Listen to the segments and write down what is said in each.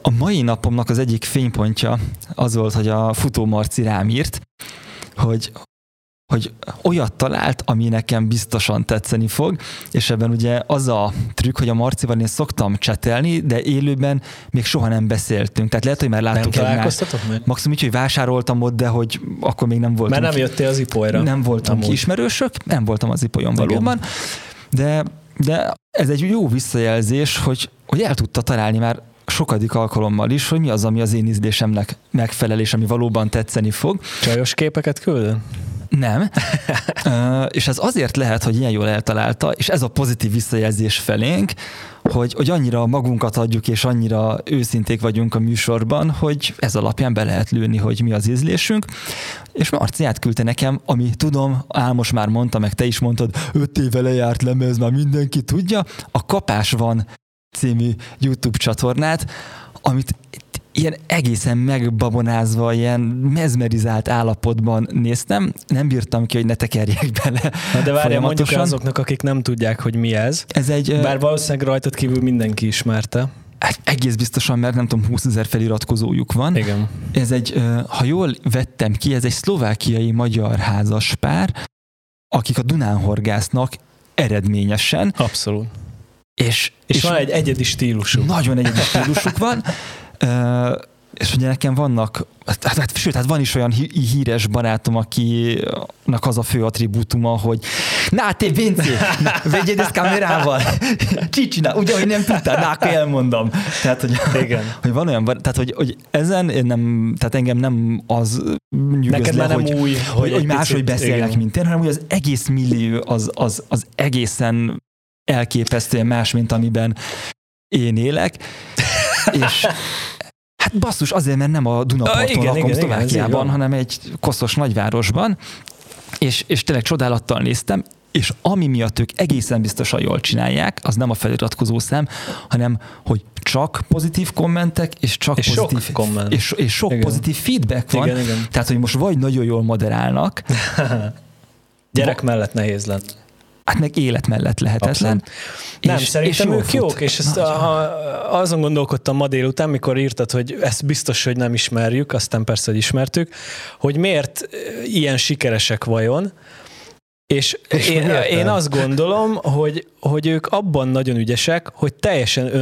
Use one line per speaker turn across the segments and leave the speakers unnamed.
A mai napomnak az egyik fénypontja az volt, hogy a Futó Marci rám írt, hogy olyat talált, ami nekem biztosan tetszeni fog, és ebben ugye az a trükk, hogy a Marcival én szoktam csetelni, de élőben még soha nem beszéltünk. Tehát lehet, hogy már láttuk
egymást. Nem találkoztatok meg?
Maximum így, hogy vásároltam ott, de hogy akkor még nem voltunk.
Már nem jöttél az Ipolyra.
Nem voltunk ismerősök, nem voltam az Ipolyon valóban, de ez egy jó visszajelzés, hogy el tudta találni már sokadik alkalommal is, hogy mi az, ami az én ízlésemnek megfelel, és ami valóban tetszeni fog.
Csajos képeket küldöd?
Nem. És ez azért lehet, hogy ilyen jól eltalálta, és ez a pozitív visszajelzés felénk, hogy annyira magunkat adjuk, és annyira őszinték vagyunk a műsorban, hogy ez alapján be lehet lőni, hogy mi az ízlésünk. És Marci átküldte nekem, ami tudom, Álmos már mondta, meg te is mondtad, 5 éve lejárt lemez, már mindenki tudja, a Kapás van című YouTube csatornát, amit ilyen egészen megbabonázva, ilyen mezmerizált állapotban néztem. Nem bírtam ki, hogy ne tekerjek bele.
De várjál, mondjuk azoknak, akik nem tudják, hogy mi ez. Bár valószínűleg rajtad kívül mindenki ismerte.
Egész biztosan, mert nem tudom, 20 000 feliratkozójuk van.
Igen.
Ez egy, ha jól vettem ki, ez egy szlovákiai magyar házaspár, akik a Dunán horgásznak eredményesen.
Abszolút.
És
van egy egyedi stílusuk.
Nagyon egyedi stílusuk van. És ugye nekem vannak, sőt, van is olyan híres barátom, akinek az a fő attribútuma, hogy na, te Vinci, vegyed ezt kamerával, csicsina, ugye, hogy nem tudtad, na, akkor elmondom. Tehát, hogy van olyan, tehát, hogy ezen nem, tehát engem nem az nyűgöz le, hogy máshogy beszélnek, igen, mint én, hanem hogy az egész millió az egészen elképesztően más, mint amiben én élek, és hát basszus, azért, mert nem a Dunaparton lakom Szlovákiában, hanem egy koszos nagyvárosban, és tényleg csodálattal néztem, és ami miatt ők egészen biztosan jól csinálják, az nem a feliratkozó szám, hanem hogy csak pozitív kommentek, és csak
és
pozitív
sok komment.
És sok pozitív feedback van. Igen. Tehát, hogy most vagy nagyon jól moderálnak.
Gyerek mellett nehéz lett.
Hát meg élet mellett lehetetlen.
Nem, szerintem ők jók, és ezt azon gondolkodtam ma délután, mikor írtad, hogy ezt biztos, hogy nem ismerjük, aztán persze, hogy ismertük, hogy miért ilyen sikeresek vajon, és én azt gondolom, hogy ők abban nagyon ügyesek, hogy teljesen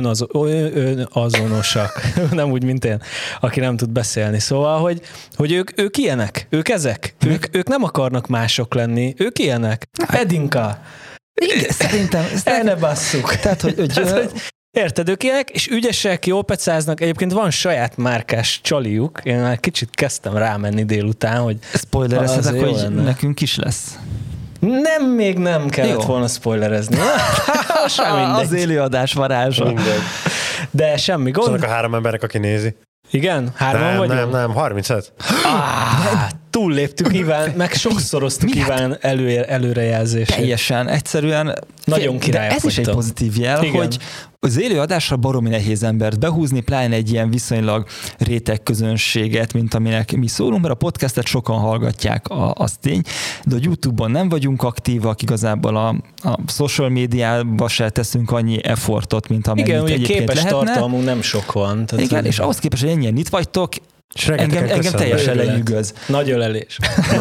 önazonosak. Nem úgy, mint én, aki nem tud beszélni. Szóval, hogy ők ilyenek, ők ezek. Ők nem akarnak mások lenni, ők ilyenek. Edinka.
Igen, szerintem.
El ne basszuk. Tehát, hogy érted, ők ilyenek, és ügyesek, jól pecáznak. Egyébként van saját márkás csaliuk. Én már kicsit kezdtem rámenni délután, hogy
spoilerezhetek, hogy nekünk is lesz.
Még nem kellett volna spoilerezni.
Az élőadás varázsa.
De semmi gond.
Azok a 3 emberek, aki nézi.
Igen? 3 vagyunk?
Nem, 35.
Túlléptük Iván, meg sokszoroztuk Iván előrejelzését.
Teljesen, egyszerűen.
Nagyon királyok.
De ez is egy pozitív jel, igen, hogy az élőadásra baromi nehéz embert behúzni, pláne egy ilyen viszonylag réteg közönséget, mint aminek mi szólunk, mert a podcastet sokan hallgatják, az tény, de a YouTube-on nem vagyunk aktívak, igazából a social médiában se teszünk annyi effortot, mint amennyit egyébként lehetne.
Igen, képes tartalmunk nem sok van.
Tehát igen, és ahhoz képest, hogy ennyien itt vagytok, engem teljesen lenyűgöz.
Nagy ölelés.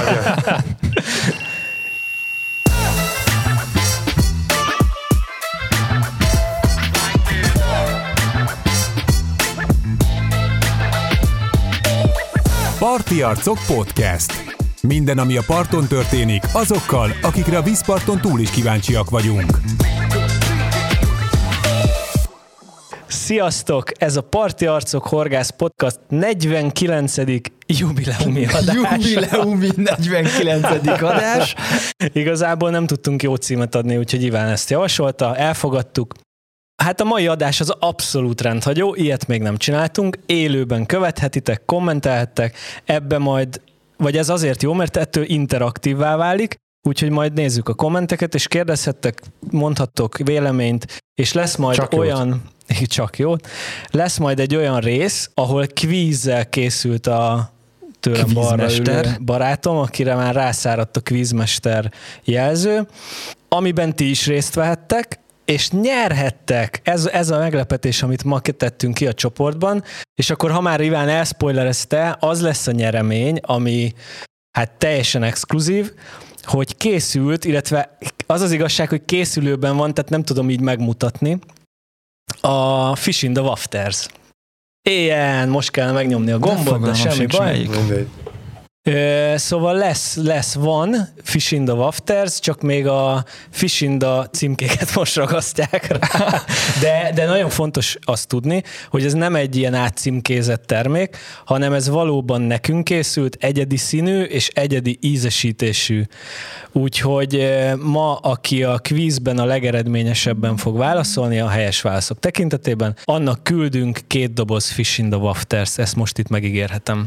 Parti Arcok Podcast. Minden, ami a parton történik, azokkal, akikre a vízparton túl is kíváncsiak vagyunk.
Sziasztok! Ez a Parti Arcok Horgász Podcast 49. jubileumi adás.
Jubileumi 49. adás.
Igazából nem tudtunk jó címet adni, úgyhogy Iván ezt javasolta, elfogadtuk. Hát a mai adás az abszolút rendhagyó, ilyet még nem csináltunk, élőben követhetitek, kommentelhettek, ebbe majd, vagy ez azért jó, mert ettől interaktívvá válik, úgyhogy majd nézzük a kommenteket, és kérdezhettek, mondhattok véleményt, és lesz majd
csak
olyan... Csak jó. Lesz majd egy olyan rész, ahol kvízzel készült a tőlem balra ülő barátom, akire már rászáradt a kvízmester jelző, amiben ti is részt vehettek, és nyerhettek. Ez a meglepetés, amit ma tettünk ki a csoportban, és akkor ha már Iván elszpoilerezte, az lesz a nyeremény, ami hát teljesen exkluzív, hogy készült, illetve az az igazság, hogy készülőben van, tehát nem tudom így megmutatni, a Fish in the Wafters. Ilyen, most kell megnyomni a gombot, de semmi baj. Szóval van Fish in the Wafters, csak még a Fish in the címkéket most ragasztják rá. De nagyon fontos azt tudni, hogy ez nem egy ilyen átcímkézett termék, hanem ez valóban nekünk készült, egyedi színű és egyedi ízesítésű. Úgyhogy ma, aki a kvízben a legeredményesebben fog válaszolni a helyes válaszok tekintetében, annak küldünk 2 doboz Fish in the Wafters, ezt most itt megígérhetem.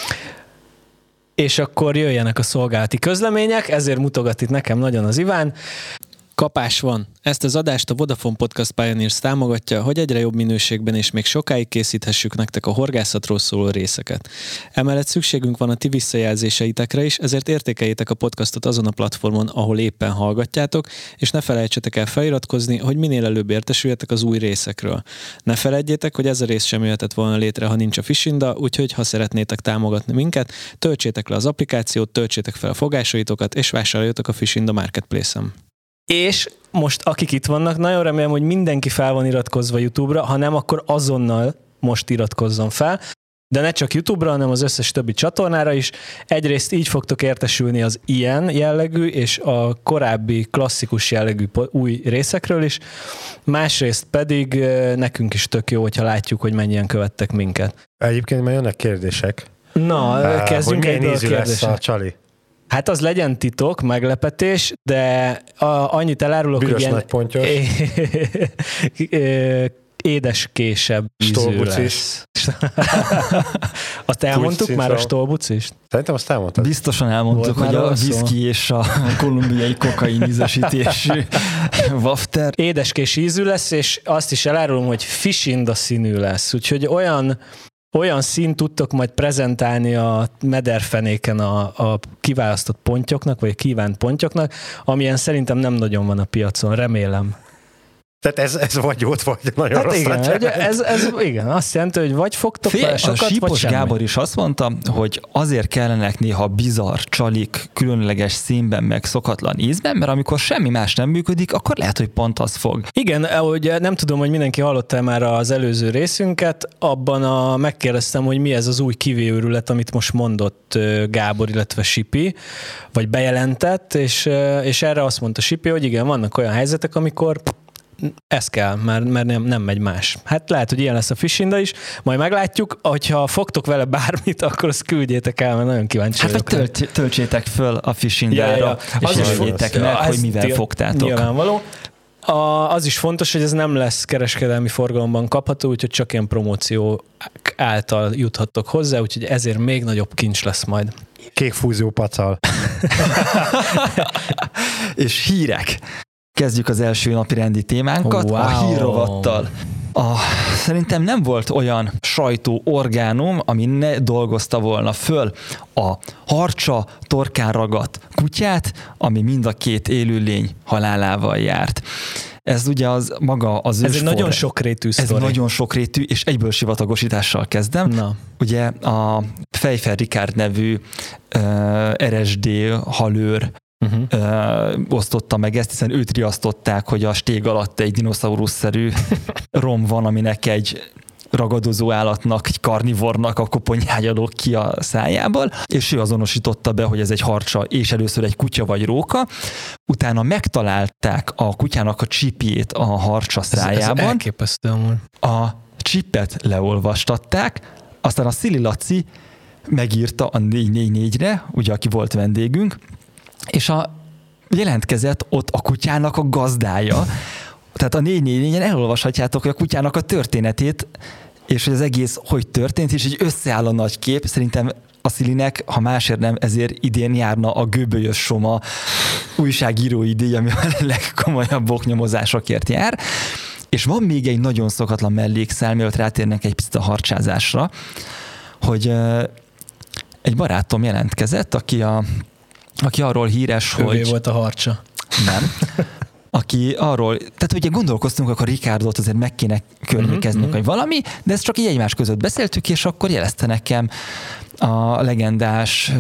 És akkor jöjjenek a szolgálati közlemények, ezért mutogat itt nekem nagyon az Iván. Kapás van. Ezt az adást a Vodafone Podcast Pioneers támogatja, hogy egyre jobb minőségben és még sokáig készíthessük nektek a horgászatról szóló részeket. Emellett szükségünk van a ti visszajelzéseitekre is, ezért értékeljétek a podcastot azon a platformon, ahol éppen hallgatjátok, és ne felejtsetek el feliratkozni, hogy minél előbb értesüljetek az új részekről. Ne feledjétek, hogy ez a rész sem jöhetett volna létre, ha nincs a Fishinda, úgyhogy ha szeretnétek támogatni minket, töltsétek le az applikációt, töltsétek fel a fogásaitokat, és vásároljatok a Fishinda Marketplace-en. És most akik itt vannak, nagyon remélem, hogy mindenki fel van iratkozva YouTube-ra, ha nem, akkor azonnal most iratkozzon fel. De ne csak YouTube-ra, hanem az összes többi csatornára is. Egyrészt így fogtok értesülni az ilyen jellegű és a korábbi klasszikus jellegű új részekről is. Másrészt pedig nekünk is tök jó, hogyha látjuk, hogy mennyien követtek minket.
Egyébként már jönnek kérdések.
Na, kezdjünk egyből a kérdések.
Lesz a csali?
Hát az legyen titok, meglepetés, de annyit elárulok,
Büdös
hogy
nagy pontyos.
Édeskésebb ízű lesz. Azt elmondtuk már a stolbucist?
Szerintem azt elmondtad.
Biztosan elmondtuk, hogy a whisky és a kolumbiai kokain ízesítésű wafter.
Édeskés ízű lesz, és azt is elárulom, hogy fish in the színű lesz. Úgyhogy olyan színt tudtok majd prezentálni a mederfenéken a kiválasztott pontyoknak, vagy a kívánt pontyoknak, amilyen szerintem nem nagyon van a piacon, remélem.
Tehát ez vagy ott, vagy nagyon
hát
rossz.
igen, igen, azt jelenti, hogy vagy fogtok fel sokat,
a Sípos
vagy semmi.
Gábor is azt mondta, hogy azért kellenek néha bizarr csalik, különleges színben, meg szokatlan ízben, mert amikor semmi más nem működik, akkor lehet, hogy pont az fog.
Igen, ahogy nem tudom, hogy mindenki hallotta már az előző részünket, abban megkérdeztem, hogy mi ez az új kivéőrület, amit most mondott Gábor, illetve Sipi, vagy bejelentett, és erre azt mondta Sipi, hogy igen, vannak olyan helyzetek, amikor ez kell, mert nem megy más. Hát lehet, hogy ilyen lesz a Fishinda is, majd meglátjuk, hogyha fogtok vele bármit, akkor azt küldjétek el, mert nagyon kíváncsi vagyok.
Hát vagy töltsétek föl a Fishindára, és jelöljétek meg, hogy mivel fogtátok.
Nyilvánvaló. Az is fontos, hogy ez nem lesz kereskedelmi forgalomban kapható, úgyhogy csak ilyen promóció által juthattok hozzá, úgyhogy ezért még nagyobb kincs lesz majd.
Kék fúzió pacal.
És hírek. Kezdjük az első napi rendi témánkat,
wow.
A hírrovattal. Szerintem nem volt olyan sajtóorgánum, ami ne dolgozta volna föl a harcsa torkán ragadt kutyát, ami mind a két élőlény halálával járt. Ez ugye az maga az
Ez egy nagyon sokrétű sztori.
Ez nagyon sokrétű, és egyből sivatagosítással kezdem.
Na.
Ugye a Pfeiffer Ricard nevű RSD halőr osztotta meg ezt, hiszen őt riasztották, hogy a stég alatt egy dinoszaurusz-szerű rom van, aminek egy ragadozó állatnak, egy karnivornak a koponyája lóg ki a szájából, és ő azonosította be, hogy ez egy harcsa, és először egy kutya vagy róka. Utána megtalálták a kutyának a csipjét a harcsa szájában.
Ez elképesztő amúgy.
A csipet leolvastatták, aztán a Szili Laci megírta a 444-re, ugye aki volt vendégünk, és jelentkezett ott a kutyának a gazdája. Tehát a 444-en elolvashatjátok, hogy a kutyának a történetét, és hogy az egész hogy történt, és így összeáll a nagy kép. Szerintem a Szilinek, ha másért nem, ezért idén járna a Göbölyös Soma újságírói díj, ami a legkomolyabb oknyomozásokért jár. És van még egy nagyon szokatlan mellékszál, mielőtt rátérnek egy picit a harcsázásra, hogy egy barátom jelentkezett, aki arról híres,
Ővé
hogy...
volt a harcsa.
Nem. aki arról, tehát ugye gondolkoztunk, akkor Ricardo-t azért meg kéne környékeznünk, vagy valami, de ezt csak így egymás között beszéltük, és akkor jelezte nekem a legendás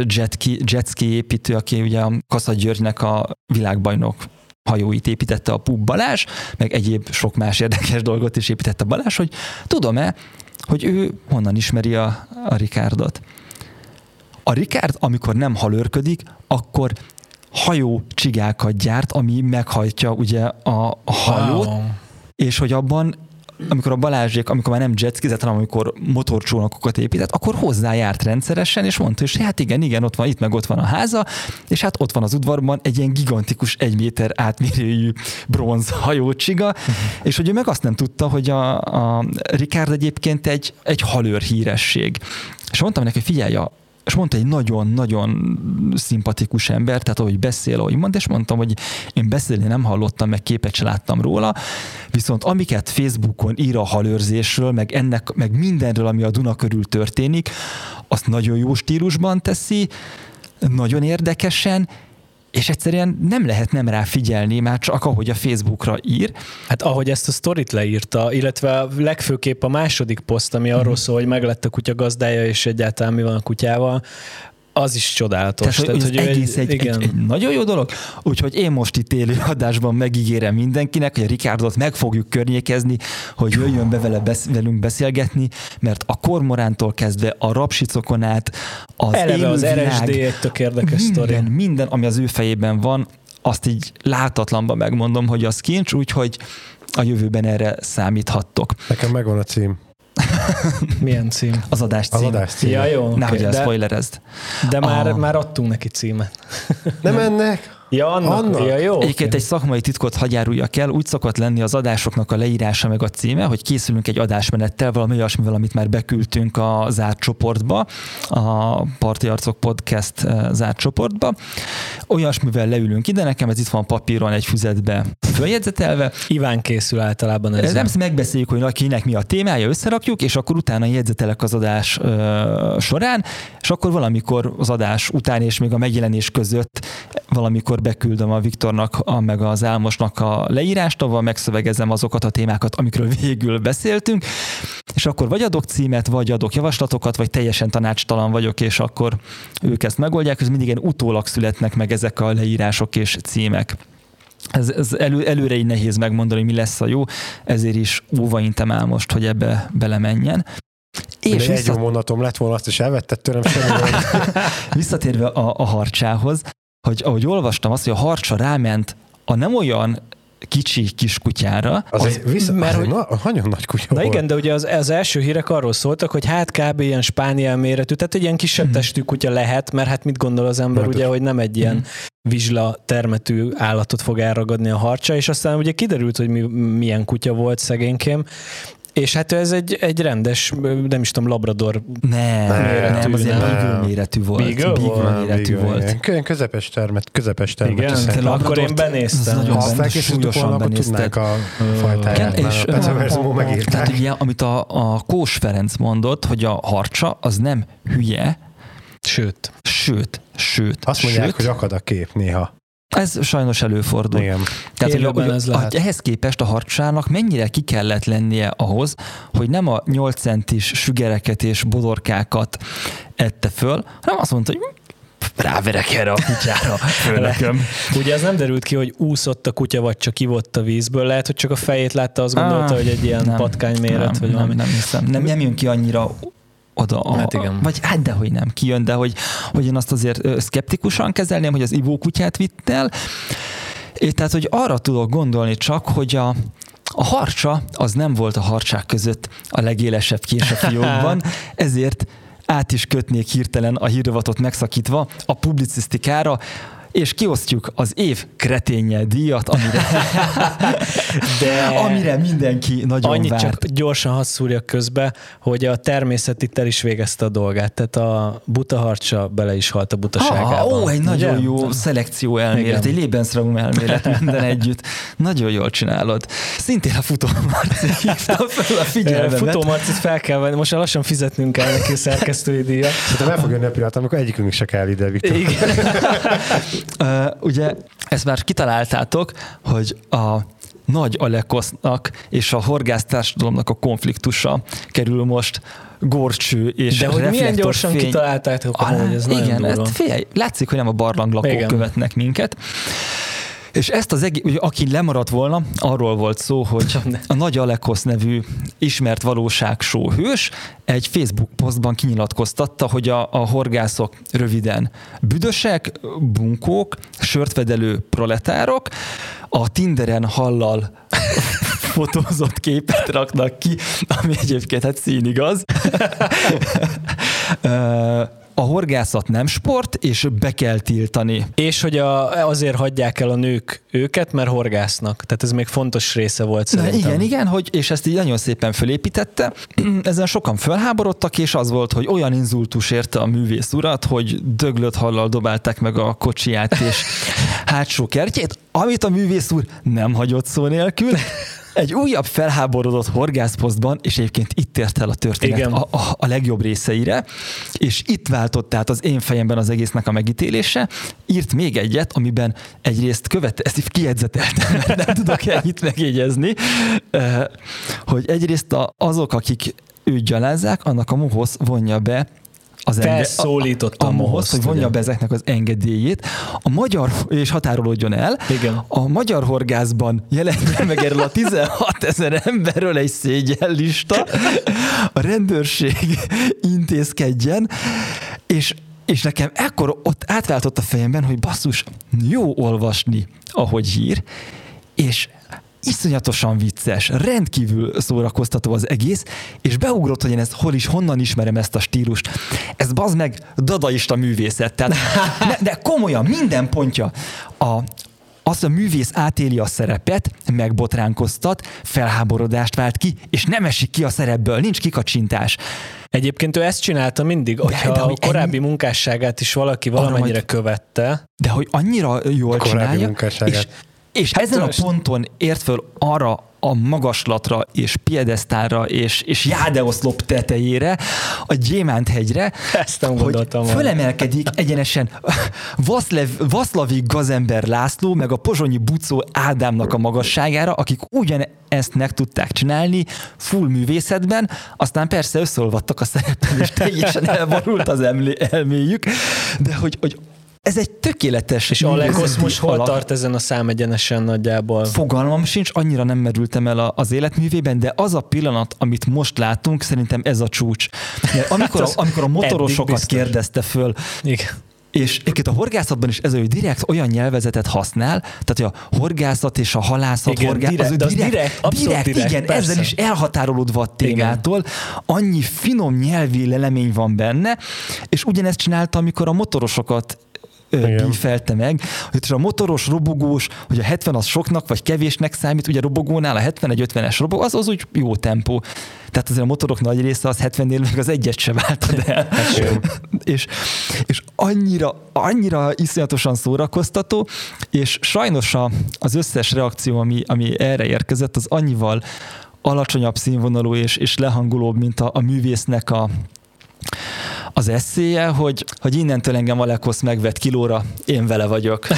jetski építő, aki ugye a Kassa Györgynek a világbajnok hajóit építette, a Pub Balázs, meg egyéb sok más érdekes dolgot is építette Balázs, hogy tudom-e, hogy ő honnan ismeri a Ricardot. A Ricard, amikor nem halőrködik, akkor hajó csigákat gyárt, ami meghajtja ugye a hajót, és hogy abban, amikor a Balázsék, amikor már nem jetskizett, hanem amikor motorcsónakokat épített, akkor hozzájárt rendszeresen, és mondta, hogy hát igen, ott van, itt meg ott van a háza, és hát ott van az udvarban egy ilyen gigantikus 1 méter átmérőjű bronz hajócsiga, és hogy ő meg azt nem tudta, hogy a Ricard egyébként egy halőr híresség. És mondtam neki, hogy figyelj, és mondta egy nagyon-nagyon szimpatikus ember, tehát ahogy beszél, ahogy mond, és mondtam, hogy én beszélni nem hallottam, meg képet se láttam róla, viszont amiket Facebookon ír a halőrzésről, meg mindenről, ami a Duna körül történik, azt nagyon jó stílusban teszi, nagyon érdekesen, és egyszerűen nem lehet nem rá figyelni, már csak ahogy a Facebookra ír.
Hát ahogy ezt a sztorit leírta, illetve legfőképp a második poszt, ami arról szól, hogy meglett a kutya gazdája, és egyáltalán mi van a kutyával, az is csodálatos.
Tehát, hogy egész egy nagyon jó dolog. Úgyhogy én most itt élő adásban megígérem mindenkinek, hogy a Ricardot meg fogjuk környékezni, hogy jöjjön be velünk beszélgetni, mert a kormorántól kezdve a rapsicokon át, az
eleve az RSD egy tök érdekes sztori.
Minden, ami az ő fejében van, azt így látatlanban megmondom, hogy az kincs, úgyhogy a jövőben erre számíthattok.
Nekem megvan a cím.
Milyen cím?
Az adás cím.
Az adás cím.
Ja, jó.
Nehogy elszpoilerezd.
De már adtunk neki címet.
Nem ennek?
Ja, annak. Ja, jó.
Egyébként egy szakmai titkot hadd járuljak el, úgy szokott lenni az adásoknak a leírása meg a címe, hogy készülünk egy adásmenettel, valami olyasmivel, amit már beküldtünk a zárt csoportba, a Parti Arcok Podcast zárt csoportba. Olyasmivel leülünk ide, nekem ez itt van papíron egy füzetbe följegyzetelve.
Iván készül általában ezzel.
Nem megbeszéljük, hogy kinek mi a témája, összerakjuk, és akkor utána jegyzetelek az adás során, és akkor valamikor az adás után és még a megjelenés között valamikor beküldöm a Viktornak, meg az Álmosnak a leírást, ahol megszövegezem azokat a témákat, amikről végül beszéltünk, és akkor vagy adok címet, vagy adok javaslatokat, vagy teljesen tanácstalan vagyok, és akkor ők ezt megoldják, és mindig ilyen utólag születnek meg ezek a leírások és címek. Ez előre így nehéz megmondani, hogy mi lesz a jó, ezért is óvaintem Álmost, hogy ebbe belemenjen.
És egy jó mondatom lett volna, azt is elvetted tőlem semmi.
Visszatérve a harcsához, hogy ahogy olvastam azt, hogy a harcsa ráment a nem olyan kicsi kiskutyára.
Nagyon nagy kutya
volt. Igen, de ugye az első hírek arról szóltak, hogy hát kb. Ilyen spániel méretű, tehát egy ilyen kisebb testű kutya lehet, mert hát mit gondol az ember, ugye, hogy nem egy ilyen vizsla termetű állatot fog elragadni a harcsa, és aztán ugye kiderült, hogy milyen kutya volt szegénykém, és hát ez egy rendes, nem is tudom, labrador
méretű. Nem, azért beagle méretű volt. Beagle méretű volt.
Közepes termetű.
Igen, akkor én benéztem.
Ha felkészültük volna, akkor tudnánk a fajtáját. És
tehát ugye, amit a Kós Ferenc mondott, hogy a harcsa az nem hülye. Sőt.
Azt mondják, hogy akad a kép néha.
Ez sajnos előfordul.
Igen.
Tehát, ehhez képest a harcsának mennyire ki kellett lennie ahhoz, hogy nem a 8 centis sügereket és bodorkákat ette föl, hanem azt mondta, hogy ráverek erre a kutyára, főnököm.
Ugye ez nem derült ki, hogy úszott a kutya, vagy csak ivott a vízből. Lehet, hogy csak a fejét látta, azt gondolta, hogy egy ilyen patkány méret, vagy valami.
Nem hiszem. Nem jön ki annyira oda.
Hát igen.
Vagy hát dehogy nem kijön, de hogy én azt azért szkeptikusan kezelném, hogy az ivókutyát vitt el. Tehát, hogy arra tudok gondolni csak, hogy a harcsa az nem volt a harcsák között a legélesebb kés a fiókban, ezért át is kötnék hirtelen a hírrovatot megszakítva a publicisztikára, és kiosztjuk az év kreténje díjat, amire mindenki nagyon
annyit
várt.
Csak gyorsan hadd szúrjak közbe, hogy a természet itt el is végezte a dolgát. Tehát a buta harcsa bele is halt a butaságában.
Egy nagyon jó szelekció elmélet, egy Lebensraum elmélet minden együtt. Nagyon jól csinálod. Szintén a Futó Marci hívta fel a figyelmemet.
Futó Marcit fel kell venni, most lassan fizetnünk kell neki a szerkesztői díjat.
Szerintem el fog jönni a pillanat, amikor egyikünk se kell ide, Viktor.
Igen.
Ugye ezt már kitaláltátok, hogy a Nagy Alekosznak és a horgásztársadalomnak a konfliktusa kerül most górcső és
de hogy milyen gyorsan
reflektorfény
kitaláltátok, hogy ez
igen,
nagyon durva.
figyelj, látszik, hogy nem a barlanglakók
Igen.
követnek minket. És ezt az egész, ugye, aki lemaradt volna, arról volt szó, hogy a Nagy Alekosz nevű ismert valóságshow hős egy Facebook posztban kinyilatkoztatta, hogy a horgászok röviden büdösek, bunkók, sörtvedelő proletárok, a Tinderen hallal fotózott képet raknak ki, ami egyébként hát színigaz. A horgászat nem sport, és be kell tiltani.
És hogy azért hagyják el a nők őket, mert horgásznak. Tehát ez még fontos része volt szerintem.
Igen, és ezt így nagyon szépen fölépítette. Ezen sokan fölháborodtak, és az volt, hogy olyan inzultus érte a művész urat, hogy döglött hallal dobálták meg a kocsiját és hátsó kertjét, amit a művész úr nem hagyott szó nélkül. Egy újabb felháborodott horgászposztban, és egyébként itt ért el a történet a legjobb részeire, és itt váltott át az én fejemben az egésznek a megítélése, írt még egyet, amiben egyrészt ezt így kijegyzeteltem, mert nem tudok ennyit megjegyezni, hogy egyrészt azok, akik őt gyalázzák, annak a MOHOSZ vonja be
felszólította
a MOHOSZ, hogy vonja be ezeknek az engedélyét. A magyar, és határolódjon el,
igen.
A magyar horgászban jelenjen meg erről a 16 000 emberről egy szégyenlista, a rendőrség intézkedjen, és nekem ekkor ott átváltott a fejemben, hogy basszus, jó olvasni, ahogy ír, és iszonyatosan vicces, rendkívül szórakoztató az egész, és beugrott, hogy én ezt honnan ismerem ezt a stílust. Ez bazd meg dadaista művészet. Tehát, de komolyan, minden pontja. Az a művész átéli a szerepet, megbotránkoztat, felháborodást vált ki, és nem esik ki a szerepből, nincs kikacsintás.
Egyébként ő ezt csinálta mindig, hogyha a korábbi munkásságát is valaki valamennyire követte.
De hogy annyira jól csinálja, és ezen a ponton ért föl arra a magaslatra és piedesztálra és Jádeoszlop tetejére, a Gyémánthegyre, hogy fölemelkedik egyenesen Vaszlavik Gazember László, meg a pozsonyi Buczó Ádámnak a magasságára, akik ugyanezt meg tudták csinálni full művészetben, aztán persze összeolvadtak a szerepben, és teljesen elborult az elméjük, de hogy ez egy tökéletes...
És Alekosz most hol tart ezen a számegyenesen nagyjából?
Fogalmam sincs, annyira nem merültem el az életművében, de az a pillanat, amit most látunk, szerintem ez a csúcs. Amikor a motorosokat kérdezte föl,
igen.
És egyébként a horgászatban is ez, hogy direkt olyan nyelvezetet használ, tehát a horgászat és a halászat,
igen, direkt,
igen, persze. Ezzel is elhatárolódva a témától, annyi finom nyelvi lelemény van benne, és ugyanezt csinálta, amikor a motorosokat bífelte meg, hogy a motoros, robogós, hogy a 70 az soknak vagy kevésnek számít, ugye a robogónál a 70-50-es robogó, az úgy jó tempó. Tehát azért a motorok nagy része az 70-nél meg az egyet se váltad el. és annyira iszonyatosan szórakoztató, és sajnos az összes reakció, ami erre érkezett, az annyival alacsonyabb színvonalú és lehangolóbb, mint a művésznek az eszéje, hogy innentől engem Alekosz megvett kilóra, én vele vagyok.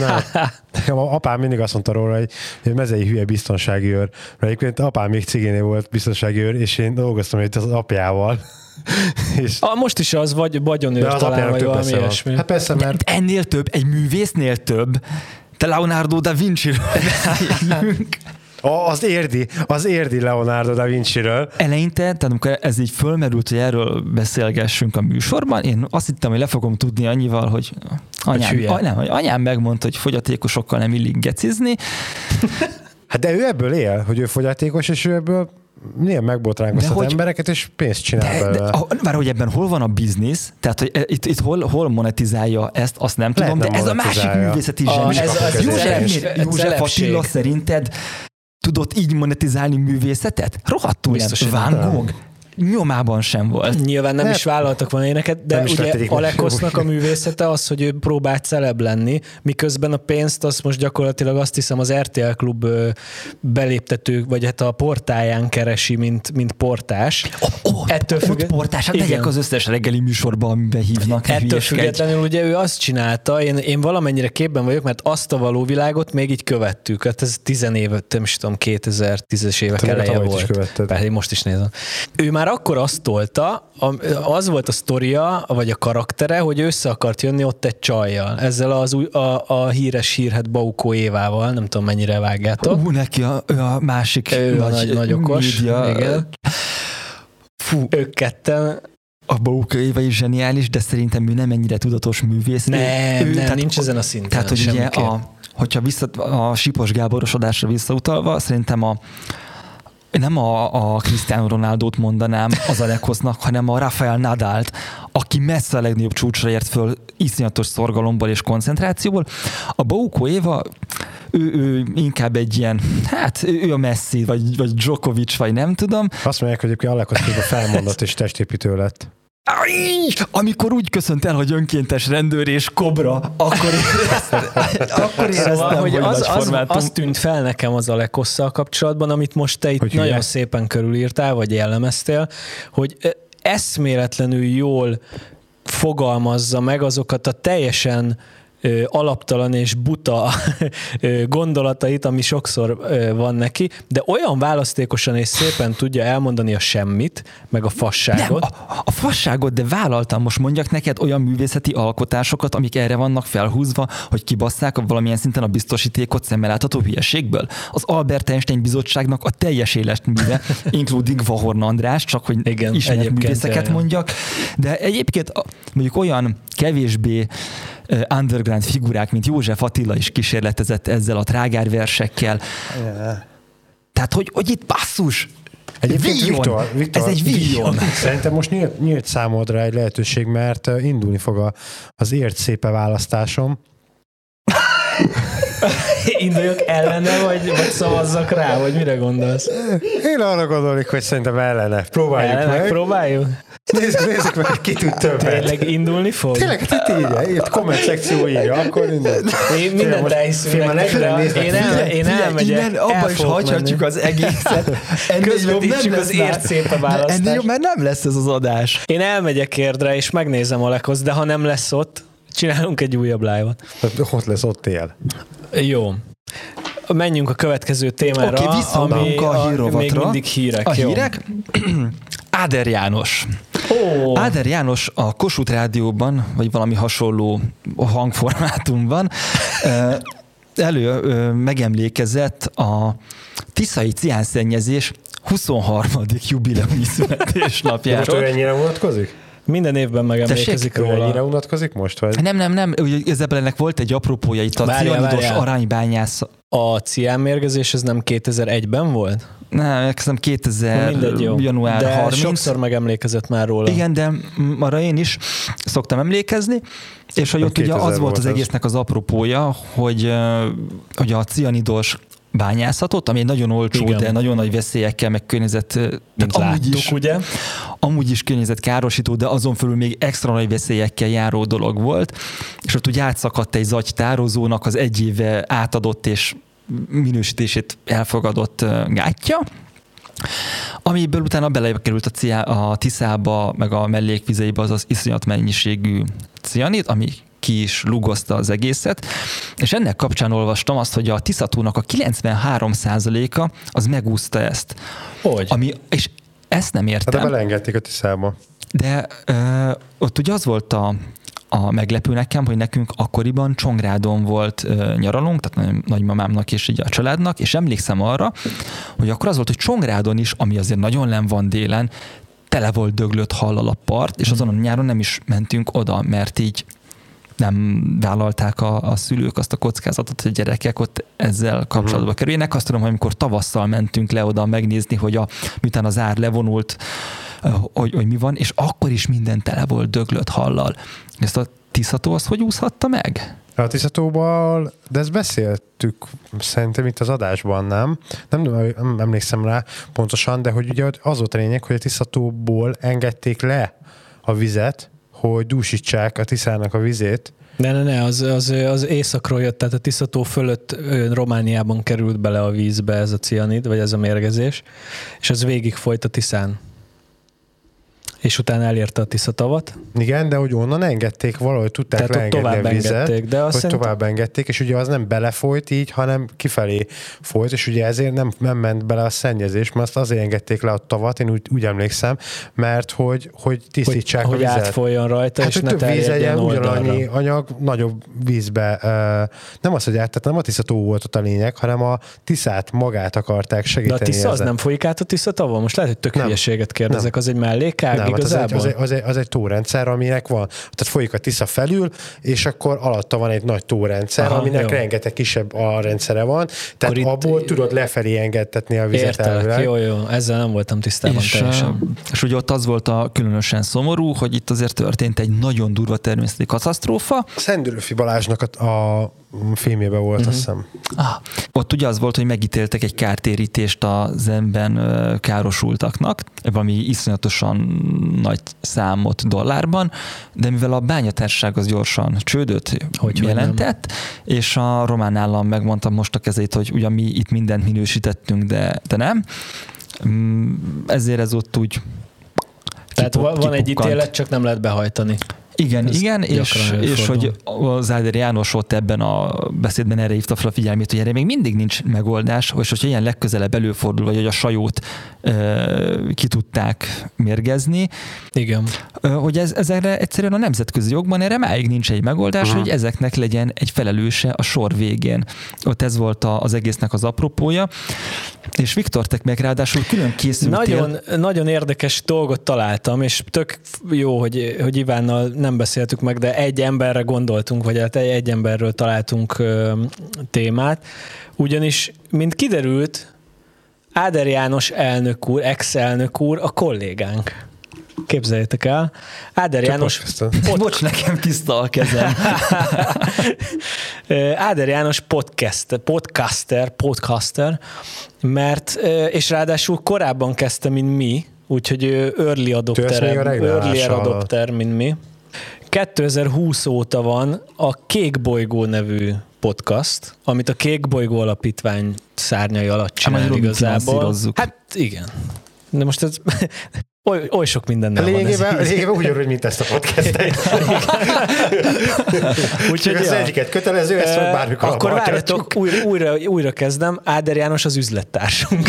Apám mindig azt mondta róla, hogy mezei hülye biztonsági őr. Mert egyébként apám még cigénél volt biztonsági őr, és én dolgoztam itt az apjával.
És most is az vagyonőr talán, vagy valami ilyesmi.
Hát persze, mert...
Ennél több, egy művésznél több. Te Leonardo da Vinci-ről beszélünk.
Az érdi Leonardo da Vinci-ről.
Eleinte, tehát amikor ez így fölmerült, hogy erről beszélgessünk a műsorban, én azt hittem, hogy le fogom tudni annyival, hogy anyám megmondta, hogy fogyatékosokkal nem illik gecizni.
Hát de ő ebből él, hogy ő fogyatékos, és ő ebből milyen megbotránkoztat embereket, és pénzt csinál belőle.
Várj, hogy ebben hol van a biznisz, tehát hogy itt hol monetizálja ezt, azt nem tudom, de ez a másik művészeti zseni. József Attila szerinted tudott így monetizálni művészetet? Rohadtul nem. Van Gogh? nyomában sem volt.
Nyilván nem is vállaltak volna éneket, de ugye Alekosznak a művészete az, hogy ő próbált celeb lenni, miközben a pénzt azt most gyakorlatilag azt hiszem az RTL Klub beléptető, vagy hát a portáján keresi, mint portás.
Ettől portás, hát megyek az összes reggeli műsorban, amiben hívnak.
Ettől függetlenül ugye ő azt csinálta, én valamennyire képben vagyok, mert azt a való világot még így követtük. Hát ez 10 évet, nem is tudom, 2010-es évek eleje volt. Persze, most is nézem. Ő már akkor azt tolta, az volt a sztoria, vagy a karaktere, hogy össze akart jönni ott egy csajjal. Ezzel a híres hírhet Baukó Évával, nem tudom mennyire vágjátok.
Neki a másik
nagy okos. Igen.
Fú.
Ők ketten.
A Baukó Éva is zseniális, de szerintem ő nem ennyire tudatos művész.
Nem, nincs ezen a szinten.
Tehát, hogy ugye hogyha a Sipos Gáboros adásra visszautalva, szerintem nem a Cristiano Ronaldót mondanám az Alekosznak, hanem a Rafael Nadált, aki messze a legnagyobb csúcsra ért föl iszonyatos szorgalomból és koncentrációból. A Baukó Éva, ő inkább egy ilyen, hát ő a Messi, vagy Djokovic, vagy nem tudom.
Azt mondják, hogy egyébként Alekosz felmondott és testépítő lett.
Amikor úgy köszönt el, hogy önkéntes rendőr és kobra, akkor éreztem,
szóval, hogy az tűnt fel nekem az Alekosszal kapcsolatban, amit most te itt hogy nagyon szépen körülírtál, vagy jellemeztél, hogy eszméletlenül jól fogalmazza meg azokat a teljesen alaptalan és buta gondolatait, ami sokszor van neki, de olyan választékosan és szépen tudja elmondani a semmit, meg a fasságot.
Nem, a fasságot, de vállaltam, most mondjak neked olyan művészeti alkotásokat, amik erre vannak felhúzva, hogy kibasszák valamilyen szinten a biztosítékot szemmel látható hülyeségből. Az Albert Einstein bizottságnak a teljes életműve, including Vahorn András, csak hogy ismert művészeket mondjak, de egyébként mondjuk olyan kevésbé underground figurák, mint József Attila is kísérletezett ezzel a trágárversekkel. Yeah. Tehát, hogy itt basszus!
Viktor,
ez egy víjon.
Szerintem most nyílt számodra egy lehetőség, mert indulni fog az ért szépe választásom.
Induljak ellene, vagy szavazzak rá, vagy mire gondolsz?
Én arra gondolok, hogy szerintem ellene. Próbáljuk meg.
Próbáljuk?
Nézzük meg, hogy ki tud többet.
Tényleg indulni fog?
Tényleg, itt írja, írt, komment szekció írja, akkor minden.
Mindent elhiszünk neked, én elmegyek,
abban is hagyhatjuk az egészet.
Közvetítsük az ért szépe választást.
Ennél már nem lesz ez az adás.
Én elmegyek Érdre, és megnézem Alekosz, de ha nem lesz ott, csinálunk egy újabb live-ot.
Ott lesz, ott él.
Jó. Menjünk a következő témára,
ami
a hírrovatra. Még mindig hírek.
A hírek? Áder János. Áder János a Kossuth Rádióban, vagy valami hasonló hangformátumban megemlékezett a tiszai ciánszennyezés 23. jubileumi születésnapjáról.
Most ennyire vonatkozik?
Minden évben megemlékezik róla.
Ennyire vonatkozik most? Vagy?
Nem. Ezzel ennek volt egy apropója itt a cianidos aranybányász.
A ciánmérgezés ez nem 2001-ben volt?
Nem, ez nem 2000 január
de
30.
sokszor megemlékezett már róla.
Igen, de arra én is szoktam emlékezni, és hogy ott ugye az volt az egésznek az apropója, hogy a cianidos bányászatot, ami egy nagyon olcsó, igen, de nagyon nagy veszélyekkel, meg környezet... Amúgy is környezetkárosító, de azon felül még extra nagy veszélyekkel járó dolog volt, és ott úgy átszakadt egy zagytározónak az egy éve átadott és minősítését elfogadott gátja, amiből utána belekerült a Tiszába, meg a mellékvizeibe az iszonyat mennyiségű cianid, ami ki is lugozta az egészet, és ennek kapcsán olvastam azt, hogy a Tiszatónak a 93%-a az megúszta ezt.
Hogy?
És ezt nem értem.
Hát de belengedték a Tiszába.
De ott ugye az volt a meglepő nekem, hogy nekünk akkoriban Csongrádon volt nyaralunk, tehát nagymamámnak és így a családnak, és emlékszem arra, hogy akkor az volt, hogy Csongrádon is, ami azért nagyon len van délen, tele volt döglött hallal a part, és azon a nyáron nem is mentünk oda, mert így nem vállalták a szülők azt a kockázatot, hogy a gyerekek ott ezzel kapcsolatba kerüljenek. Azt tudom, hogy amikor tavasszal mentünk le oda megnézni, hogy miután az ár levonult, hogy mi van, és akkor is minden tele volt döglött hallal. Ezt a Tiszató az hogy úszhatta meg?
A Tiszatóval, de ezt beszéltük szerintem itt az adásban, nem? Nem emlékszem rá pontosan, de hogy ugye az volt a lényeg, hogy a Tiszatóból engedték le a vizet, hogy dúsítsák a Tiszának a vizét.
Ne, az északról jött, tehát a Tiszató fölött Romániában került bele a vízbe ez a cianid, vagy ez a mérgezés, és az végig folyt a Tiszán. És utána elérte a Tiszatavat.
Igen, de hogy onnan engedték valahogy, tudták
tehát
leengedni a vizet,
engedték, de
hogy tovább engedték, és ugye az nem belefolyt így, hanem kifelé folyt, és ugye ezért nem ment bele a szennyezés, mert azt azért engedték le a tavat, én úgy emlékszem, mert hogy tisztítsák a vizet.
Hogy átfoljon rajta, hát, és ne terjedjen oldalra.
Ugyanannyi anyag nagyobb vízbe, nem az, hogy tehát nem a Tiszató volt ott a lényeg, hanem a Tiszát magát akarták segíteni.
De a Tisza az nem folyik át a Tiszatavon? Most lehet, hogy tök hülyeséget kérdezek, az egy mellékág igazából?
Az egy tórendszer, aminek van, tehát folyik a Tisza felül, és akkor alatta van egy nagy tórendszer, aminek rengeteg kisebb a rendszere van, tehát abból tudod lefelé engedtetni a vizet elvileg.
Jó, ezzel nem voltam tisztában teljesen.
És ugye ott az volt a különösen szomorú, hogy itt azért történt egy nagyon durva természeti katasztrófa.
Szendülőfi Balázsnak a filmjében volt, azt hiszem.
Ott ugye az volt, hogy megítéltek egy kártérítést a zenben károsultaknak, valami iszonyatosan nagy számot dollárban, de mivel a bányatársaság az gyorsan csődöt jelentett, és a román állam megmondta most a kezét, hogy ugyan mi itt mindent minősítettünk, de nem. Ezért ez ott úgy
tehát van egy ítélet, csak nem lehet behajtani.
Igen, és hogy az Áder János ott ebben a beszédben erre hívta fel a figyelmét, hogy erre még mindig nincs megoldás, és hogyha ilyen legközelebb előfordul, vagy hogy a sajót ki tudták mérgezni.
Igen.
Hogy ezekre egyszerűen a nemzetközi jogban erre máig nincs egy megoldás, hogy ezeknek legyen egy felelőse a sor végén. Ott ez volt az egésznek az apropója. És Viktor, te meg ráadásul külön készültél.
Nagyon érdekes dolgot találtam, és tök jó, hogy Ivánnal nem beszéltük meg, de egy emberre gondoltunk, vagy hát egy emberről találtunk témát. Ugyanis, mint kiderült, Áder János elnök úr, ex-elnök úr a kollégánk. Képzeljétek el. Áder János...
Bocs, nekem tiszta a kezem.
Áder János podcaster, mert, és ráadásul korábban kezdte, mint mi, úgyhogy early adopter, mint mi. 2020 óta van a Kék Bolygó nevű podcast, amit a Kék Bolygó Alapítvány szárnyai alatt csinál igazából. Hát igen. De most ez... Oly sok mindennel van ez.
Lényegében ugyanúgy, mint ezt a podcastet. Úgyhogy az egyiket kötelező, ezt bármikor.
Akkor várjatok, újra kezdem. Áder János az üzlettársunk.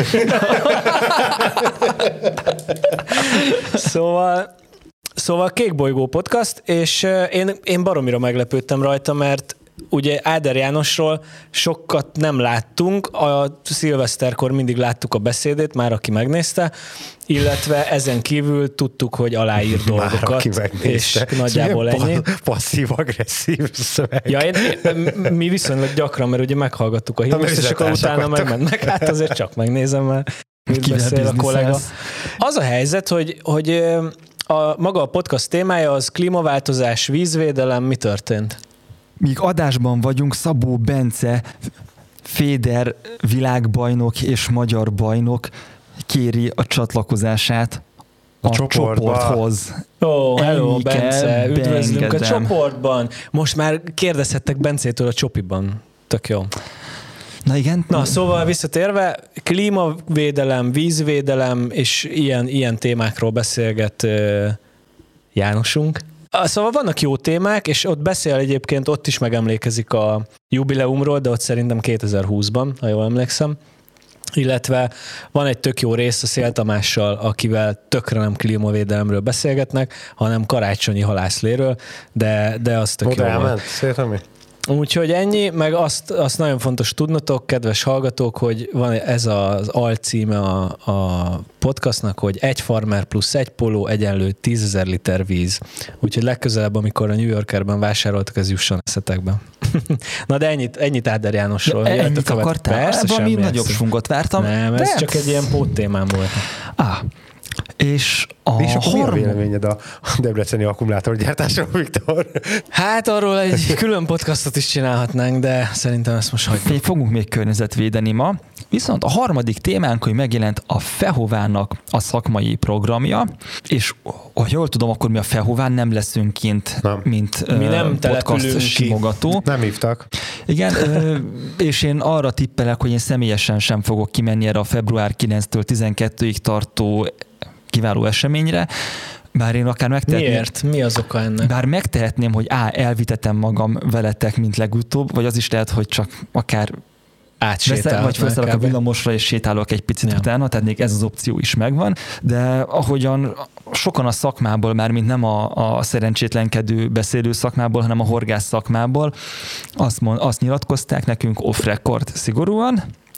Szóval Kék Bolygó podcast, és én baromira meglepődtem rajta, mert ugye Áder Jánosról sokat nem láttunk, a szilveszterkor mindig láttuk a beszédét, már aki megnézte, illetve ezen kívül tudtuk, hogy aláír dolgokat, és nagyjából ennyi.
Passzív-agresszív szöveg.
Ja, mi viszonylag gyakran, mert ugye meghallgattuk a hírt, és akkor utána megmennek, hát azért csak megnézem, mert mit beszél a kollega. Az a helyzet, hogy maga a podcast témája az klímaváltozás, vízvédelem, mi történt?
Míg adásban vagyunk, Szabó Bence, Féder világbajnok és magyar bajnok kéri a csatlakozását a csoporthoz.
Hello, Bence, üdvözlünk a csoportban. Most már kérdezhettek Bencétől a csopiban. Tök jó.
Na igen.
Na, szóval visszatérve, klímavédelem, vízvédelem és ilyen témákról beszélget Jánosunk. Szóval vannak jó témák, és ott beszél egyébként, ott is megemlékezik a jubileumról, de ott szerintem 2020-ban, ha jól emlékszem. Illetve van egy tök jó rész a Szél Tamással, akivel tökre nem klímavédelemről beszélgetnek, hanem karácsonyi halászléről, de az tök jó volt. Úgyhogy ennyi, meg azt nagyon fontos tudnotok, kedves hallgatók, hogy van ez az alcíme a podcastnak, hogy egy farmer plusz egy póló egyenlő 10 000 liter víz. Úgyhogy legközelebb, amikor a New Yorkerben vásároltak, ez jusson eszetekbe. Na de ennyit Áder Jánosról.
Ennyit akartál?
Persze,
valami nagyobb sungot vártam.
Nem, ez csak egy ilyen póttémám volt.
És akkor mi a véleményed a debreceni akkumulátorgyártásról, Viktor?
Hát arról egy külön podcastot is csinálhatnánk, de szerintem ezt most hagyjuk.
Fogunk még környezetvédeni ma. Viszont a harmadik témánk, hogy megjelent a Fehovának a szakmai programja, és ha jól tudom, akkor mi a Fehován nem leszünk kint, mint
mi nem
podcast simogató.
Nem hívtak.
Igen, és én arra tippelek, hogy én személyesen sem fogok kimenni erre a február 9-től 12-ig tartó kiváló eseményre, bár én akár megtehetném.
Miért? Mi az oka ennek?
Bár megtehetném, hogy elvitetem magam veletek, mint legutóbb, vagy az is lehet, hogy csak akár vagy felszállok a villamosra, és sétálok egy picit utána, tehát még ez az opció is megvan, de ahogyan sokan a szakmából, már mint nem a szerencsétlenkedő beszélő szakmából, hanem a horgász szakmából, azt nyilatkozták nekünk off-record szigorúan,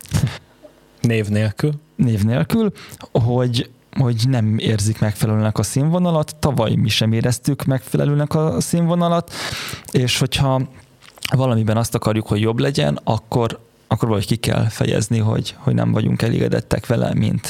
név nélkül,
hogy nem érzik megfelelőnek a színvonalat, tavaly mi sem éreztük megfelelőnek a színvonalat, és hogyha valamiben azt akarjuk, hogy jobb legyen, akkor valahogy ki kell fejezni, hogy nem vagyunk elégedettek vele, mint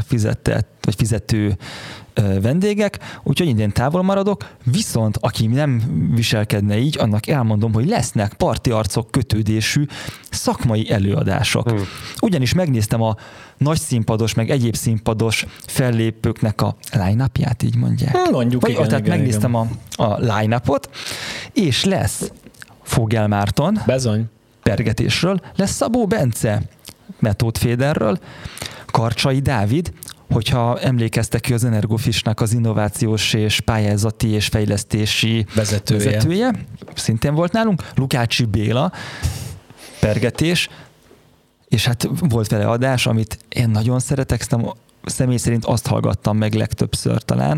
fizető vendégek, úgyhogy idén távol maradok, viszont aki nem viselkedne így, annak elmondom, hogy lesznek parti arcok kötődésű szakmai előadások. Ugyanis megnéztem a nagy színpados, meg egyéb színpados fellépőknek a line-upját, így mondják.
Mondjuk,
tehát megnéztem a line-upot, és lesz Fogel Márton,
Bezony.
Pergetésről, lesz Szabó Bence, Metód Féderről, Karcsai Dávid, hogyha emlékeztek ki az Energofisnak az innovációs és pályázati és fejlesztési vezetője, szintén volt nálunk, Lukácsi Béla, Pergetés, és hát volt vele adás, amit én nagyon szeretek, személy szerint azt hallgattam meg legtöbbször talán,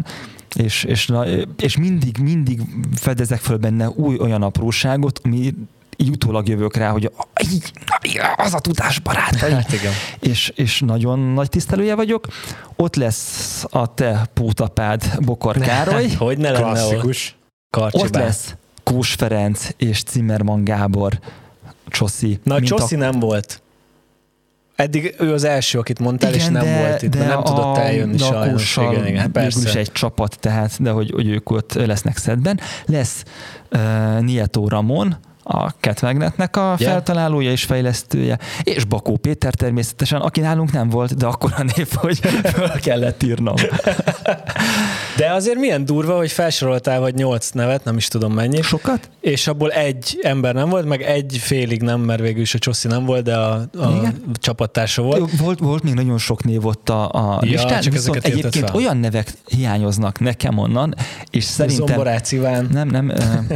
és mindig fedezek föl benne új olyan apróságot, ami így utólag jövök rá, hogy az a tudás barátai.
Hát igen.
És nagyon nagy tisztelője vagyok. Ott lesz a te pótapád, Bokor Károly.
Hogy ne lenne
klasszikus.
Ott lesz Kós Ferenc és Zimmermann Gábor, Csoszi.
Na, Csoszi nem volt. Eddig ő az első, akit mondtál, igen, és nem volt itt, nem tudott eljönni sajnos. Igen,
végül is egy csapat, tehát, de hogy ők ott lesznek szedben. Lesz Nieto Ramon, a Cat Magnetnek a feltalálója és fejlesztője, és Bakó Péter természetesen, aki nálunk nem volt, de akkor a név, hogy föl kellett írnom.
De azért milyen durva, hogy felsoroltál vagy 8 nevet, nem is tudom mennyi.
Sokat?
És abból egy ember nem volt, meg egy félig nem, mert végül is a Csoszi nem volt, de a csapattársa volt.
Volt még nagyon sok név ott a listán, viszont egyébként olyan nevek hiányoznak nekem onnan, és szerintem...
Zomborát Iván.
Nem.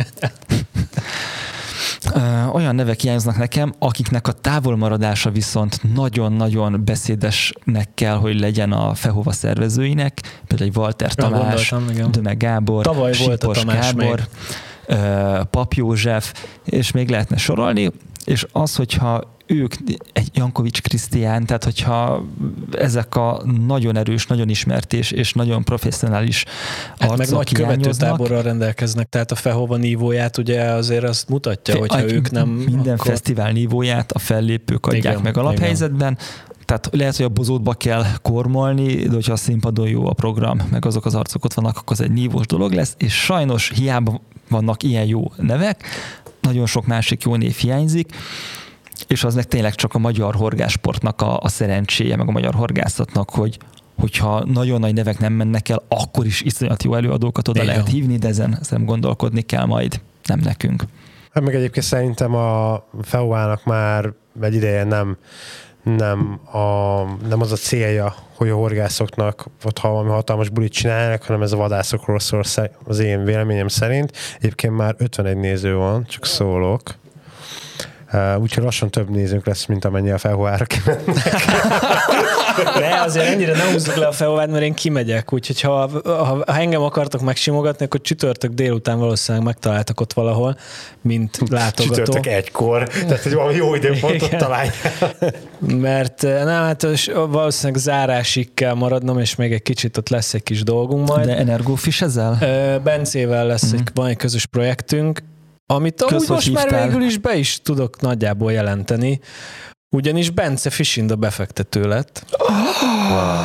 Olyan nevek hiányoznak nekem, akiknek a távolmaradása viszont nagyon-nagyon beszédesnek kell, hogy legyen a Fehova szervezőinek, például egy Walter Tamás, Döme Gábor,
tavaly volt a Tamás
Gábor, Pap József, és még lehetne sorolni, és az, hogyha ők, egy Jankovics Krisztián, tehát hogyha ezek a nagyon erős, nagyon ismert és nagyon professzionális arcok
meg nagy követőtáborral rendelkeznek, tehát a Fehova nívóját ugye azért azt mutatja, hogyha ők nem...
Minden fesztivál nívóját a fellépők adják meg alaphelyzetben, tehát lehet, hogy a bozótba kell kormolni, de hogyha a színpadon jó a program, meg azok az arcok ott vannak, akkor az egy nívós dolog lesz, és sajnos hiába vannak ilyen jó nevek, nagyon sok másik jó név hiányzik, és az meg tényleg csak a magyar horgásportnak a szerencséje, meg a magyar horgászatnak, hogyha nagyon nagy nevek nem mennek el, akkor is iszonyat jó előadókat oda lehet hívni, de ezen gondolkodni kell majd, nem nekünk.
Hát meg egyébként szerintem a Fehovának már egy ideje nem az a célja, hogy a horgászoknak ott valami hatalmas bulit csinálnak, hanem ez a vadászokról szól az én véleményem szerint. Egyébként már 51 néző van, csak szólok. Úgyhogy lassan több nézőnk lesz, mint amennyi a Fehovára kimennek.
De azért ennyire nem húzzuk le a Fehovát, mert én kimegyek, úgyhogy ha engem akartok megsimogatni, akkor csütörtök délután valószínűleg megtaláltak ott valahol, mint látogató.
Csütörtök egykor, tehát hogy valami jó időpontot találják.
Mert valószínűleg zárásig kell maradnom, és még egy kicsit ott lesz egy kis dolgunk majd.
De Energofis ezzel?
Bencével lesz van egy közös projektünk, amit amúgy most már végül is be is tudok nagyjából jelenteni, ugyanis Bence Fishinda befektető lett.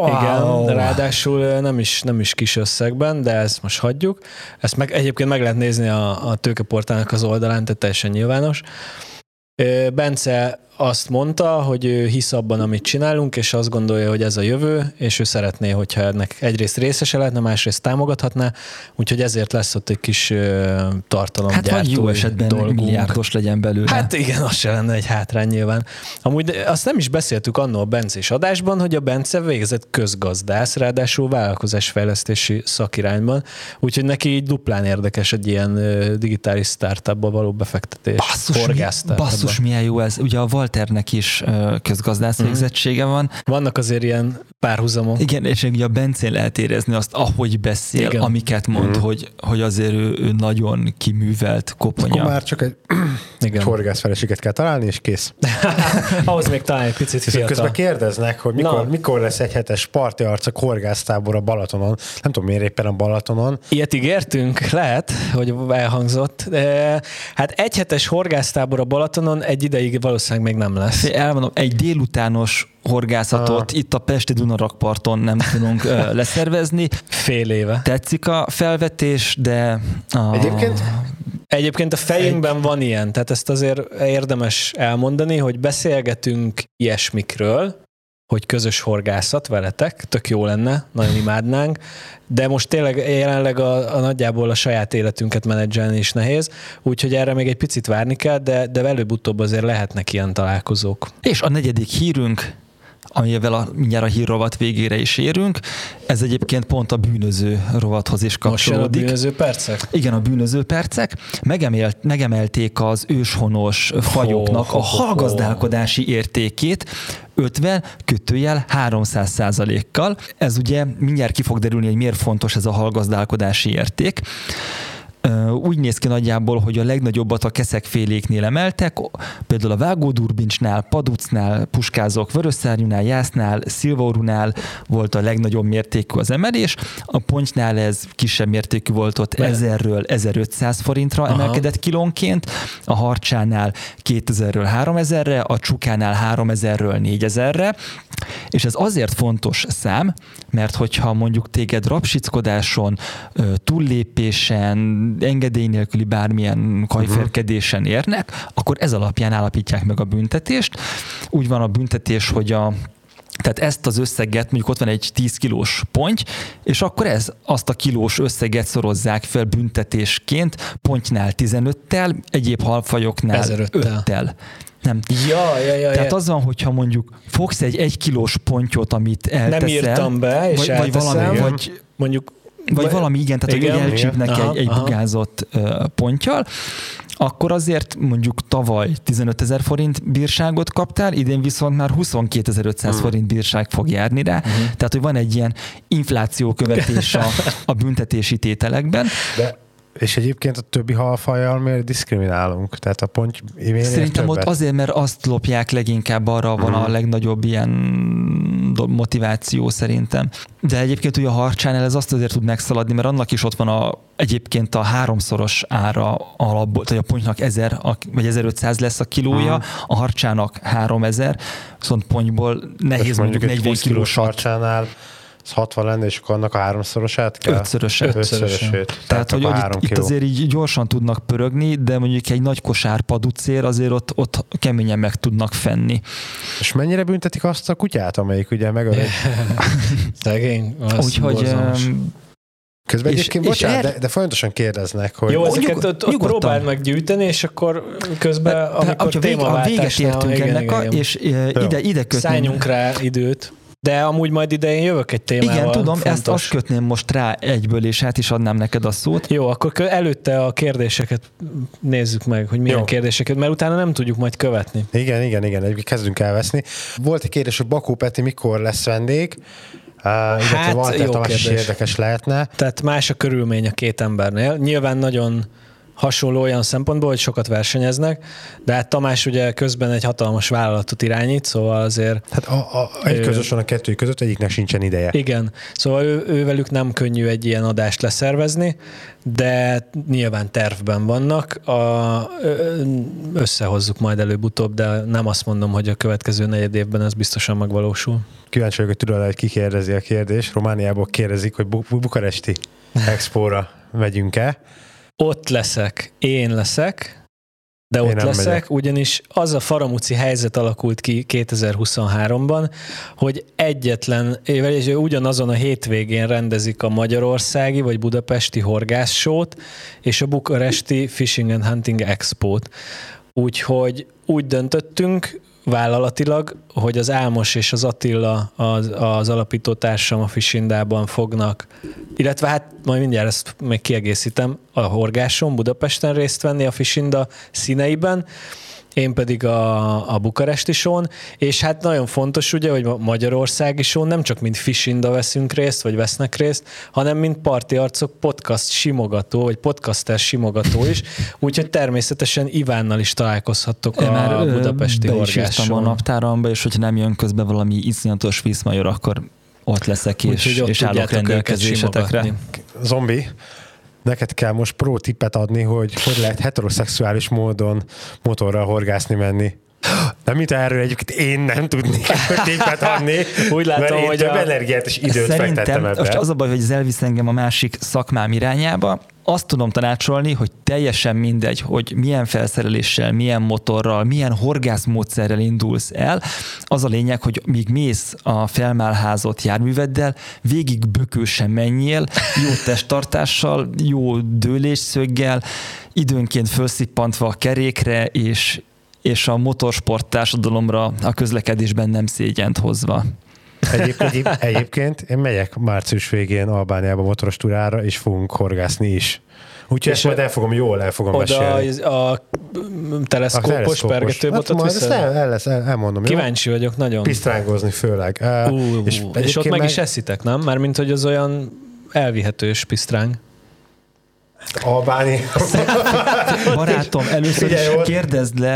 Igen, de ráadásul nem is kis összegben, de ezt most hagyjuk. Ezt egyébként meg lehet nézni a Tőkeportálnak az oldalán, tehát teljesen nyilvános. Bence azt mondta, hogy ő hisz abban, amit csinálunk, és azt gondolja, hogy ez a jövő, és ő szeretné, hogyha ennek egyrészt részese lehetne, másrészt támogathatná, úgyhogy ezért lesz ott egy kis tartalomgyártó
hát jó esetben
dolgunk.
milliárdos legyen belőle.
Hát igen, az se lenne egy hátrány nyilván. Amúgy azt nem is beszéltük annól a Bencés adásban, hogy a Bence végzett közgazdász, ráadásul vállalkozásfejlesztési szakirányban, úgyhogy neki így duplán érdekes egy ilyen digitális startupba való befektetés.
Basszus, milyen jó ez. Ugye a Walternek is közgazdász végzettsége van.
Vannak azért ilyen párhuzamok.
Igen, és ugye a Bencén lehet érezni azt, ahogy beszél, igen, amiket mond, hogy azért ő nagyon kiművelt koponya.
Akkor már csak egy horgászfeleséget kell találni, és kész.
Ahhoz még talán egy picit fiatal.
Közben kérdeznek, hogy mikor lesz egy hetes parti arcok horgásztábor a Balatonon. Nem tudom, miért éppen a Balatonon.
Ilyet ígértünk, lehet, hogy elhangzott. Hát egy hetes horgásztábor a Balatonon egy ideig valószínűleg még nem lesz.
Elmondom, egy délutános horgászatot itt a Pesti Dunarakparton nem tudunk leszervezni.
Fél éve.
Tetszik a felvetés, de...
Egyébként a fejünkben van ilyen, tehát ezt azért érdemes elmondani, hogy beszélgetünk ilyesmikről, hogy közös horgászat veletek, tök jó lenne, nagyon imádnánk, de most tényleg jelenleg a nagyjából a saját életünket menedzselni is nehéz, úgyhogy erre még egy picit várni kell, de előbb-utóbb azért lehetnek ilyen találkozók.
És a negyedik hírünk, amivel mindjárt a hírrovat végére is érünk, ez egyébként pont a bűnöző rovathoz is kapcsolódik.
Most jön a bűnöző percek?
Igen, a bűnöző percek. Megemelték az őshonos fajoknak a hallgazdálkodási értékét 50-300%-kal. Ez ugye mindjárt ki fog derülni, hogy miért fontos ez a hallgazdálkodási érték. Úgy néz ki nagyjából, hogy a legnagyobbat a keszekféléknél emeltek, például a vágódurbincsnál, paducnál, puskázók, vörösszárnyúnál, jásznál, szilvaurunál volt a legnagyobb mértékű az emelés, a pontnál ez kisebb mértékű volt, ott 1000-ről 1500 forintra emelkedett kilónként, a harcsánál 2000-ről 3000-re, a csukánál 3000-ről 4000-re, és ez azért fontos szám, mert hogyha mondjuk téged rapsickodáson, túllépésen, engedély nélküli bármilyen kajferkedésen érnek, akkor ez alapján állapítják meg a büntetést. Úgy van a büntetés, hogy tehát ezt az összeget, mondjuk ott van egy 10 kilós ponty, és akkor azt a kilós összeget szorozzák fel büntetésként pontnál 15-tel, egyéb halfajoknál 5-tel. Nem.
Ja.
Tehát az van, hogyha mondjuk fogsz egy 1 kilós pontyot, amit elteszel. Nem
írtam be, és
vagy valami, igen, tehát igen, hogy elcsípnek egy bugázott pontyal, akkor azért mondjuk tavaly 15 000 forint bírságot kaptál, idén viszont már 22 500 forint bírság fog járni rá. Tehát, hogy van egy ilyen inflációkövetés a büntetési tételekben.
És egyébként a többi halfajjal miért diszkriminálunk? Tehát a ponty
szerintem ott azért, mert azt lopják leginkább, arra van a legnagyobb ilyen motiváció szerintem. De egyébként ugye a harcsánál ez azt azért tud megszaladni, mert annak is ott van egyébként a 3-szoros ára alapból, tehát a pontynak 1000 vagy 1500 lesz a kilója, a harcsának 3000, viszont pontyból nehéz mondjuk 40 kilós
harcsánál 60 lenne, és akkor annak a 3-szorosát kell?
5-szörösét. Tehát, hogy itt azért így gyorsan tudnak pörögni, de mondjuk egy nagy kosár paducér azért ott keményen meg tudnak fenni.
És mennyire büntetik azt a kutyát, amelyik ugye megölik?
Szegény.
Úgyhogy...
Közben egyébként, bocsánat, de folyamatosan kérdeznek, hogy...
Jó, ezeket próbáld meg gyűjteni, és akkor közben, amikor témaváltásnál...
A véget értünk ennek, és ide kötném.
Szálljunk rá időt. De amúgy majd idején jövök egy témával.
Igen, tudom, ezt azt kötném most rá egyből, és át is adnám neked a szót.
Jó, akkor előtte a kérdéseket nézzük meg, hogy milyen kérdéseket, mert utána nem tudjuk majd követni.
Igen, kezdünk elveszni. Volt egy kérdés, hogy Bakó Peti mikor lesz vendég, illetve Walter Tamás is érdekes lehetne.
Tehát más a körülmény a két embernél. Nyilván nagyon hasonló olyan szempontból, hogy sokat versenyeznek, de hát Tamás ugye közben egy hatalmas vállalatot irányít, szóval azért...
Hát egy közös van a kettő között, egyiknek sincsen ideje.
Igen, szóval ővelük nem könnyű egy ilyen adást leszervezni, de nyilván tervben vannak, összehozzuk majd előbb-utóbb, de nem azt mondom, hogy a következő negyed évben ez biztosan megvalósul.
Kíváncsi vagyok, hogy tudod, hogy ki kérdezi a kérdést. Romániából kérdezik, hogy bukaresti expóra megyünk-e.
Ott leszek, én leszek, de ott leszek, megyek. Ugyanis az a faramúci helyzet alakult ki 2023-ban, hogy és ugyanazon a hétvégén rendezik a magyarországi vagy budapesti horgászsót és a bukaresti Fishing and Hunting Expo-t. Úgyhogy úgy döntöttünk vállalatilag, hogy az Álmos és az Attila, az alapító társam a Fishindában fognak, illetve hát majd mindjárt ezt még kiegészítem, a horgáson Budapesten részt venni a Fishinda színeiben, én pedig a bukaresti són, és hát nagyon fontos ugye, hogy a magyarországi són nem csak mint Fishinda veszünk részt, vagy vesznek részt, hanem mint Parti Arcok podcast simogató, vagy podcaster simogató is, úgyhogy természetesen Ivánnal is találkozhattok a budapesti horgáson.
A naptáramba, és hogyha nem jön közben valami iszonyatos vízmajor, akkor ott leszek, és állok rendelkezésetekre.
Zombi, neked kell most pro tippet adni, hogy lehet heteroszexuális módon motorral horgászni menni. Nem, mint erről egyébként én nem tudnék tippet adni,
úgy látom,
mert én
hogy
több energiát és időt fektettem ebbe.
Most az a baj, hogy ez elvisz engem a másik szakmám irányába. Azt tudom tanácsolni, hogy teljesen mindegy, hogy milyen felszereléssel, milyen motorral, milyen horgászmódszerrel indulsz el. Az a lényeg, hogy míg mész a felmálházott járműveddel, végig bökősen menjél, jó testtartással, jó dőlésszöggel, időnként felszippantva a kerékre, és a motorsport társadalomra a közlekedésben nem szégyent hozva.
Egyébként én megyek március végén Albániába motoros túrára, és fogunk horgászni is. Úgyhogy ezt majd el fogom mesélni.
A teleszkópos pergetőbotot
elmondom.
Kíváncsi vagyok nagyon.
Pisztrángozni főleg.
És ott meg is eszitek, nem? Mármint, hogy az olyan elvihetős pisztráng.
Albánia.
Barátom, először is kérdezd le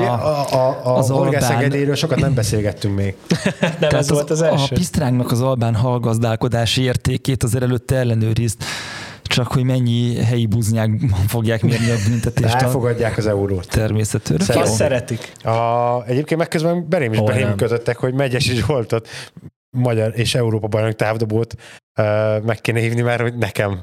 az horgászengedélyről sokat nem beszélgettünk még.
Nem ez volt az első.
A pisztrángnak az albán hallgazdálkodási értékét azért előtte ellenőrizd, csak hogy mennyi helyi buznyák fogják mérni a büntetést.
Elfogadják az eurót.
Természetesen.
Azt szeretik.
Egyébként megközben belém kötöttek, hogy Megyesi Zsoltot magyar és Európa bajnok távdobót meg kéne hívni már, hogy nekem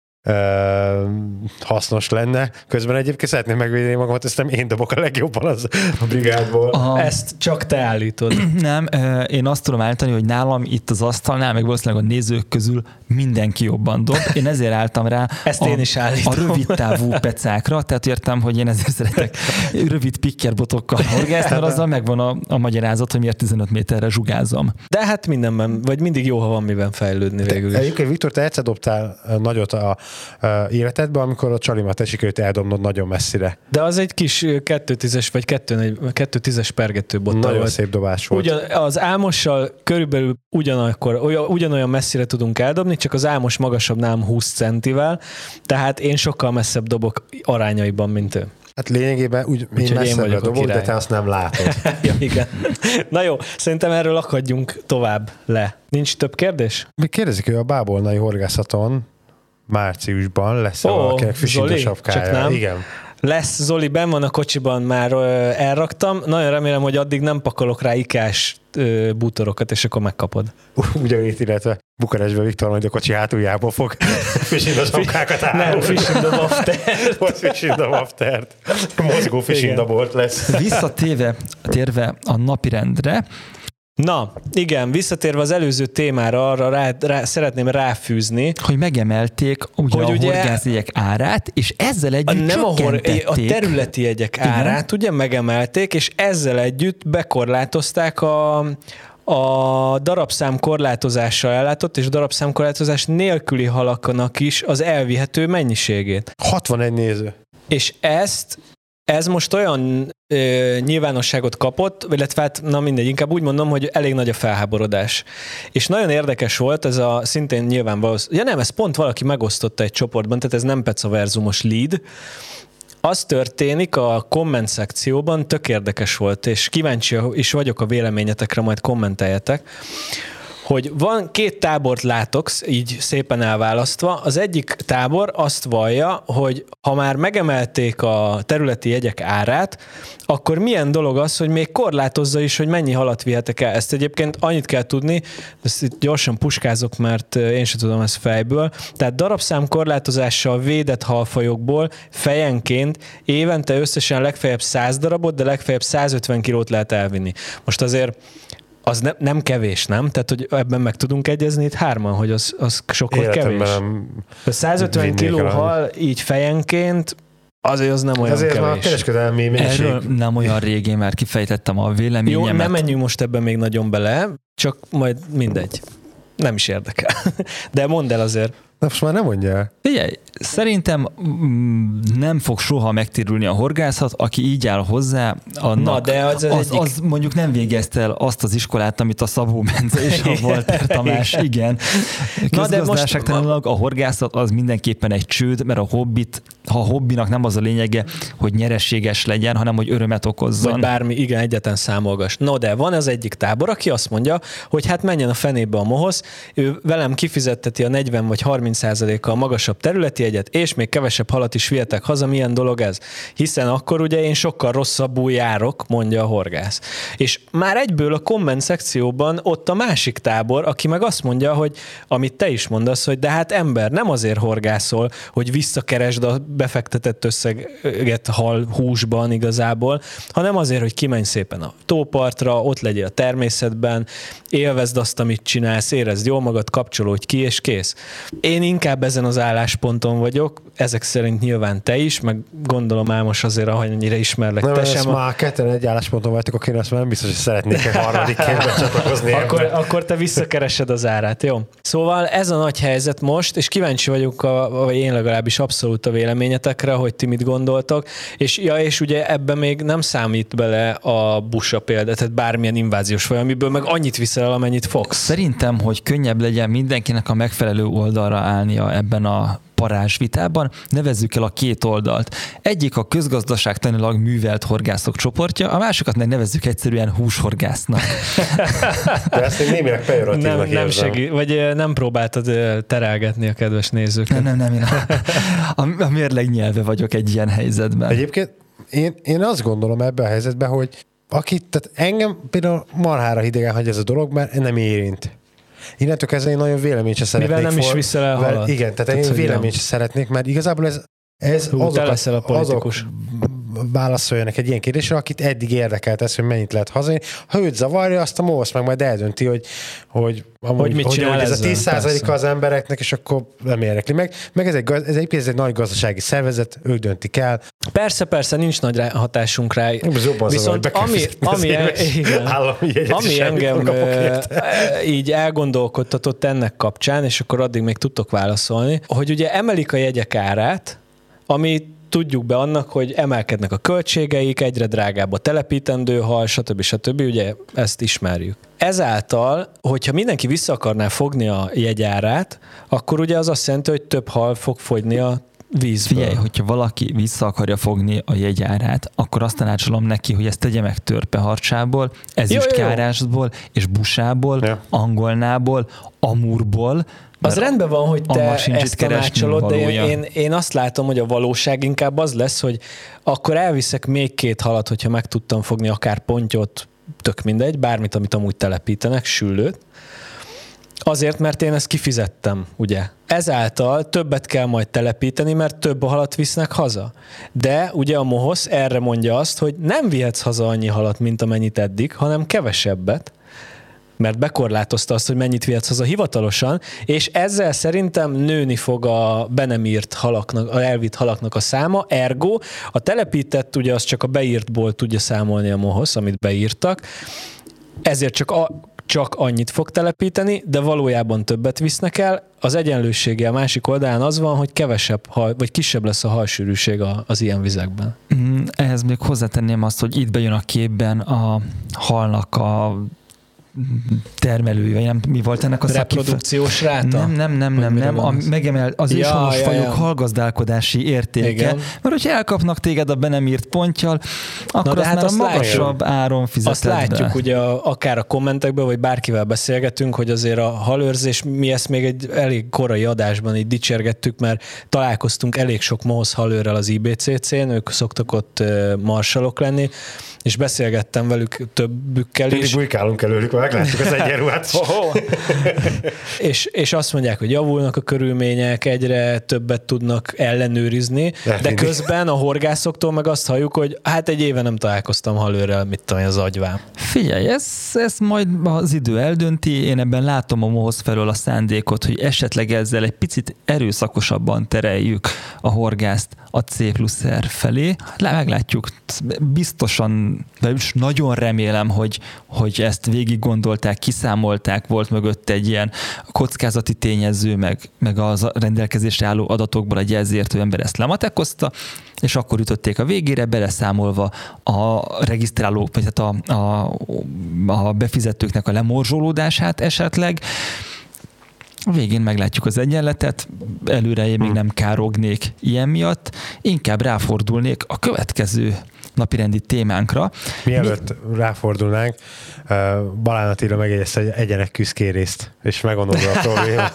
hasznos lenne. Közben egyébként szeretném megvédeni magamat, ezt nem én dobok a legjobban az a brigádból.
Ezt csak te állítod.
Nem, én azt tudom állítani, hogy nálam itt az asztalnál, meg valószínűleg a nézők közül mindenki jobban dob. Én ezért álltam rá
én is
a rövid távú pecákra, tehát értem, hogy én ezért szeretek rövid pikkerbotokkal horgászni, mert azzal megvan a magyarázat, hogy miért 15 méterre zsugázom.
De hát mindenben, vagy mindig jó, ha van miben fejlődni végül is.
Egyébként, Viktor, te egyszer dobtál nagyot a életedbe, amikor a csalimat sikerült eldobnod nagyon messzire.
De az egy kis 2.10-es vagy 2.10-es pergetőbotta volt.
Nagyon szép dobás volt.
Az Álmossal körülbelül ugyanolyan messzire tudunk eldobni, csak az Álmos magasabb nálam 20 centivel, tehát én sokkal messzebb dobok arányaiban, mint ő.
Hát lényegében én messzebbre dobok, de te azt nem látod.
Ja, igen. Na jó, szerintem erről akadjunk tovább le. Nincs több kérdés?
Még kérdezik, hogy a bábolnai horgászaton márciusban lesz valakinek Fishinda sapkája. Igen.
Lesz, Zoli, benn van a kocsiban, már elraktam. Nagyon remélem, hogy addig nem pakolok rá ikás bútorokat, és akkor megkapod.
Ugyanígy, illetve Bukarestben Viktor majd a kocsi hátuljából fog Fishinda sapkákat állni.
Nem, Fishinda waftert.
Most Fishinda waftert. Mozgó Fishinda bolt lesz.
Visszatérve a napirendre,
Na, igen, visszatérve az előző témára, arra szeretném ráfűzni,
hogy megemelték a horgászjegyek árát, és ezzel együtt csökkentették.
A területi jegyek árát ugye megemelték, és ezzel együtt bekorlátozták a darabszám korlátozással ellátott és darabszám korlátozás nélküli halaknak is az elvihető mennyiségét.
61 néző.
És ez most olyan nyilvánosságot kapott, illetve hát, na mindegy, inkább úgy mondom, hogy elég nagy a felháborodás. És nagyon érdekes volt ez szintén nyilván ezt pont valaki megosztotta egy csoportban, tehát ez nem pecaverzumos lead, Az történik a komment szekcióban, tök érdekes volt, és kíváncsi is vagyok a véleményetekre, majd kommenteljetek, hogy van 2 tábort látok, így szépen elválasztva. Az egyik tábor azt vallja, hogy ha már megemelték a területi jegyek árát, akkor milyen dolog az, hogy még korlátozza is, hogy mennyi halat vihetek el. Ezt egyébként annyit kell tudni, ezt itt gyorsan puskázok, mert én sem tudom ezt fejből. Tehát darabszám korlátozással védett halfajokból fejenként évente összesen legfeljebb 100 darabot, de legfeljebb 150 kilót lehet elvinni. Most azért az nem kevés, nem? Tehát, hogy ebben meg tudunk egyezni itt 3-an, hogy az sok vagy kevés. 150 kiló hal így fejenként, azért az nem olyan
azért
kevés.
Azért már a kereskedelmi mennyiség.
Erről nem olyan régén már kifejtettem a véleményemet.
Jó, nem menjünk most ebben még nagyon bele, csak majd mindegy. Nem is érdekel. De mondd el azért.
Na most már nem mondja el.
Figyelj, szerintem nem fog soha megtérülni a horgászat, aki így áll hozzá, annak,
na, de
az mondjuk nem végezte el azt az iskolát, amit a Szabó Bence és a Walter Tamás, igen. Közgazdaságtanilag a horgászat az mindenképpen egy csőd, mert a hobbinak nem az a lényege, hogy nyereséges legyen, hanem hogy örömet okozzon.
Vagy bármi, igen, egyetlen számolgass. No, de van az egyik tábor, aki azt mondja, hogy hát menjen a fenébe a mohoz, ő velem kifizetteti a 40 vagy 30%-kal magasabb területi jegyet, és még kevesebb halat is vihetek haza, milyen dolog ez? Hiszen akkor ugye én sokkal rosszabbul járok, mondja a horgász. És már egyből a komment szekcióban ott a másik tábor, aki meg azt mondja, hogy amit te is mondasz, hogy de hát ember, nem azért horgászol, hogy visszakeresd a befektetett összeget hal húsban igazából, hanem azért, hogy kimenj szépen a tópartra, ott legyél a természetben, élvezd azt, amit csinálsz, érezd jól magad, kapcsolódj ki, és kész. Én inkább ezen az állásponton vagyok, ezek szerint nyilván te is, meg gondolom Ámos azért, ahogy ismerlek.
Nem, ezt már ketten egy állásponton vagytok, akkor én azt már nem biztos, hogy szeretnék egy harmadikként becsatlakozni.
Akkor te visszakeresed az árát, jó? Szóval ez a nagy helyzet most, és kíváncsi vagyok, vagy én legalábbis abszolút a véleményetekre, hogy ti mit gondoltok, és ugye ebben még nem számít bele a busa példa, tehát bármilyen inváziós faj, amiből meg annyit viszel el, amennyit fogsz.
Szerintem, hogy könnyebb legyen mindenkinek a megfelelő oldalra állnia ebben a parázsvitában, nevezzük el a 2 oldalt. Egyik a közgazdaságtanilag művelt horgászok csoportja, a másikat meg nevezzük egyszerűen húshorgásznak.
De ezt én némileg pejoratívnak
nem segít, vagy nem próbáltad terelgetni a kedves nézőket.
Nem, én a mérleg nyelve vagyok egy ilyen helyzetben.
Egyébként én azt gondolom ebben a helyzetben, hogy tehát engem például marhára hidegen hagy ez a dolog, mert nem érint. Innentől kezdve én nagyon véleményt se szeretnék.
Mivel nem is viszel el halat.
Igen, tehát én véleményt se szeretnék, mert igazából ez azok válaszoljanak egy ilyen kérdésre, akit eddig érdekelt ez, hogy mennyit lehet hazajönni. Ha őt zavarja, azt a MOVOSZ meg majd eldönti, hogy
mit csinál
ez a 10%-a az embereknek, és akkor nem érdekli meg. Meg ez egy nagy gazdasági szervezet, ők döntik el.
Persze, nincs nagy hatásunk rá. Viszont ami engem így elgondolkodtatott ennek kapcsán, és akkor addig még tudtok válaszolni, hogy ugye emelik a jegyek árát, ami tudjuk be annak, hogy emelkednek a költségeik, egyre drágább a telepítendő hal, stb. Ugye ezt ismerjük. Ezáltal, hogyha mindenki vissza akarná fogni a jegyárát, akkor ugye az azt jelenti, hogy több hal fog fogyni a vízből.
Figyelj, hogyha valaki vissza akarja fogni a jegyárát, akkor azt tanácsolom neki, hogy ezt tegye meg törpeharcsából, ezüstkárásból és busából, angolnából, amurból.
Az rendben van, hogy te ezt tanácsolod, de én azt látom, hogy a valóság inkább az lesz, hogy akkor elviszek még 2 halat, hogyha meg tudtam fogni akár pontyot, tök mindegy, bármit, amit amúgy telepítenek, süllőt. Azért, mert én ezt kifizettem, ugye. Ezáltal többet kell majd telepíteni, mert több halat visznek haza. De ugye a MOHOSZ erre mondja azt, hogy nem vihetsz haza annyi halat, mint amennyit eddig, hanem kevesebbet, mert bekorlátozta azt, hogy mennyit vihetsz haza hivatalosan, és ezzel szerintem nőni fog a be nem írt halaknak, a elvitt halaknak a száma, ergo a telepített, ugye az csak a beírtból tudja számolni a MOHOSZ, amit beírtak, ezért csak annyit fog telepíteni, de valójában többet visznek el. Az egyenlősége a másik oldalán az van, hogy kevesebb hal, vagy kisebb lesz a halsűrűség az ilyen vizekben.
Ehhez még hozzátenném azt, hogy itt bejön a képben a halnak a termelője, nem, mi volt ennek a
reprodukciós ráta?
Nem. Az őshonos fajok hallgazdálkodási értéke. Igen. Mert hogyha elkapnak téged a be nem írt ponttyal, akkor azt már a magasabb áron fizeted.
Azt látjuk ugye akár a kommentekben, vagy bárkivel beszélgetünk, hogy azért a halőrzés, mi ezt még egy elég korai adásban így dicsérgettük, mert találkoztunk elég sok mohoz halőrrel az IBCC-n, ők szoktak ott marsalok lenni, és beszélgettem velük többükkel is.
Mindig bujkálunk előlük, meglátjuk az egyenruhát.
és azt mondják, hogy javulnak a körülmények, egyre többet tudnak ellenőrizni, de közben a horgászoktól meg azt halljuk, hogy hát egy éve nem találkoztam halőrrel, mit tudom, az agyvám.
Figyelj, ez majd az idő eldönti, én ebben látom a mohoz felől a szándékot, hogy esetleg ezzel egy picit erőszakosabban tereljük a horgászt a C+R felé. Meglátjuk. Biztosan, de nagyon remélem, hogy ezt végig gondolták, kiszámolták, volt mögött egy ilyen kockázati tényező, meg az rendelkezésre álló adatokból egy jelzértő ember ezt lematekozta, és akkor ütötték a végére, beleszámolva a regisztrálók, vagy hát a befizetőknek a lemorzsolódását esetleg. A végén meglátjuk az egyenletet, előre én még nem kárognék ilyen miatt, inkább ráfordulnék a következő napirendi témánkra.
Mielőtt ráfordulnánk, Balán Attila megjegyezte, hogy egyenek küszkérészt, és megoldódva a probléma.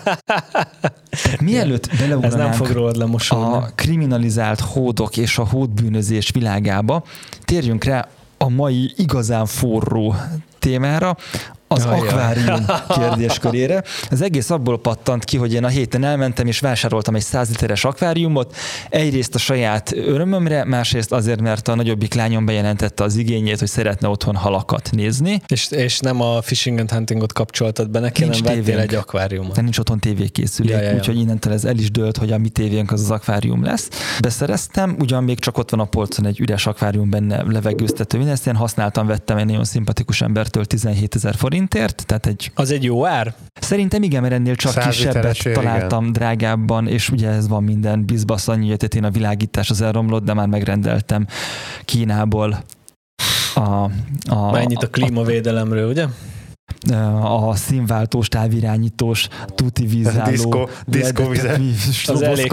Mielőtt beleugranánk a kriminalizált hódok és a hódbűnözés világába, térjünk rá a mai igazán forró témára, az akvárium kérdéskörére. Az egész abból pattant ki, hogy én a héten elmentem és vásároltam egy 100 literes akváriumot, egyrészt a saját örömömre, másrészt azért, mert a nagyobbik lányom bejelentette az igényét, hogy szeretne otthon halakat nézni.
És nem a fishing and huntingot kapcsoltad be neki, hanem vettél egy akváriumot.
De nincs otthon tévékészülék, úgyhogy innentől ez el is dőlt, hogy a mi tévénk az akvárium lesz. Beszereztem, ugyan még csak ott van a polcon egy üres akvárium benne levegőztető. Én ezt ilyen használtam, vettem egy nagyon szimpatikus embertől 17 000 forintért. Tehát
az egy jó ár?
Szerintem igen, mert ennél csak kisebbet találtam igen. Drágábban, és ugye ez van minden bizbasz annyi, hogy én a világítás az elromlott, de már megrendeltem Kínából
mennyit a klímavédelemről, ugye?
A színváltós, távirányítós, tuti vízálló,
az elég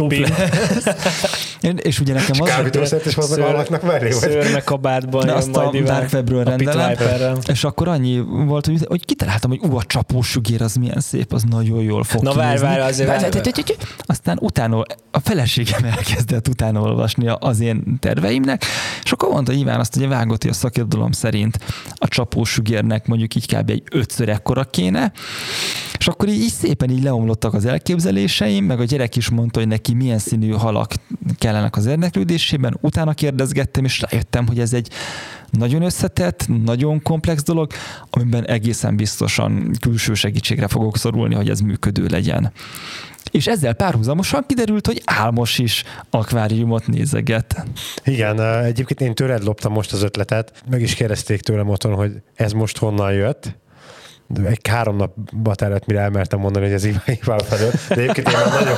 és ugye nekem az...
Kábítószert is hoznak alaknak mellé, vagy?
Szőrmekabátban jön
majd a Dark Webről rendelem, és akkor annyi volt, hogy kitaláltam, hogy a csapós sugér az milyen szép, az nagyon jól fog
kinézni. Várj, azért
aztán utána a feleségem elkezdett utána olvasni az én terveimnek, és akkor mondta nyilván azt, hogy vágott, hogy a szakirodalom szerint a csapós sugérnek mondjuk így kb. Egy 5-ször ekkora kéne, és akkor így szépen így leomlottak az elképzeléseim, meg a gyerek is mondta, hogy neki milyen színű halak kellenek az érdeklődésében, utána kérdezgettem, és rájöttem, hogy ez egy nagyon összetett, nagyon komplex dolog, amiben egészen biztosan külső segítségre fogok szorulni, hogy ez működő legyen. És ezzel párhuzamosan kiderült, hogy Álmos is akváriumot nézeget.
Igen, egyébként én tőled loptam most az ötletet, meg is kérdezték tőlem otthon, hogy ez most honnan jött. De egy 3 napba telett, mire elmertem mondani, hogy ez Iván felől. De egyébként én már nagyon...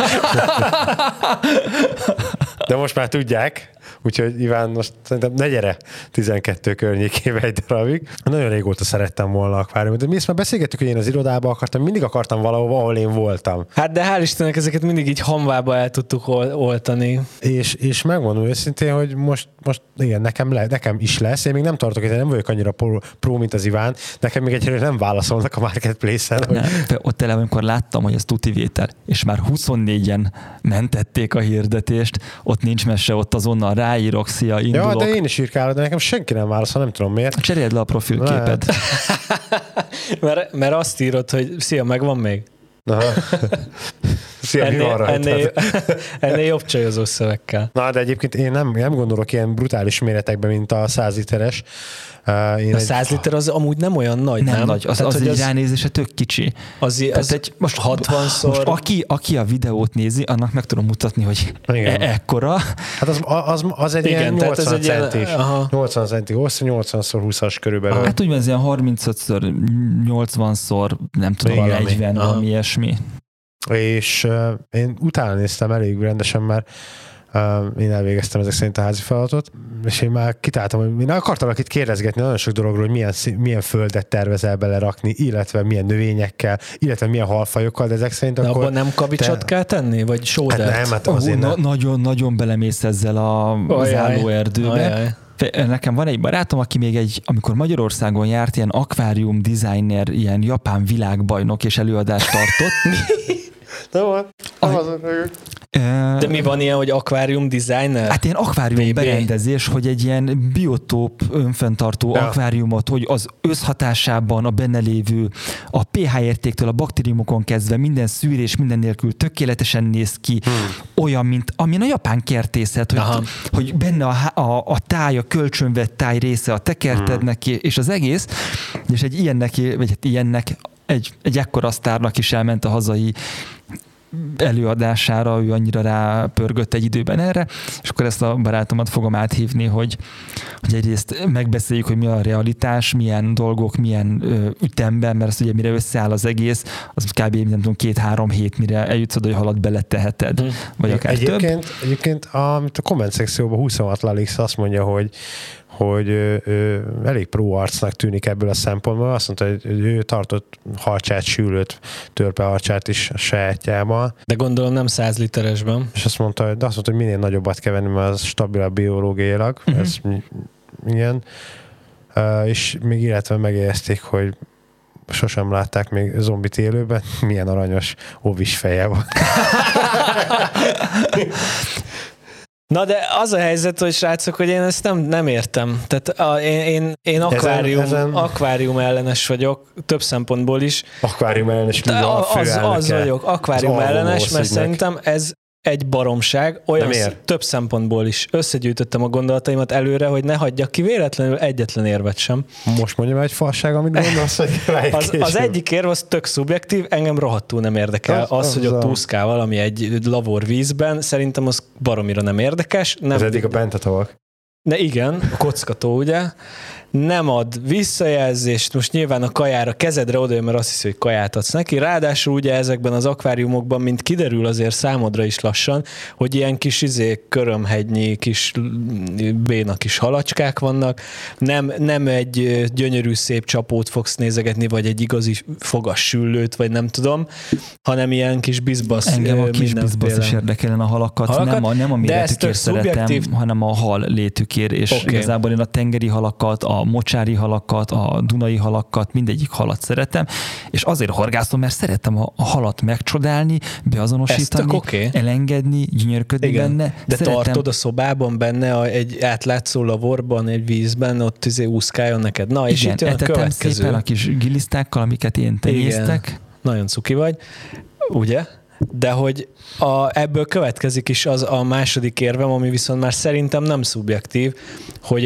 De most már tudják, úgyhogy Iván, most szerintem ne gyere 12 környékébe egy darabig. Nagyon régóta szerettem volna akváriumot. De mi ezt már beszélgettük, hogy én az irodába akartam, mindig akartam valahova, ahol én voltam.
Hát de hál' Istennek ezeket mindig így hamvába el tudtuk oltani.
És megmondom őszintén, hogy most igen, nekem is lesz. Én még nem tartok, hogy nem vagyok annyira pro, mint az Iván. Nekem még egyre nem válaszolnak a Marketplace-en. Hogy...
Ott eleve, amikor láttam, hogy ez tuti vétel, és már 24-en mentették a hirdetést, ott nincs mese, ott azonnal ráírok, szia, indulok.
Ja, de én is írkálok, de nekem senki nem válaszol, nem tudom miért.
Cseréld le a profilképed.
mert azt írod, hogy szia, megvan még?
Aha. Szia, mi van rajta?
Ennél jobb csajozó szövegkel.
Na, de egyébként én nem gondolok ilyen brutális méretekben, mint a 100 literes.
A 100 liter az amúgy nem olyan nagy, nem?
Nagy, az így ránézése tök kicsi.
Az most 60-szor...
Most aki a videót nézi, annak meg tudom mutatni, hogy ekkora.
Hát az egy igen, ilyen 80 centis. 80 centi hosszú, 80x20-as körülbelül.
Hát úgy van, ez ilyen 35x80-szor, nem tudom, 40, valami ilyesmi.
És én utána néztem elég rendesen, mert Én elvégeztem ezek szerint a házi feladatot, és én már kitáltam, hogy én akartam akit kérdezgetni nagyon sok dologról, hogy milyen földet tervezel belerakni, illetve milyen növényekkel, illetve milyen halfajokkal, de ezek szerint
de
akkor...
abban nem kavicsot kell tenni? Vagy sódert?
Hát nem, hát azért
Nagyon belemész ezzel az állóerdőbe. Nekem van egy barátom, aki amikor Magyarországon járt, ilyen akvárium designer, ilyen japán világbajnok és előadást tartott.
De mi van ilyen, hogy akvárium designer?
Hát ilyen akvárium berendezés, hogy egy ilyen biotóp önfenntartó akváriumot, hogy az összhatásában a benne lévő, a pH értéktől a baktériumokon kezdve minden szűrés, minden nélkül tökéletesen néz ki, olyan, mint amin a japán kertészet, hogy benne a táj, a kölcsönvett táj része a tekertednek, és az egész, és egy ilyennek egy ekkora sztárnak is elment a hazai előadására, ő annyira rápörgött egy időben erre, és akkor ezt a barátomat fogom áthívni, hogy egyrészt megbeszéljük, hogy mi a realitás, milyen dolgok, milyen ütemben, mert azt ugye mire összeáll az egész, az kb. Nem tudom, 2-3 hét, mire eljutsz oda, hogy halat beleteheted, vagy akár
Egyébként a komment szekcióban 26 Lalix azt mondja, hogy elég pro arcnak tűnik ebből a szempontból. Azt mondta, hogy ő tartott harcsát, sűrűt, törpeharcsát is a sajátjában.
De gondolom nem 100 literesben.
És azt mondta, hogy minél nagyobbat kell venni, mert az stabilabb biológiailag. Ez ilyen. És még illetve megérezték, hogy sosem látták még zombit élőben, milyen aranyos óvis feje van.
Na de az a helyzet, hogy srácok, hogy én ezt nem értem. Tehát én akvárium ellenes vagyok, több szempontból is.
Akvárium ellenes
az vagyok, akvárium ellenes, mert szerintem ez egy baromság, olyan több szempontból is. Összegyűjtöttem a gondolataimat előre, hogy ne hagyjak ki véletlenül egyetlen érvet sem.
Most mondjam egy falság, amit gondolsz, hogy
az egyik érv az tök szubjektív, engem rohadtul nem érdekel. Az, hogy ott úszkál valami egy lavor vízben, szerintem az baromira nem érdekes.
Ez eddig a bentatavak.
De igen, a kockató, ugye? Nem ad visszajelzést, most nyilván a kajára kezedre odajön, mert azt hiszi, hogy kaját adsz neki. Ráadásul ugye ezekben az akváriumokban, mint kiderül azért számodra is lassan, hogy ilyen kis körömhegynyi, kis béna kis halacskák vannak. Nem egy gyönyörű szép csapót fogsz nézegetni, vagy egy igazi fogas süllőt, vagy nem tudom, hanem ilyen kis bizbasz.
Engem a kis bizbasz is érdekelen a halakat. Nem a méretükért szeretem, hanem a hal létükért, és igazából én a tengeri halakat, a mocsári halakat, a dunai halakat, mindegyik halat szeretem, és azért horgászom, mert szeretem a halat megcsodálni, beazonosítani, elengedni, gyönyörködni benne.
De tartod a szobában benne egy átlátszó lavorban, egy vízben, ott úszkáljon neked. Na, és itt jön a következő.
Szépen a kis gilisztákkal, amiket én tenyésztek.
Nagyon cuki vagy, ugye? De hogy ebből következik is az a második érvem, ami viszont már szerintem nem szubjektív, hogy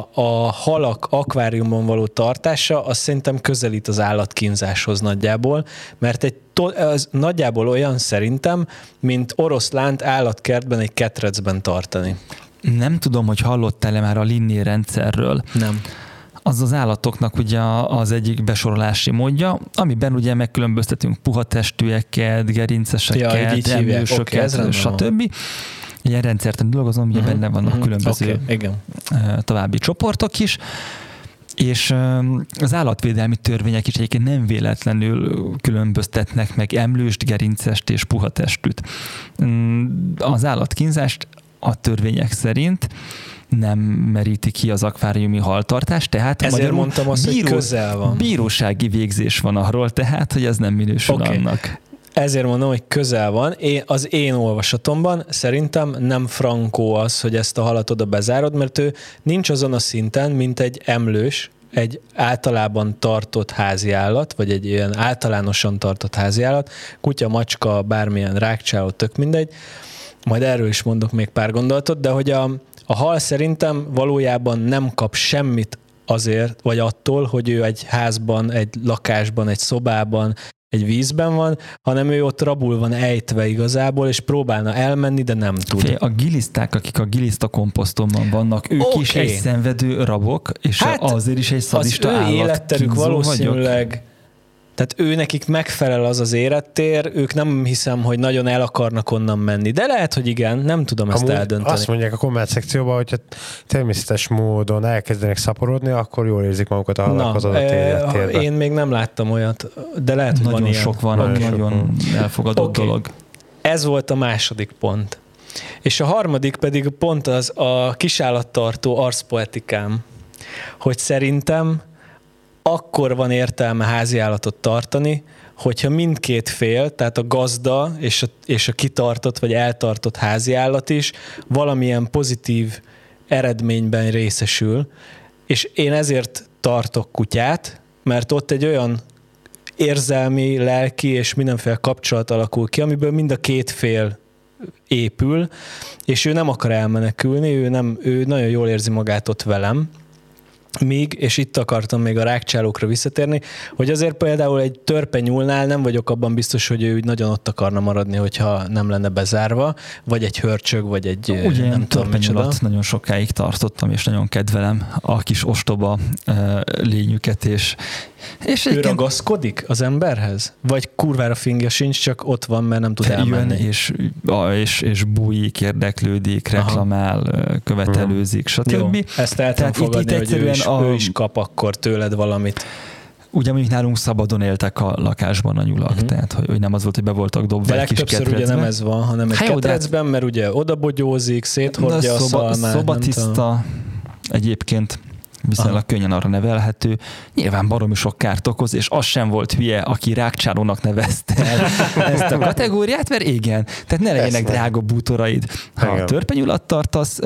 a halak akváriumban való tartása, az szerintem közelít az állatkínzáshoz nagyjából, mert az nagyjából olyan szerintem, mint oroszlánt állatkertben egy ketrecben tartani.
Nem tudom, hogy hallottál-e már a Linné rendszerről.
Nem.
Az állatoknak ugye az egyik besorolási módja, amiben ugye megkülönböztetünk puha testűeket, gerinceseket, emlősöket, stb. Ilyen rendszerten dolgozom, ugye benne vannak különböző további csoportok is, és az állatvédelmi törvények is egyébként nem véletlenül különböztetnek meg emlőst, gerincest és puha testűt. Az állatkínzást a törvények szerint nem meríti ki az akváriumi haltartást, tehát
ezért mondtam azt, hogy közel van.
Bírósági végzés van arról, tehát, hogy ez nem minősül annak.
Ezért mondom, hogy közel van. Az én olvasatomban szerintem nem frankó az, hogy ezt a halat oda bezárod, mert ő nincs azon a szinten, mint egy emlős, egy általában tartott háziállat, vagy egy ilyen általánosan tartott háziállat, kutya, macska, bármilyen rákcsáló, tök mindegy. Majd erről is mondok még pár gondolatot, de hogy a hal szerintem valójában nem kap semmit azért, vagy attól, hogy ő egy házban, egy lakásban, egy szobában, egy vízben van, hanem ő ott rabul van ejtve igazából, és próbálna elmenni, de nem tud.
A giliszták, akik a gilisztakomposztomban vannak, ők is egy szenvedő rabok, és azért is egy szadista állat.
Az ő életterük valószínűleg Tehát ő nekik megfelel az az élettér, ők nem hiszem, hogy nagyon el akarnak onnan menni. De lehet, hogy igen, nem tudom ezt eldönteni.
Azt mondják a komment szekcióban, hogy természetes módon elkezdenek szaporodni, akkor jól érzik magukat a halak az adott élettérben.
Én még nem láttam olyat, de lehet, hogy
nagyon
van ilyen.
Sok van, nagyon elfogadott dolog.
Ez volt a második pont. És a harmadik pedig pont az a kisállattartó arcpoetikám, hogy szerintem akkor van értelme háziállatot tartani, hogyha mindkét fél, tehát a gazda és a kitartott vagy eltartott háziállat is valamilyen pozitív eredményben részesül, és én ezért tartok kutyát, mert ott egy olyan érzelmi, lelki és mindenféle kapcsolat alakul ki, amiből mind a két fél épül, és ő nem akar elmenekülni, ő nagyon jól érzi magát ott velem, és itt akartam még a rákcsálókra visszatérni, hogy azért például egy törpenyúlnál nem vagyok abban biztos, hogy ő úgy nagyon ott akarna maradni, hogyha nem lenne bezárva, vagy egy hörcsög, vagy egy
ugye,
nem tudom micsoda.
Nagyon sokáig tartottam, és nagyon kedvelem a kis ostoba lényüket, és
ő ragaszkodik az emberhez? Vagy kurvára fingja sincs, csak ott van, mert nem tud elmenni?
És bújik, érdeklődik, reklamál, követelőzik, stb.
Jó, ezt el tudom fogadni, hogy ő is kap akkor tőled valamit.
Ugye mondjuk nálunk szabadon éltek a lakásban a nyulak, tehát hogy nem az volt, hogy be voltak dobva egy kis ketrecbe.
Ugye nem ez van, hanem egy ketrecben, mert ugye odabogyózik, széthordja a szalmát.
Szobatiszta egyébként viszonylag könnyen arra nevelhető. Nyilván baromi sok kárt okoz, és az sem volt hülye, aki rákcsálónak nevezte el ezt a kategóriát, mert igen, tehát ne legyenek drága bútoraid. Ha a törpenyulat tartasz,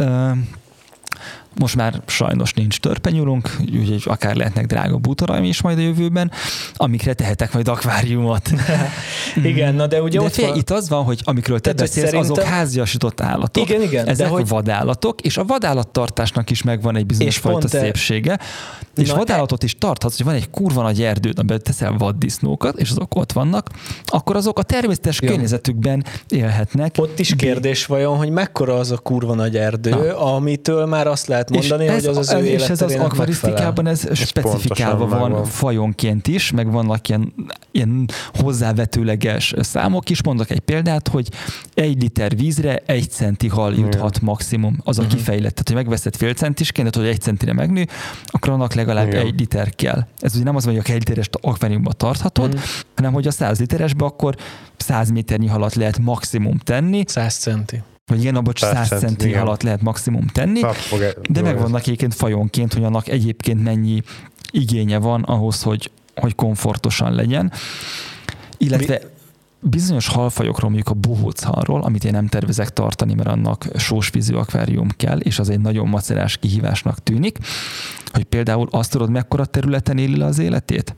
most már sajnos nincs törpenyulunk, úgyhogy akár lehetnek drága bútoraim is majd a jövőben, amikre tehetek majd akváriumot.
Igen, na de ugye
de
ott van...
Itt az van, hogy amikről te beszélsz, azok háziasított állatok.
Igen.
Ezek de vadállatok, és a vadállattartásnak is megvan egy bizonyos fajta szépsége. És vadállatot is tarthatsz, hogy van egy kurva nagy erdőd, amiben teszel vaddisznókat, és azok ott vannak, akkor azok a természetes környezetükben élhetnek.
Ott is kérdés vajon, hogy mekkora az a kurva nagy erdő, amitől már azt lehet mondani, hogy az az ő életterének megfelel. És ez az akvarisztikában ez specifikálva van fajonként is, meg vannak ilyen hozzávetőleges számok is. Mondok egy példát, hogy 1 liter vízre 1 centi hal juthat maximum. Az a kifejlett. Tehát, hogy megveszed fél centisként, hogy 1 centire megnő, akkor annak legalább 1 liter kell. Ez ugye nem az, hogy a 1 literes akváriumban tarthatod, hanem hogy a 100 literesbe akkor 100 méternyi halat lehet maximum tenni. 100 centi.
Vagy igen, 100 centi halat lehet maximum tenni, de megvannak egyébként fajonként, hogy annak egyébként mennyi igénye van ahhoz, hogy komfortosan legyen. Illetve bizonyos halfajokról, mondjuk a bohóchalról, amit én nem tervezek tartani, mert annak sósvízű akvárium kell, és az egy nagyon macerás kihívásnak tűnik, hogy például azt tudod, mekkora területen éli le az életét?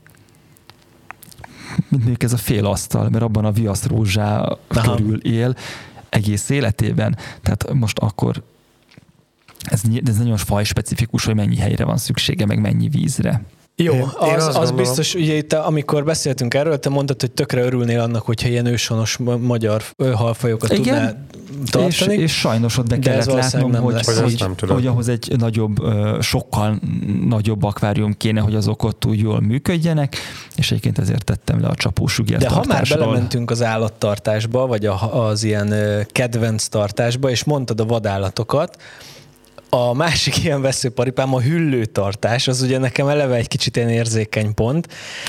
Mint mondjuk ez a fél asztal, mert abban a viaszrózsá körül él egész életében. Tehát most akkor ez nagyon fajspecifikus, hogy mennyi helyre van szüksége, meg mennyi vízre.
Jó, az biztos, ugye itt, amikor beszéltünk erről, te mondtad, hogy tökre örülnél annak, hogyha ilyen őshonos magyar halfajokat tudnál tartani.
És sajnos ott be kellett látnom, hogy ahhoz egy sokkal nagyobb akvárium kéne, hogy azok ott úgy jól működjenek, és egyébként ezért tettem le a csapósugártartásról.
De ha már belementünk az állattartásba, vagy az ilyen kedvenc tartásba, és mondtad a vadállatokat, a másik ilyen veszőparipám a hüllőtartás, az ugye nekem eleve egy kicsit ilyen érzékeny pont.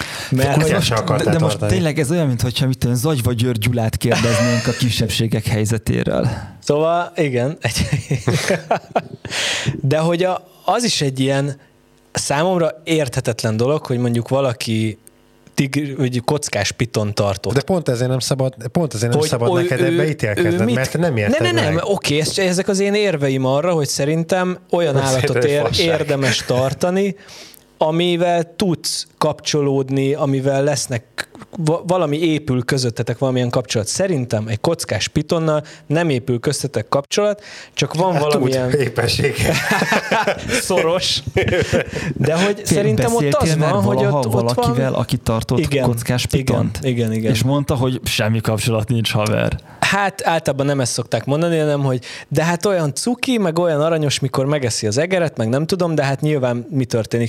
Mert de most tényleg ez olyan, mintha Zagyva György Gyulát kérdeznénk a kisebbségek helyzetéről.
Szóval igen. De hogy az is egy ilyen számomra érthetetlen dolog, hogy mondjuk valaki kockás piton tartott.
De pont ezért nem szabad neked ebbe ítélkedned, mert nem érted
Nem, oké, ezek az én érveim arra, hogy szerintem olyan állatot érdemes tartani, amivel tudsz kapcsolódni, amivel lesznek valami épül közöttetek, valamilyen kapcsolat. Szerintem egy kockás pitonnal nem épül köztetek kapcsolat, csak van valamilyen...
Épessége.
Szoros. De hogy szerintem ott az van, hogy ott
valakivel,
van...
aki tartott kockás pitont?
Igen.
És mondta, hogy semmi kapcsolat nincs, haver.
Hát általában nem ezt szokták mondani, hanem, hogy de hát olyan cuki, meg olyan aranyos, mikor megeszi az egeret, meg nem tudom, de hát nyilván mi történik, semmi nem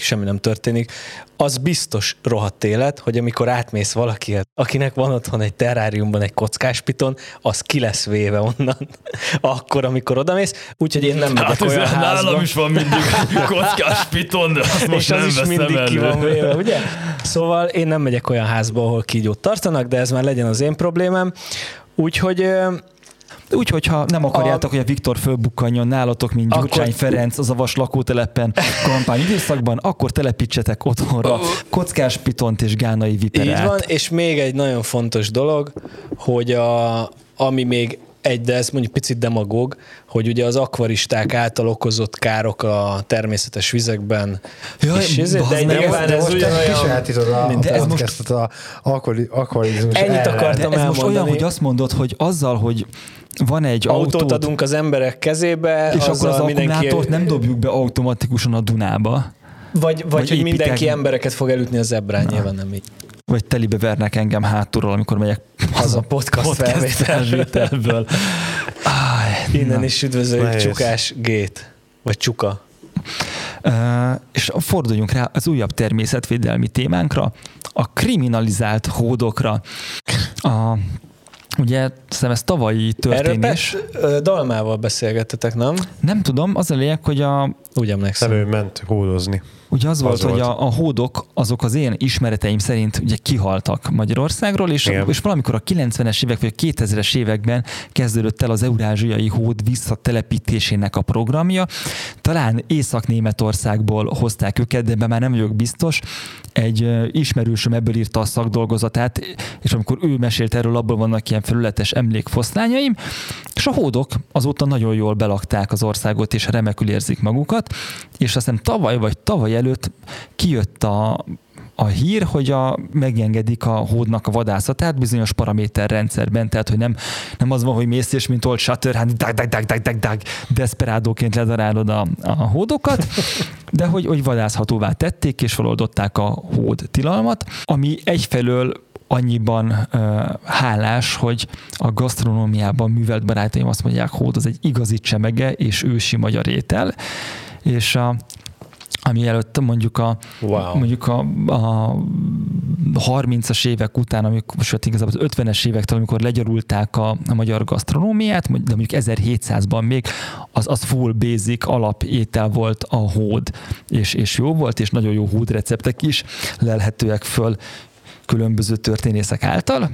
történik, az biztos rohadt élet, hogy amikor átmész valakihez, akinek van otthon egy terráriumban egy kockáspiton, az ki lesz véve onnan akkor, amikor odamész. Úgyhogy én nem megyek olyan házba.
Nálam is van mindig kockáspiton, de azt most
és az
nem
is
veszem
mindig
elő.
ki van véve, ugye? Szóval én nem megyek olyan házba, ahol kígyót tartanak, de ez már legyen az én problémám. Úgyhogy
ha nem akarjátok, hogy a Viktor fölbukkanjon nálatok, mint Gyurcsány Ferenc az a vas lakótelepen kampány időszakban, akkor telepítsetek otthonra kockáspitont és gánai viperát.
így van, és még egy nagyon fontos dolog, hogy ami még de ez mondjuk picit demagóg, hogy ugye az akvaristák által okozott károk a természetes vizekben.
Jaj,
de nyilván ez ugyanolyan...
Kisajátítod a podcastot a akvarizmus
Ennyit
ellen.
akartam
De ez
elmondani.
most olyan, hogy azt mondod, hogy azzal, hogy van egy
autót adunk az emberek kezébe,
és akkor az
mindenki...
akkumulátort nem dobjuk be automatikusan a Dunába.
Vagy hogy mindenki embereket fog elütni a zebrán, nyilván nem így.
Vagy telibe vernek engem hátulról, amikor megyek
Az a podcast
felvételből.
Innen is üdvözöljük
Nehéz.
Csukás G-t. Vagy Csuka.
És forduljunk rá az újabb természetvédelmi témánkra, a kriminalizált hódokra. Ugye szerintem ez tavalyi történés.
Erről Dalmával beszélgettetek, nem?
Nem tudom, az a lényeg, hogy
Úgy emlékszem.
Ő ment hódozni.
ugye az volt, hogy a hódok, azok az én ismereteim szerint ugye kihaltak Magyarországról, és valamikor a 90-es évek vagy a 2000-es években kezdődött el az eurázsiai hód visszatelepítésének a programja. Talán Észak-Németországból hozták őket, de ebben már nem vagyok biztos. Egy ismerősöm ebből írta a szakdolgozatát, és amikor ő mesélt erről, abból vannak ilyen felületes emlékfoszlányaim, és a hódok azóta nagyon jól belakták az országot, és remekül érzik magukat, és azt hiszem tavaly vagy tavaly előtt kijött a hír, hogy megengedik a hódnak a vadászatát bizonyos paraméterrendszerben, tehát hogy nem az van, hogy mész és mint Old Shatterhand desperádóként ledarálod a hódokat, de hogy vadászhatóvá tették, és feloldották a hód tilalmat, ami egyfelől annyiban hálás, hogy a gasztronómiában művelt barátaim azt mondják, hód az egy igazi csemege és ősi magyar étel, és ami előtt mondjuk a 30-as évek után, sőt igazából az 50-es évektől, amikor legyarulták a magyar gasztronómiát, de mondjuk 1700-ban még, az full basic alapétel volt a hód, és jó volt, és nagyon jó hódreceptek is lelhetőek föl különböző történészek által.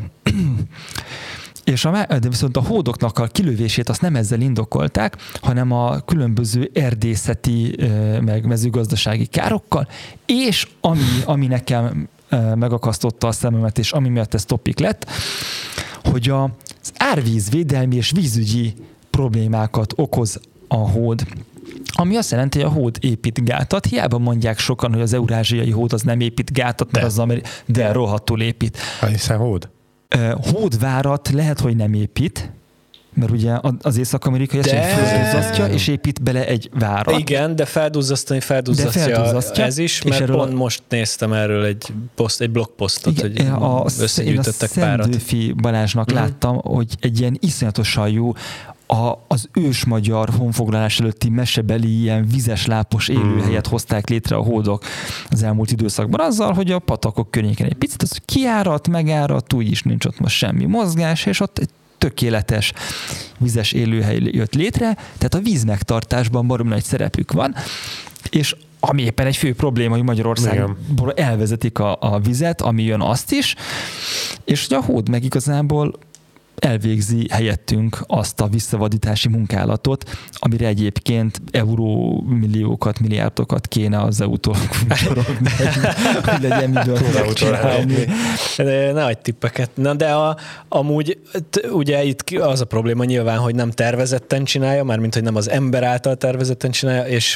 De viszont a hódoknak a kilövését azt nem ezzel indokolták, hanem a különböző erdészeti meg mezőgazdasági károkkal, és ami nekem megakasztotta a szememet, és ami miatt ez topik lett, hogy az árvízvédelmi és vízügyi problémákat okoz a hód. Ami azt jelenti, hogy a hód épít gátat. Hiába mondják sokan, hogy az eurázsiai hód az nem épít gátat, mert de rohadtul épít.
Hiszen hód.
Hódvárat lehet, hogy nem épít, mert ugye az észak-amerikai ezt felduzzasztja, és épít bele egy várat.
Igen, de felduzzasztani ez is, mert pont most néztem erről egy blogposztot, hogy összegyűjtöttek párat.
Én a Szendőfi Balázsnak láttam, hogy egy ilyen iszonyatosan jó az ősmagyar honfoglalás előtti mesebeli ilyen vizes lápos élőhelyet hozták létre a hódok az elmúlt időszakban azzal, hogy a patakok környéken egy picit az kiárat, megárat, úgyis nincs ott most semmi mozgás, és ott egy tökéletes vizes élőhely jött létre, tehát a vízmegtartásban baromi nagy szerepük van, és ami éppen egy fő probléma, hogy Magyarországból elvezetik a vizet, ami jön azt is, és a hód meg igazából elvégzi helyettünk azt a visszavadítási munkálatot, amire egyébként eurómilliókat, milliárdokat kéne az EU-tól csorogni, hogy legyen miből csinálni.
Nagy tippeket. Na de amúgy ugye itt az a probléma nyilván, hogy nem tervezetten csinálja, mármint, hogy nem az ember által tervezetten csinálja, és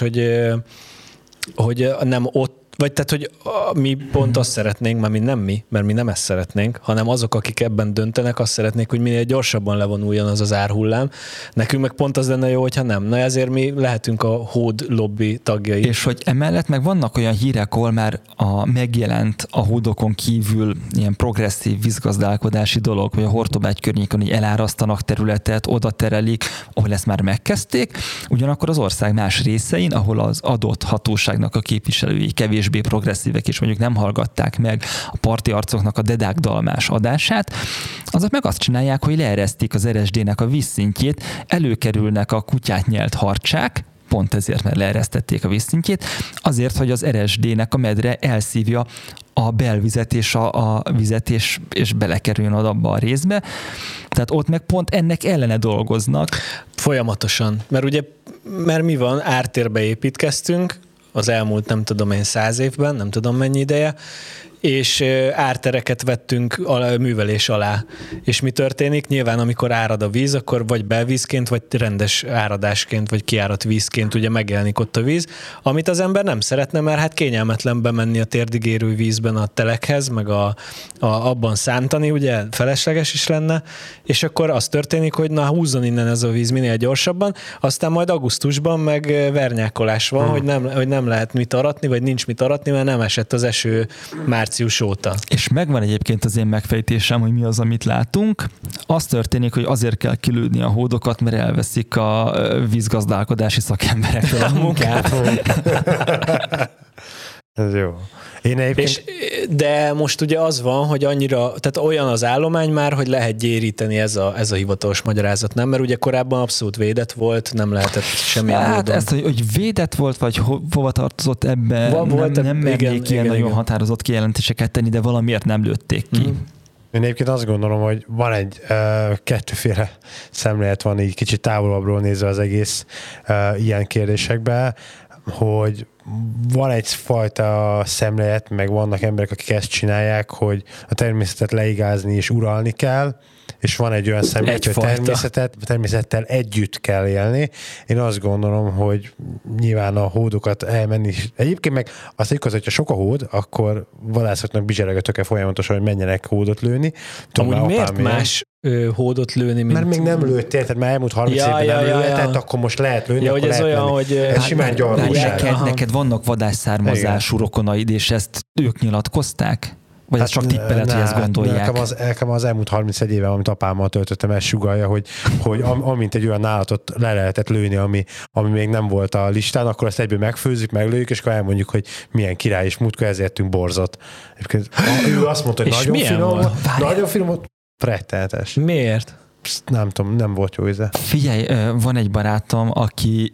hogy nem ott, vagy tehát, hogy mi pont azt szeretnénk, mert mi nem ezt szeretnénk, hanem azok, akik ebben döntenek, azt szeretnék, hogy minél gyorsabban levonuljon az árhullám. Nekünk meg pont az lenne jó, hogyha nem. Na ezért mi lehetünk a hód lobby tagjai.
És hogy emellett meg vannak olyan hírek, ahol már megjelent a hódokon kívül ilyen progresszív vízgazdálkodási dolog, hogy a Hortobágy környékén így elárasztanak területet, oda terelik, ahol ezt már megkezdték. Ugyanakkor az ország más részein, ahol az adott hatóságnak a képviselői kevésbé kevésbé progresszívek, és mondjuk nem hallgatták meg a Parti Arcoknak a Dedák Dalmás adását, azok meg azt csinálják, hogy leeresztik az RSD-nek a vízszintjét, előkerülnek a kutyát nyelt harcsák, pont ezért, mert leeresztették a vízszintjét, azért, hogy az RSD-nek a medre elszívja a belvizet és a vizet, és belekerüljön abba a részbe. Tehát ott meg pont ennek ellene dolgoznak.
Folyamatosan. Mert mi van, ártérbe építkeztünk az elmúlt, nem tudom én, 100 évben, nem tudom mennyi ideje, és ártereket vettünk művelés alá. És mi történik? Nyilván, amikor árad a víz, akkor vagy belvízként, vagy rendes áradásként, vagy kiáradt vízként ugye megjelenik ott a víz, amit az ember nem szeretne, mert hát kényelmetlen bemenni a térdig érő vízben a telekhez, meg abban szántani, ugye felesleges is lenne, és akkor az történik, hogy na húzzon innen ez a víz minél gyorsabban, aztán majd augusztusban meg vernyákolás van, hogy nem lehet mit aratni, vagy nincs mit aratni, mert nem esett az eső március óta.
És megvan egyébként az én megfejtésem, hogy mi az, amit látunk. Az történik, hogy azért kell kilőni a hódokat, mert elveszik a vízgazdálkodási szakemberektől a munkát.
Ez jó.
De most ugye az van, hogy annyira, tehát olyan az állomány már, hogy lehet gyéríteni ez a hivatalos magyarázat, nem? Mert ugye korábban abszolút védett volt, nem lehetett semmilyen módon.
Hát ezt, hogy védett volt, vagy hova tartozott ebben, nem mernék ilyen nagyon határozott kijelentéseket tenni, de valamiért nem lőtték ki.
Én egyébként azt gondolom, hogy van egy kettőféle szemlélet van így kicsit távolabbról nézve az egész ilyen kérdésekben, hogy van egyfajta szemlélet, meg vannak emberek, akik ezt csinálják, hogy a természetet leigázni és uralni kell, és van egy olyan szemlélet, hogy természettel együtt kell élni. Én azt gondolom, hogy nyilván a hódokat elmenni. Egyébként meg azt mondjuk, hogyha sok a hód, akkor vadászoknak bizseregetőke folyamatosan, hogy menjenek hódot lőni.
Amúgy miért más hódot lőni, mint...
Mert még nem lőttél, tehát már elmúlt 30 évben nem lőhetett, akkor most lehet lőni, akkor
hogy ez olyan,
lenni.
hogy...
Ez simán gyarlóság.
Neked vannak vadásszármazású rokonaid, és ezt ők nyilatkozták? Vagy ez csak tippelet, hogy ezt gondolják?
Nekem az elmúlt 31 éve, amit apámmal töltöttem, ezt sugallja, hogy amint egy olyan állatot le lehetett lőni, ami még nem volt a listán, akkor azt egyből megfőzzük, meglőjük, és akkor elmondjuk, hogy milyen király, és múltkor ezért ettünk borzot. Ő azt mondta, hogy nagyon finom, rettenetes.
Miért?
Nem tudom, nem volt jó íze.
Figyelj, van egy barátom, aki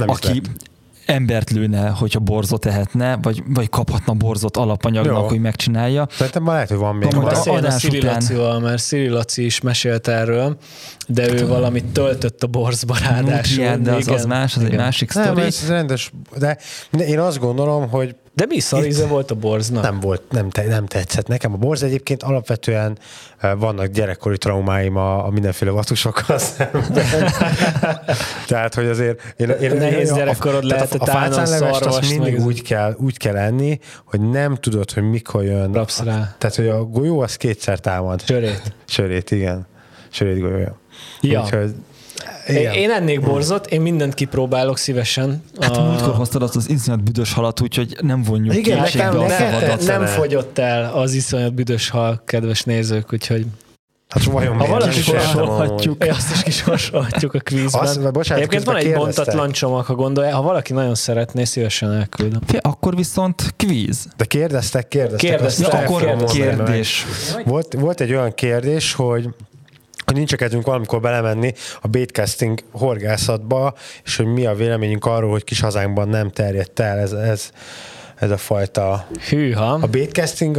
embert lőne, hogyha borzot ehetne, vagy kaphatna borzot alapanyagnak, hogy megcsinálja.
Szerintem már lehet, hogy van még.
Beszéljen a Sziri Lacival, mert Sziri Laci is mesélt erről, de ő valamit töltött a borzba ráadásul.
De az más, az egy másik sztori.
Nem, ez rendes, de én azt gondolom, hogy
de mi szaríze volt a borznak?
Nem volt, nem tetszett. Nekem a borz egyébként alapvetően vannak gyerekkori traumáim a mindenféle vatusokkal szemben. Tehát, hogy azért...
Nehéz gyerekkorod lehetett
állni a szarvast. Azt mindig úgy kell enni, hogy nem tudod, hogy mikor jön.
Rapsz rá.
Tehát, hogy a golyó az kétszer támad. Sörét, igen. Sörét golyója.
Ja. Úgyhogy én ennék borzot, én mindent kipróbálok szívesen.
Hát múltkor hoztad azt az iszonyat büdös halat, úgyhogy nem vonjuk
kétségbe a szavadat. Nem fogyott el az iszonyat büdös hal, kedves nézők, úgyhogy
hát vajon
ha valaki sorsolhatjuk, azt is kisorsolhatjuk a kvízben. Egyébként van egy bontatlan csomag, ha gondolja, ha valaki nagyon szeretné, szívesen elküldöm.
Akkor viszont kvíz.
De kérdeztek.
Akkor kérdés.
Volt egy olyan kérdés, hogy nincs kedvünk valamikor belemenni a baitcasting horgászatba, és hogy mi a véleményünk arról, hogy kis hazánkban nem terjedt el ez a fajta...
Hűha.
A baitcasting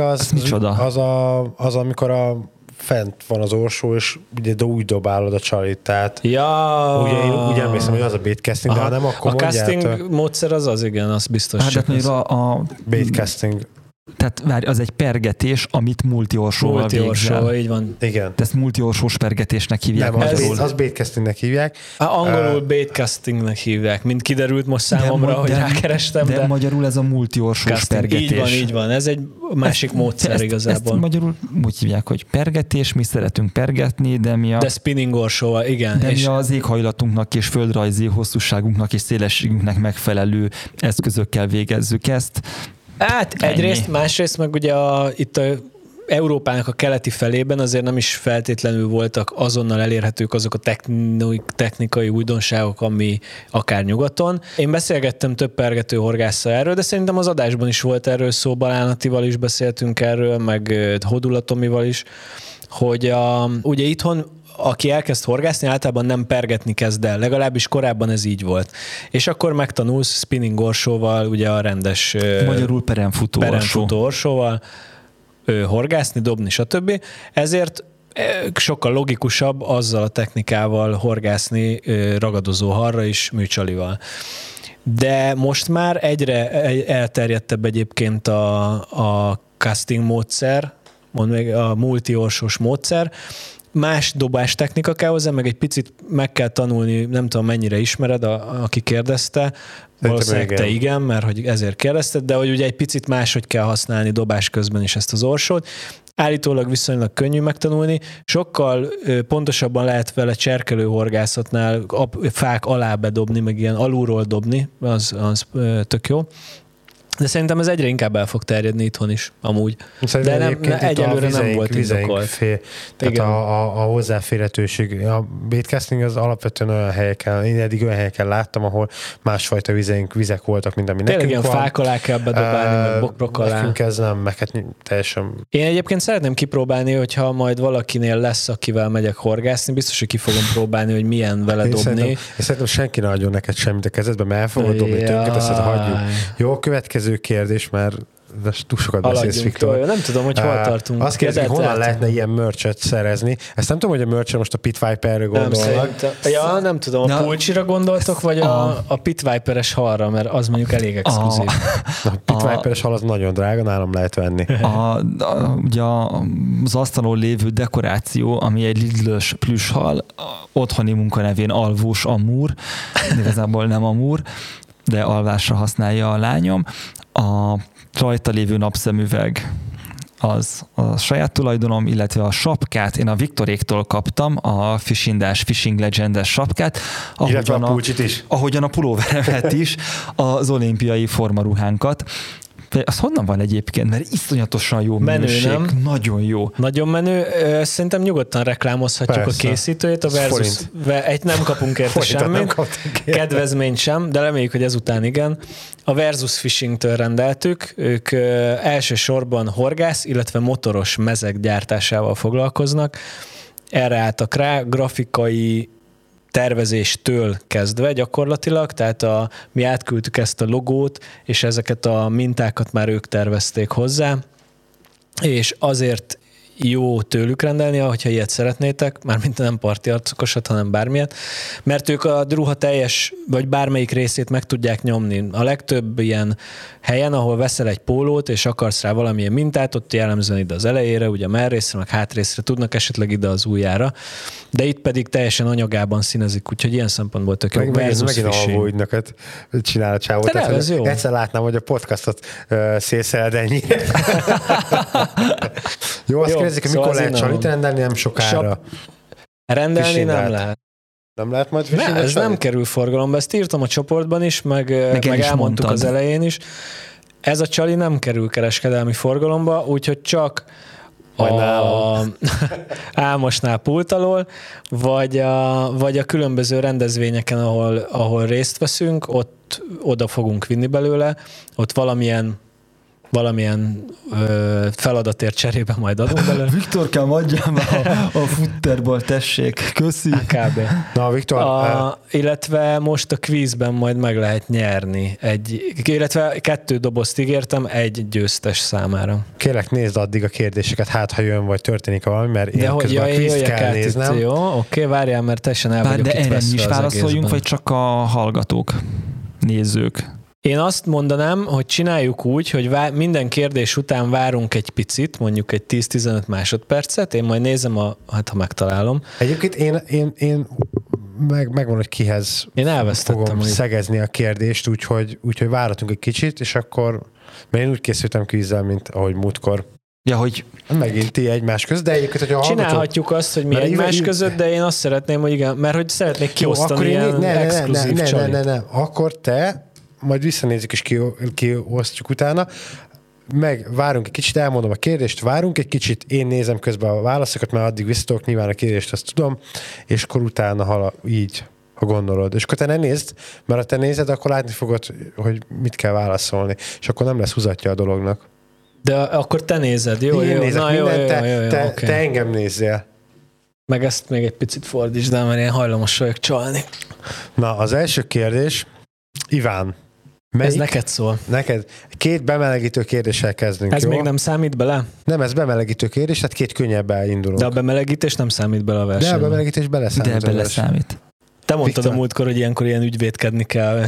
az amikor fent van az orsó, és ugye úgy dobálod a csalit, tehát ugye én úgy emlékszem, hogy az a baitcasting, de ha nem, akkor mondjátok.
A casting módszer az igen, az biztos.
Hát a
baitcasting.
Tehát várj, az egy pergetés, amit multiorsóval végzel.
Így van.
Igen.
Ezt multiorsós pergetésnek hívják.
Nem, az baitcastingnek hívják.
Angolul baitcastingnek hívják, mint kiderült most számomra, hogy rákerestem.
De magyarul ez a multiorsós pergetés.
Így van. Ez egy másik módszer igazából.
Ezt magyarul úgy hívják, hogy pergetés, mi szeretünk pergetni, de
spinning orsóval, igen.
De mi az éghajlatunknak és földrajzi hosszúságunknak és szélességünknek megfelelő eszközökkel végezzük ezt.
Hát egyrészt, másrészt meg ugye itt Európának a keleti felében azért nem is feltétlenül voltak azonnal elérhetők azok a technikai újdonságok, ami akár nyugaton. Én beszélgettem több pergető horgásszal erről, de szerintem az adásban is volt erről szó, Balán Attival is beszéltünk erről, meg Hodula Tomival is, hogy ugye itthon aki elkezd horgászni, általában nem pergetni kezd el, legalábbis korábban ez így volt. És akkor megtanulsz spinning orsóval, ugye a rendes...
Magyarul peremfutó
orsóval horgászni, dobni, stb. Ezért sokkal logikusabb azzal a technikával horgászni ragadozó harra is, műcsalival. De most már egyre elterjedtebb egyébként a casting módszer, mond még a multi-orsós módszer, más dobás technika kell hozzá, meg egy picit meg kell tanulni, nem tudom mennyire ismered, aki kérdezte, valószínűleg te igen, mert hogy ezért kérdezted, de hogy ugye egy picit máshogy kell használni dobás közben is ezt az orsót. Állítólag viszonylag könnyű megtanulni, sokkal pontosabban lehet vele cserkelő horgászatnál fák alá bedobni, meg ilyen alulról dobni, az tök jó. De szerintem ez egyre inkább el fog terjedni itthon is, amúgy.
Szerintem
de egyelőre nem volt indokolt.
Tehát a hozzáférhetőség. A baitcasting az alapvetően olyan helyeken, én eddig olyan helyeken láttam, ahol másfajta vizek voltak, mint ami nekünk
tényleg
van.
Fák alá kell bedobálni, meg bokrok alá.
Nekünk ez nem, meg hát teljesen...
Én egyébként szeretném kipróbálni, hogyha majd valakinél lesz, akivel megyek horgászni, biztos, hogy ki fogom próbálni, hogy milyen vele dobni.
Én szerintem senki ne adjon neked semmit a kezedbe, mert el fogod dobni, tönkreteszed, hagyjuk. Jó, következő kérdés, mert túl sokat beszélsz, Viktor.
Nem tudom, hogy hol tartunk.
Azt kérdezik, hogy honnan lehetne ilyen merch-et szerezni. Ezt nem tudom, hogy a merch most a Pit Viperre gondolnak.
Nem tudom, a pulcsira gondoltok, vagy a Pit Viperes halra, mert az mondjuk elég exkluzív.
A Pit Viperes hal az nagyon drága, nálam lehet venni.
Ugye az asztalon lévő dekoráció, ami egy Lidl-ös plüshal, otthoni munkanevén alvós amúr, igazából nem amúr, de alvásra használja a lányom. A rajta lévő napszemüveg az a saját tulajdonom, illetve a sapkát én a Viktoréktól kaptam, a Fishing Legends sapkát.
Illetve a pulcsit is.
Ahogyan a pulóveremet is, az olimpiai formaruhánkat. Az honnan van egyébként? Mert iszonyatosan jó minőség. Nem? Nagyon jó.
Nagyon menő. Szerintem nyugodtan reklámozhatjuk a készítőjét. A Versus nem kapunk érte semmit. Kedvezményt sem, de reméljük, hogy ezután igen. A Versus Fishing-től rendeltük. Ők elsősorban horgász, illetve motoros mezek gyártásával foglalkoznak. Erre álltak rá, grafikai tervezéstől kezdve gyakorlatilag, tehát mi átküldtük ezt a logót, és ezeket a mintákat már ők tervezték hozzá, és azért jó tőlük rendelni, hogyha ilyet szeretnétek, mármint nem parti arcokosat, hanem bármilyet, mert ők a ruha teljes, vagy bármelyik részét meg tudják nyomni. A legtöbb ilyen helyen, ahol veszel egy pólót, és akarsz rá valamilyen mintát, ott jellemzően ide az elejére, ugye a mellrészre, meg hátrészre, tudnak esetleg ide az ujjára, de itt pedig teljesen anyagában színezik, úgyhogy ilyen szempontból tök jó.
Megint alvóügynöket csinál a csávot. Egyszer látnám, hogy a podcastot szélszeled ennyire. Jó, azt kérdezik, hogy mikor lehet csalit rendelni, nem sokára.
Rendelni nem lehet.
Nem lehet majd
ez nem kerül forgalomba, ezt írtam a csoportban is, meg elmondtuk mondtad az elején is. Ez a csali nem kerül kereskedelmi forgalomba, úgyhogy csak Álmosnál pult alól, vagy a különböző rendezvényeken, ahol részt veszünk, oda fogunk vinni belőle, ott valamilyen feladatért cserébe majd adunk belőle.
Viktorkám, adjál már a futterból, tessék. Köszi.
Kb.
Na, Viktor.
Illetve most a kvízben majd meg lehet nyerni. Illetve 2 dobozt ígértem egy győztes számára.
Kérlek, nézd addig a kérdéseket, hát ha jön, vagy történik valami, mert én közben a kvízt kell néznem.
Jó, oké, várjál, mert teljesen el vagyok
itt veszve. De erre mi is válaszoljunk, vagy csak a hallgatók, nézők?
Én azt mondanám, hogy csináljuk úgy, hogy minden kérdés után várunk egy picit, mondjuk egy 10-15 másodpercet, én majd nézem, ha megtalálom.
Egyébként én megmondom, hogy kihez fogom szegezni a kérdést, úgyhogy várhatunk egy kicsit, és akkor, mert én úgy készültem kvízzel, mint ahogy múltkor.
Ja, hogy
megint ti egymás között, de egyébként, hogyha
csinálhatjuk azt, hogy mi egymás között, de én azt szeretném, hogy igen, mert hogy szeretnék kiosztani ilyen exkluzív csalit.
Nem. Akkor te majd visszanézzük és kiosztjuk utána. várunk egy kicsit, elmondom a kérdést, várunk egy kicsit, én nézem közben a válaszokat, mert addig visszatok, nyilván a kérdést azt tudom, és akkor utána így, ha gondolod. És akkor te ne nézd, mert ha te nézed, akkor látni fogod, hogy mit kell válaszolni, és akkor nem lesz húzatja a dolognak.
De akkor te nézed, jó?
Én nézek mindent,
Okay.
Te engem nézzél.
Meg ezt még egy picit fordítsd el, mert én hajlamos vagyok csalni.
Na, az első kérdés, Iván. Melyik?
Ez neked szól.
Neked. 2 bemelegítő kérdéssel kezdünk,
Ez
jó?
még nem számít bele?
Nem, ez bemelegítő kérdés, tehát 2 könnyebben indulunk.
De a bemelegítés nem számít bele a
De
versenybe.
a bemelegítés beleszámít.
De beleszámít.
Te mondtad
Viktor.
a múltkor, hogy ilyenkor ilyen ügyvédkedni kell.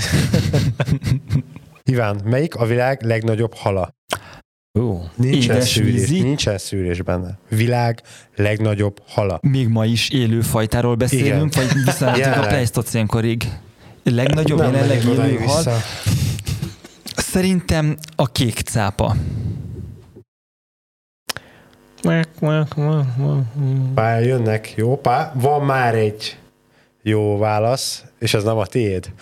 Iván, melyik a világ legnagyobb hala?
Édesvízi.
Nincsen szűrés benne. Világ legnagyobb hala.
Még ma is élő fajtáról beszélünk, vagy visszamentünk a
Jelenleg.
pleisztocénkorig? Legnagyobb,
Nem
jelenleg
megyünk
élő
odáig
hal.
vissza.
Szerintem a kék cápa.
Pá, jönnek. Jó, pá. Van már egy jó válasz, és az nem a tiéd.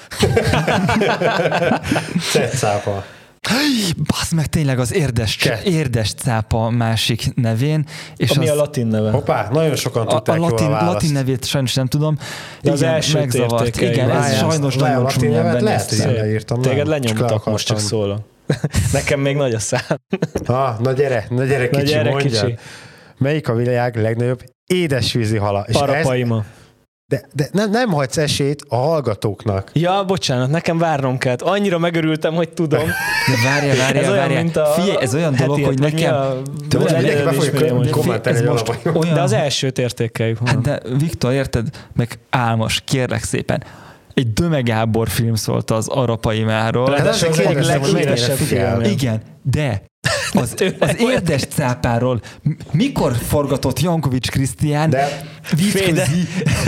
Cetszápa.
Basz meg, tényleg az érdes cápa másik nevén. És
Ami
az,
a latin neve.
Hoppá, nagyon sokan
a
tudták jól a választ.
latin nevét sajnos nem tudom.
De az elsőt
megzavart.
értékeljük.
Igen, ez
Várjál,
sajnos
várjál,
nagyon
latin
csúnyán
nevet
benne.
lehet, hogy leírtam.
Téged
nem?
lenyomtak, most csak szólok. Nekem még nagy a szám.
Na gyere kicsi,
gyere,
mondjad.
kicsi.
Melyik a világ legnagyobb édesvízi hala? És
Parapaima.
de nem hagysz esélyt a hallgatóknak.
Ja, bocsánat, nekem várnom kellett. Annyira megörültem, hogy tudom.
De várjál. Figyelj, ez olyan dolog, hogy nekem...
Tudod, mindenki be fogja kommentelni,
ez
hogy
most
alapján.
olyan...
De az elsőt értékeljük.
Hát de Viktor, érted? Meg Álmos, kérlek szépen. Egy Döme Gábor film szólt az Arapaimáról.
Hát
Ráadásul
azért
az egyik
kérdeztem, hogy mennyire
leghíresebb
figyel.
film.
Igen, de az érdes cápáról mikor forgatott Jankovics Krisztián
De
vízközi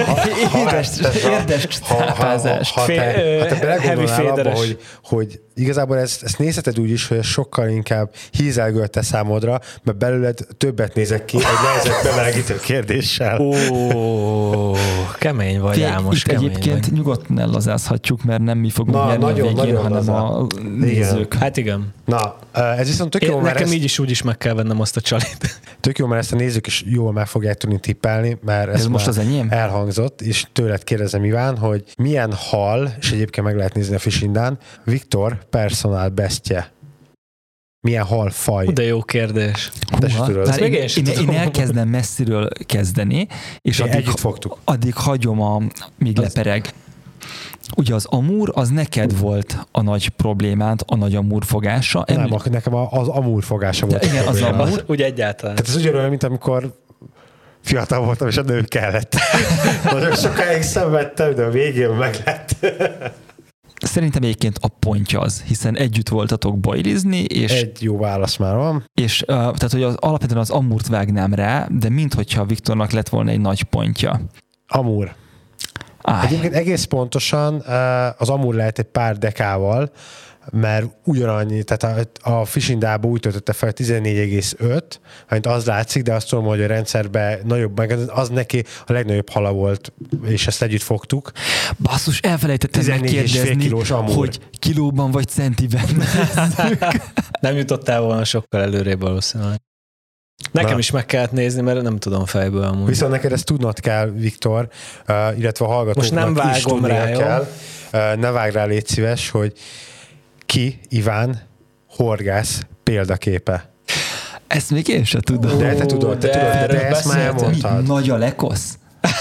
érdes cápázást?
Ha te belegondolnál
heavy
abba,
faderes.
hogy igazából ezt nézheted úgy is, hogy ez sokkal inkább hízelgölte számodra, mert belőled többet nézek ki egy nehezebb bemelegítő kérdéssel.
Ó, kemény vagy, Ámos,
Itt
kemény
egyébként
vagy.
nyugodtan ellazázhatjuk, mert nem mi fogunk
Na,
nyerni
nagyon,
a végén,
nagyon
hanem
lazán.
a nézők.
Hát igen.
Na, ez viszont tök jó, mert
Nekem így is úgy is meg kell vennem azt a csalit.
tök jó, mert ezt a nézők is jól meg fogják tudni tippelni, mert
Ez most
már
az enyém?
elhangzott, és tőled kérdezem, Iván, hogy milyen hal, és egyébként meg lehet nézni a Fisindán, Viktor personal bestje. Milyen halfaj?
De jó kérdés.
De se tudod.
Várj,
még én sem
én
tudom.
elkezdem messziről kezdeni, és
Együtt fogtuk.
addig hagyom, míg lepereg. Ugye az amúr, az neked volt a nagy problémád, a nagy amúr fogása.
Nem, nekem az amúr fogása volt.
igen, az
probléma.
amúr.
Úgy egyáltalán.
Tehát ez ugyanolyan, mint amikor fiatal voltam, és a nő kellett. Nagyon sokáig szenvedtem, de a végén meg lett.
Szerintem egyébként a pontja az, hiszen együtt voltatok bajlizni, és
Egy jó válasz már van.
tehát, hogy alapvetően az amúrt vágnám rá, de minthogyha Viktornak lett volna egy nagy pontja.
Amúr. Egyébként egész pontosan az amúr lehet egy pár dekával, mert ugyanannyi, tehát a Fisindába úgy töltötte fel 14,5, amit az látszik, de azt tudom, hogy a rendszerben nagyobb, meg az neki a legnagyobb hala volt, és ezt együtt fogtuk.
Basszus, elfelejtettem
14,5
megkérdezni,
kilós amúr.
hogy kilóban vagy centiben nézzük.
Nem jutottál volna sokkal előrébb valószínűleg. Nekem is meg kellett nézni, mert nem tudom fejből amúgy.
Viszont neked ezt tudnod kell, Viktor, illetve a hallgatóknak
most nem
is
vágom
tudnia
rá, jó?
kell. Ne vágj rá, légy szíves, hogy ki Iván horgász példaképe.
Ezt még én sem tudom.
De te tudod, de
erről
ezt már
beszéltünk.
elmondtad.
Nagy a lekosz?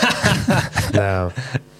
Nem.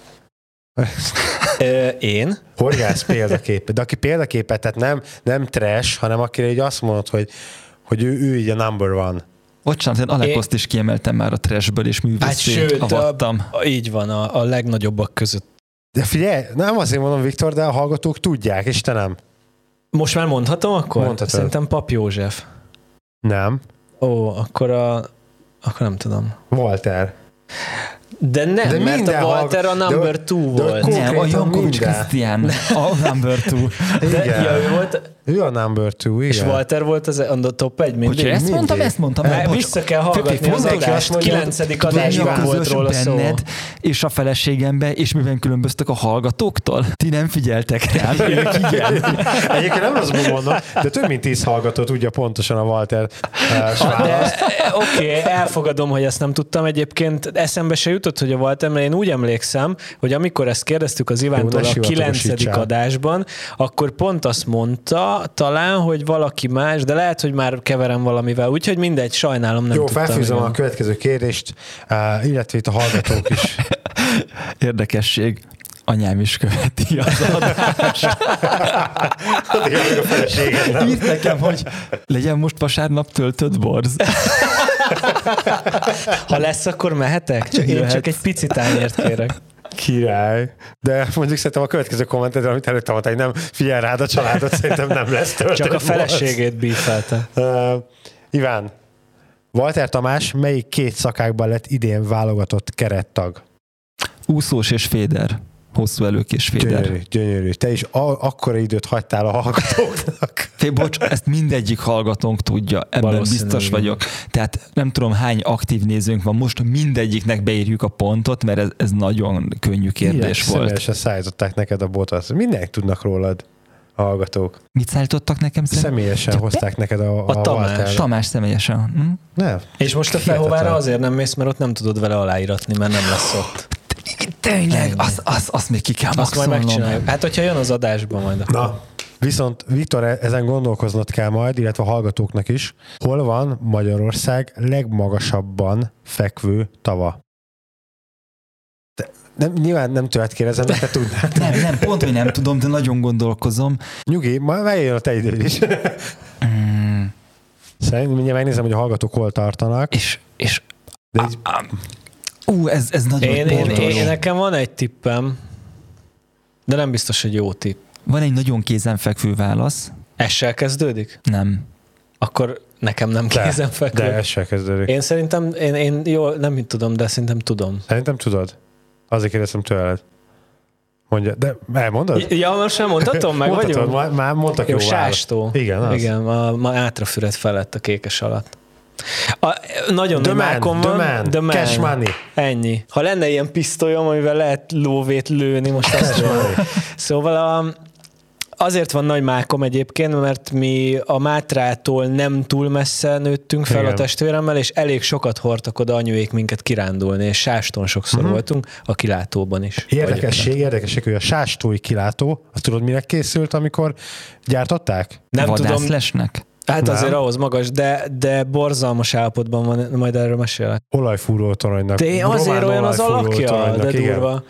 Én?
Horgász példaképe. De aki példaképe, tehát nem trash, hanem akire így azt mondod, hogy ő így a number one.
Bocsánat, én Alekoszt is kiemeltem már a trashből, és
Hát
művészé
sőt,
avattam.
így van, a legnagyobbak között.
De figyelj, nem azért mondom, Viktor, de a hallgatók tudják, és te nem.
Most már mondhatom akkor?
Mondhatod.
Szerintem Pap József.
Nem.
Ó, akkor nem tudom.
Walter.
De nem,
De
mert
minden
a Walter a number 2 volt.
konkrétan
Nem, a Jankovics
minden.
Krisztián, a number 2.
De,
Igen.
ja, ő volt.
Ő a number 2, igen.
És Walter volt a top 1 mindig.
Hogyha ezt mondtam el, bocs.
Vissza kell hallgatni az adást, 9. adásban volt róla szó.
És a feleségembe, és mivel különböztek a hallgatóktól? Ti nem figyeltek rám, ők igen.
Egyébként nem rosszul mondom, de több mint 10 hallgató tudja pontosan a Walter választ.
Oké, elfogadom, hogy ezt nem tudtam. Egyébként eszembe se jutott, hogy a Walter, mert én úgy emlékszem, hogy amikor ezt kérdeztük az Ivántól a 9. adásban, akkor pont azt mondta, talán, hogy valaki más, de lehet, hogy már keverem valamivel, úgyhogy mindegy, sajnálom, nem tudtam.
Jó, felfűzöm a következő kérdést, illetve itt a hallgatók is.
Érdekesség. Anyám is követi az adást.
A feleséged, nem?
Írt nekem, hogy legyen most vasárnap töltött borz.
Ha lesz, akkor mehetek? Én csak egy pici tányért kérek.
Király. De mondjuk szerintem a következő kommentet, amit előtte mondta, hogy nem figyel rád a családot, szerintem nem lesz töltött.
Csak a feleségét bífelte.
Iván, Walter Tamás melyik 2 szakákban lett idén válogatott kerettag?
Úszós és féder. Hosszú előkés féder.
Gyönyörű. Te is akkora időt hagytál a hallgatóknak.
Bocs, ezt mindegyik hallgatónk tudja, ebben biztos vagyok. Tehát nem tudom, hány aktív nézőnk van. Most mindegyiknek beírjuk a pontot, mert ez nagyon könnyű kérdés volt.
Személyesen szállították neked a botot. Mindenki tudnak rólad a hallgatók.
Mit szállítottak nekem?
Személyesen hozták neked a
Tamás.
Tamás személyesen.
Nem.
És most a Fehovára azért nem mész, mert ott nem tudod vele aláíratni, mert nem lesz ott.
Tényleg, azt még ki kell
maxolnom. Azt majd megcsináljuk. Hát, hogyha jön az adásban majd.
Na, viszont Viktor, ezen gondolkoznod kell majd, illetve a hallgatóknak is. Hol van Magyarország legmagasabban fekvő tava? Nyilván nem tőled kérdezem, de te tudnád.
Nem, pont, hogy nem tudom, de nagyon gondolkozom.
Nyugi, majd eljön a te időd is. Szerintem mindjárt megnézem, hogy a hallgatók hol tartanak.
És
de így...
ez nagyon
én nekem van egy tippem, de nem biztos, hogy jó tipp.
Van egy nagyon kézenfekvő válasz.
S-sel kezdődik?
Nem.
Akkor nekem nem kézenfekvő.
De S-sel kezdődik.
Én szerintem, én jól nem tudom, de szerintem tudom.
Szerintem tudod. Azért kérdeztem tőled. Mondja, de elmondod?
Ja, most sem mondhatom, meg vagyunk.
Már mondtak jó
Sástó.
Igen, az.
Igen, ma Átrafüred felett a Kékes alatt. Nagyon nagy mákon van.
The man. Cash money.
Ennyi. Ha lenne ilyen pisztolyom, amivel lehet lóvét lőni, most azt Szóval azért van nagy mákom egyébként, mert mi a Mátrától nem túl messze nőttünk fel a testvéremmel, és elég sokat hordtak oda anyuék minket kirándulni, és Sáston sokszor voltunk, a kilátóban is.
Érdekesség, hogy a sástói kilátó, azt tudod, mire készült, amikor gyártották?
Nem tudom.
Vadászlesnek?
Hát nem. Azért ahhoz magas, de borzalmas állapotban van, majd erről mesélek.
Olajfúró toronynak.
De azért olyan az alakja, de durva.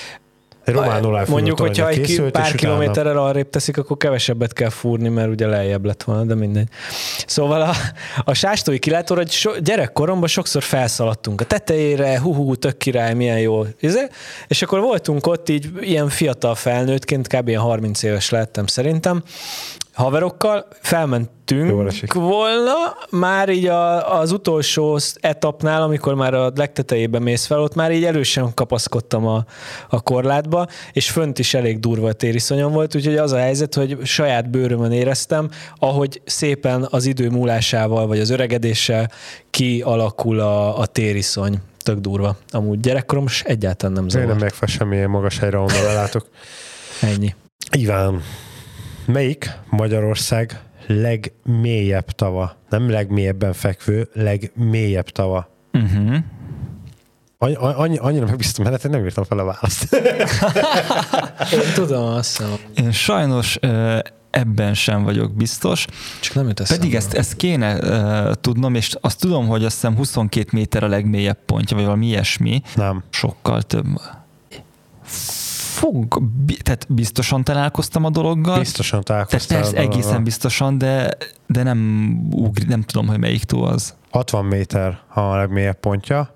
Mondjuk, hogyha egy pár kilométerrel arrébb teszik, akkor kevesebbet kell fúrni, mert ugye lejjebb lett volna, de mindegy. Szóval a sástói kilátóra gyerekkoromban sokszor felszaladtunk a tetejére, tök király, milyen jó. És akkor voltunk ott így ilyen fiatal felnőttként, kb. 30 éves lettem szerintem, haverokkal, felmentünk volna, már így az utolsó etapnál, amikor már a legtetejében mész fel, ott már így erősen kapaszkodtam a korlátba, és fönt is elég durva a tériszonyom volt, úgyhogy az a helyzet, hogy saját bőrömön éreztem, ahogy szépen az idő múlásával, vagy az öregedéssel kialakul a tériszony. Tök durva. Amúgy gyerekkorom most egyáltalán nem zavar.
Én nem megfel semmilyen magas helyre, ahonnan lelátok.
Ennyi.
Iván, melyik Magyarország legmélyebb tava? Nem legmélyebben fekvő, legmélyebb tava. Annyira megbíztam, mert nem írtam fel a választ.
Én tudom, azt hiszem.
Én sajnos ebben sem vagyok biztos.
Csak nem jut eszembe.
Pedig ezt kéne tudnom, és azt tudom, hogy azt hiszem 22 méter a legmélyebb pontja, vagy valami ilyesmi.
Nem.
Sokkal több. Tehát biztosan találkoztam a dologgal.
Biztosan találkoztál
persze, egészen biztosan, de nem tudom, hogy melyik tó az.
60 méter a legmélyebb pontja.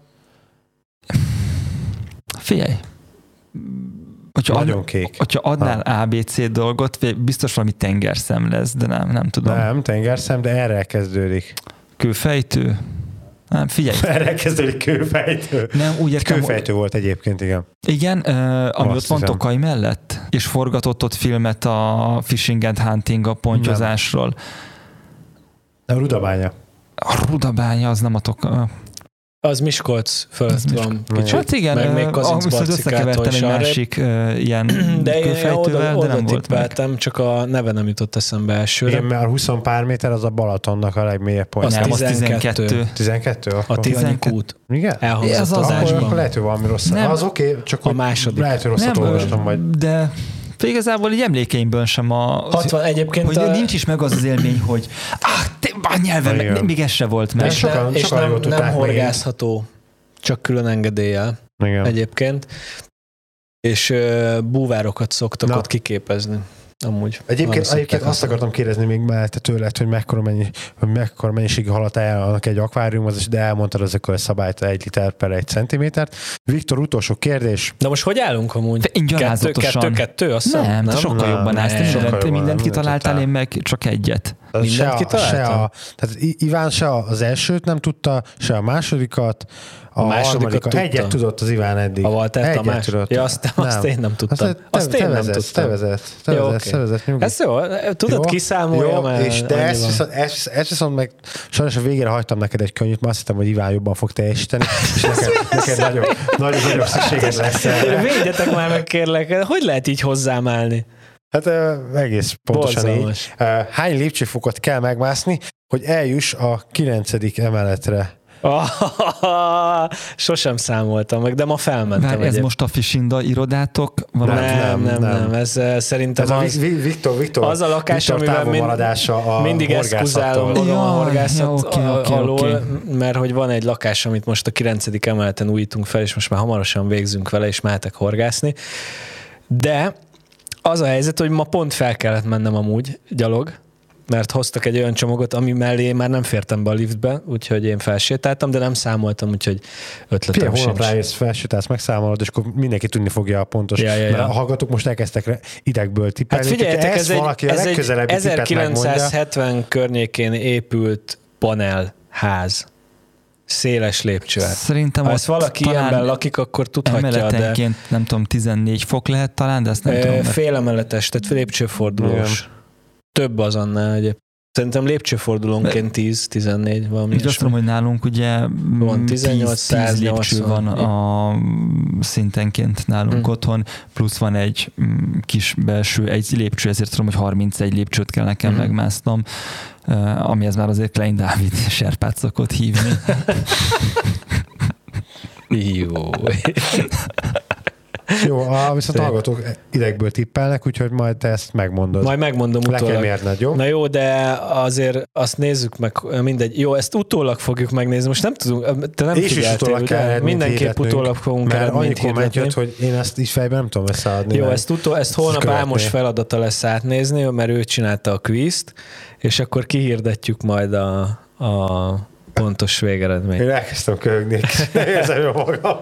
Figyelj.
Nagyon kék.
Hogyha adnál ABC dolgot, biztos valami tengerszem lesz, de nem tudom.
Nem, tengerszem, de erre kezdődik.
Kőfejtő? Nem, figyelj.
Erre kezdődik kőfejtő.
Nem, úgy értem,
Kőfejtő volt egyébként, igen.
Igen, ami
Azt
ott van
hiszem.
Tokaj mellett, és forgatott ott filmet a Fishing and Hunting, a pontyozásról.
A Rudabánya.
A Rudabánya az nem a Tokaj.
Az Miskolc fölött van kicsit.
Hát igen,
meg még
viszont összekevertem egy másik ilyen
de én
kőfejtővel, de
oda
nem volt meg.
tippeltem, csak a neve nem jutott eszembe elsőre.
Igen, mert a 20 pár méter az a Balatonnak a legmélyebb pontja.
Nem, az
12.
12.
12?
A
Akkor...
Tihanyi kút
Igen?
elhangzott
Ez az,
az
Akkor
adásban.
lehet, hogy valami rossz.
Nem.
Az oké, csak
A második.
lehet, hogy rosszat olvastam, vagy...
De igazából így emlékeimből sem
60 egyébként
hogy nincs is meg az élmény, hogy a nyelven,
Igen.
még ez se volt meg.
És sokan jól
nem
tudták meg.
horgászható, csak külön engedéllyel
Igen.
egyébként. És búvárokat szoktak
Na.
ott kiképezni. Amúgy.
Egyébként azt akartam kérdezni még mellette tőled, hogy mekkora mennyiségű halat ajánlanak egy akváriumhoz, de elmondtad ezekkel a szabályt 1 liter per 1 centimétert. Viktor, utolsó kérdés.
De most hogy állunk amúgy?
Én gyalázatosan.
Kettő, azt hiszem?
Nem, te sokkal
Nem,
jobban állsz.
nem,
Te
sokkal
mindent
jobban,
kitaláltál,
mindent
én meg csak egyet.
Mindent kitaláltam?
Tehát Iván se az elsőt nem tudta, se a másodikat. A
másodikat
harmadikat.
tudta?
Egyet tudott az Iván eddig.
A Walter
Egyet
Tamás?
tudott.
Ja, azt én nem tudtam. Azt én nem tudtam.
Te vezet. Nyugi.
Ez jó, tudod, kiszámolja
jó,
már.
és de ezt viszont meg sajnos a végére hagytam neked egy könnyűt, mert azt hittem, hogy Iván jobban fog teljesíteni, és neked nagyobb szükséged lesz erre.
Védjetek már meg, kérlek, hogy lehet így hozzám állni?
Hát egész pontosan
Borzalmas.
így. Hány lépcsőfokot kell megmászni, hogy eljuss a 9. emeletre?
Sosem számoltam meg, de ma felmentem.
Várj, ez
egyébként.
most a Fishinda irodátok?
Nem. Ez szerintem
Ez a
az...
Viktor
Az a lakás,
Viktor
amivel
távomaradása a
mindig eszkuzálom
horgászattól.
magam a
Ja,
horgászat
oké,
alól, mert hogy van egy lakás, amit most a 9. emeleten újítunk fel, és most már hamarosan végzünk vele, és mehetek horgászni. De az a helyzet, hogy ma pont fel kellett mennem amúgy gyalog, mert hoztak egy olyan csomagot, ami mellé már nem fértem be a liftbe, úgyhogy én felsétáltam, de nem számoltam, úgyhogy ötletem
Holnap
sincs.
rájössz, felsétálsz, megszámolod, és akkor mindenki tudni fogja a pontos.
Ja.
Mert a hallgatók most elkezdtek idegből tippelni.
Hát figyeljetek,
ez valaki a
ez egy
legközelebbi tippet megmondja.
1970 környékén épült panelház. Széles lépcsővel.
Szerintem
Ha
ott
ezt valaki
talán
ilyenben lakik, akkor tudhatja, de
emeletenként, nem tudom, 14 fok lehet talán, de ezt nem tudom.
félemeletes, tehát lépcsőfordulós. Több az annál egyébként. Szerintem lépcsőfordulónként 10-14 valami.
Így azt tudom, hogy nálunk ugye
Van 18,
10 lépcső
180.
van a szintenként nálunk otthon, plusz van egy kis belső, egy lépcső, ezért tudom, hogy 31 lépcsőt kell nekem megmásznom, amihez már azért Klein Dávid serpát szokott hívni.
Jó.
Jó, viszont a hallgatók idegből tippelnek, úgyhogy majd te ezt megmondod.
Majd megmondom
Le kell
utólag.
mérned, jó?
Na jó, de azért azt nézzük meg, mindegy. Jó, ezt utólag fogjuk megnézni. Most nem tudunk, te nem
És is
figyeltél,
utólag kell
ugye?
eredményt
Mindenképp
hirdetnünk,
utólag fogunk
mert annyi
eredményt
komment jött,
hirdetni.
hogy én ezt így fejben nem tudom összeadni.
Jó,
mert
ezt holnap
követné.
Ámos feladata lesz átnézni, mert ő csinálta a kvízt, és akkor kihirdetjük majd a pontos végeredményt.
Én elkezdtem köhögni, érzem jól magam.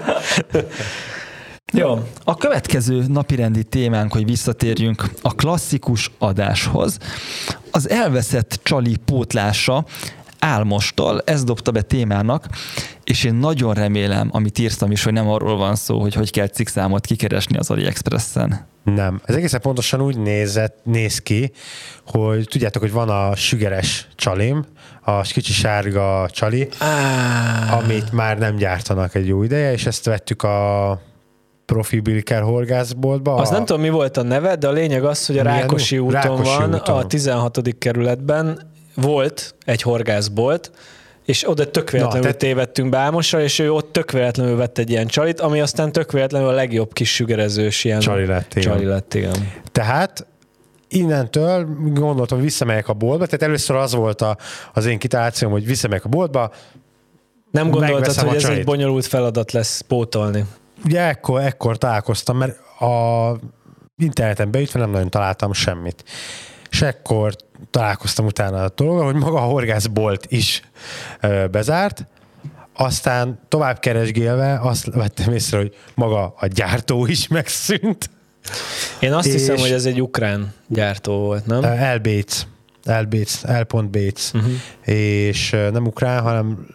Jó,
A következő napirendi témánk, hogy visszatérjünk a klasszikus adáshoz, az elveszett csali pótlása Álmostól, ez dobta be témának, és én nagyon remélem, amit írtam is, hogy nem arról van szó, hogy kell cikkszámot kikeresni az AliExpressen.
Nem. Ez egészen pontosan úgy néz ki, hogy tudjátok, hogy van a sügeres csalim, a kicsi sárga csali, amit már nem gyártanak egy jó ideje, és ezt vettük a Profi Bilker horgászboltba.
azt nem tudom, mi volt a neve, de a lényeg az, hogy a
Milyen
Rákosi úton
Rákosi
van,
úton.
a 16. kerületben volt egy horgászbolt, és oda tök véletlenül tévedtünk be Ámosra, és ő ott tök véletlenül vett egy ilyen csalit, ami aztán tök véletlenül a legjobb kis sügerezős ilyen
Csali lett,
igen.
Tehát innentől gondoltam, hogy visszamegyek a boltba, tehát először az volt az én kitalációm, hogy visszamegyek a boltba.
Nem gondoltad,
Megveszem
hogy
a
ez
csalit.
egy bonyolult feladat lesz pótolni?
Ugye ekkor találkoztam, mert a interneten beütve nem nagyon találtam semmit. És ekkor találkoztam utána a dologgal, hogy maga a horgászbolt is bezárt, aztán tovább keresgélve azt vettem észre, hogy maga a gyártó is megszűnt.
Én azt
És-
hiszem, hogy ez egy ukrán gyártó volt, nem?
L.Bates, és nem ukrán, hanem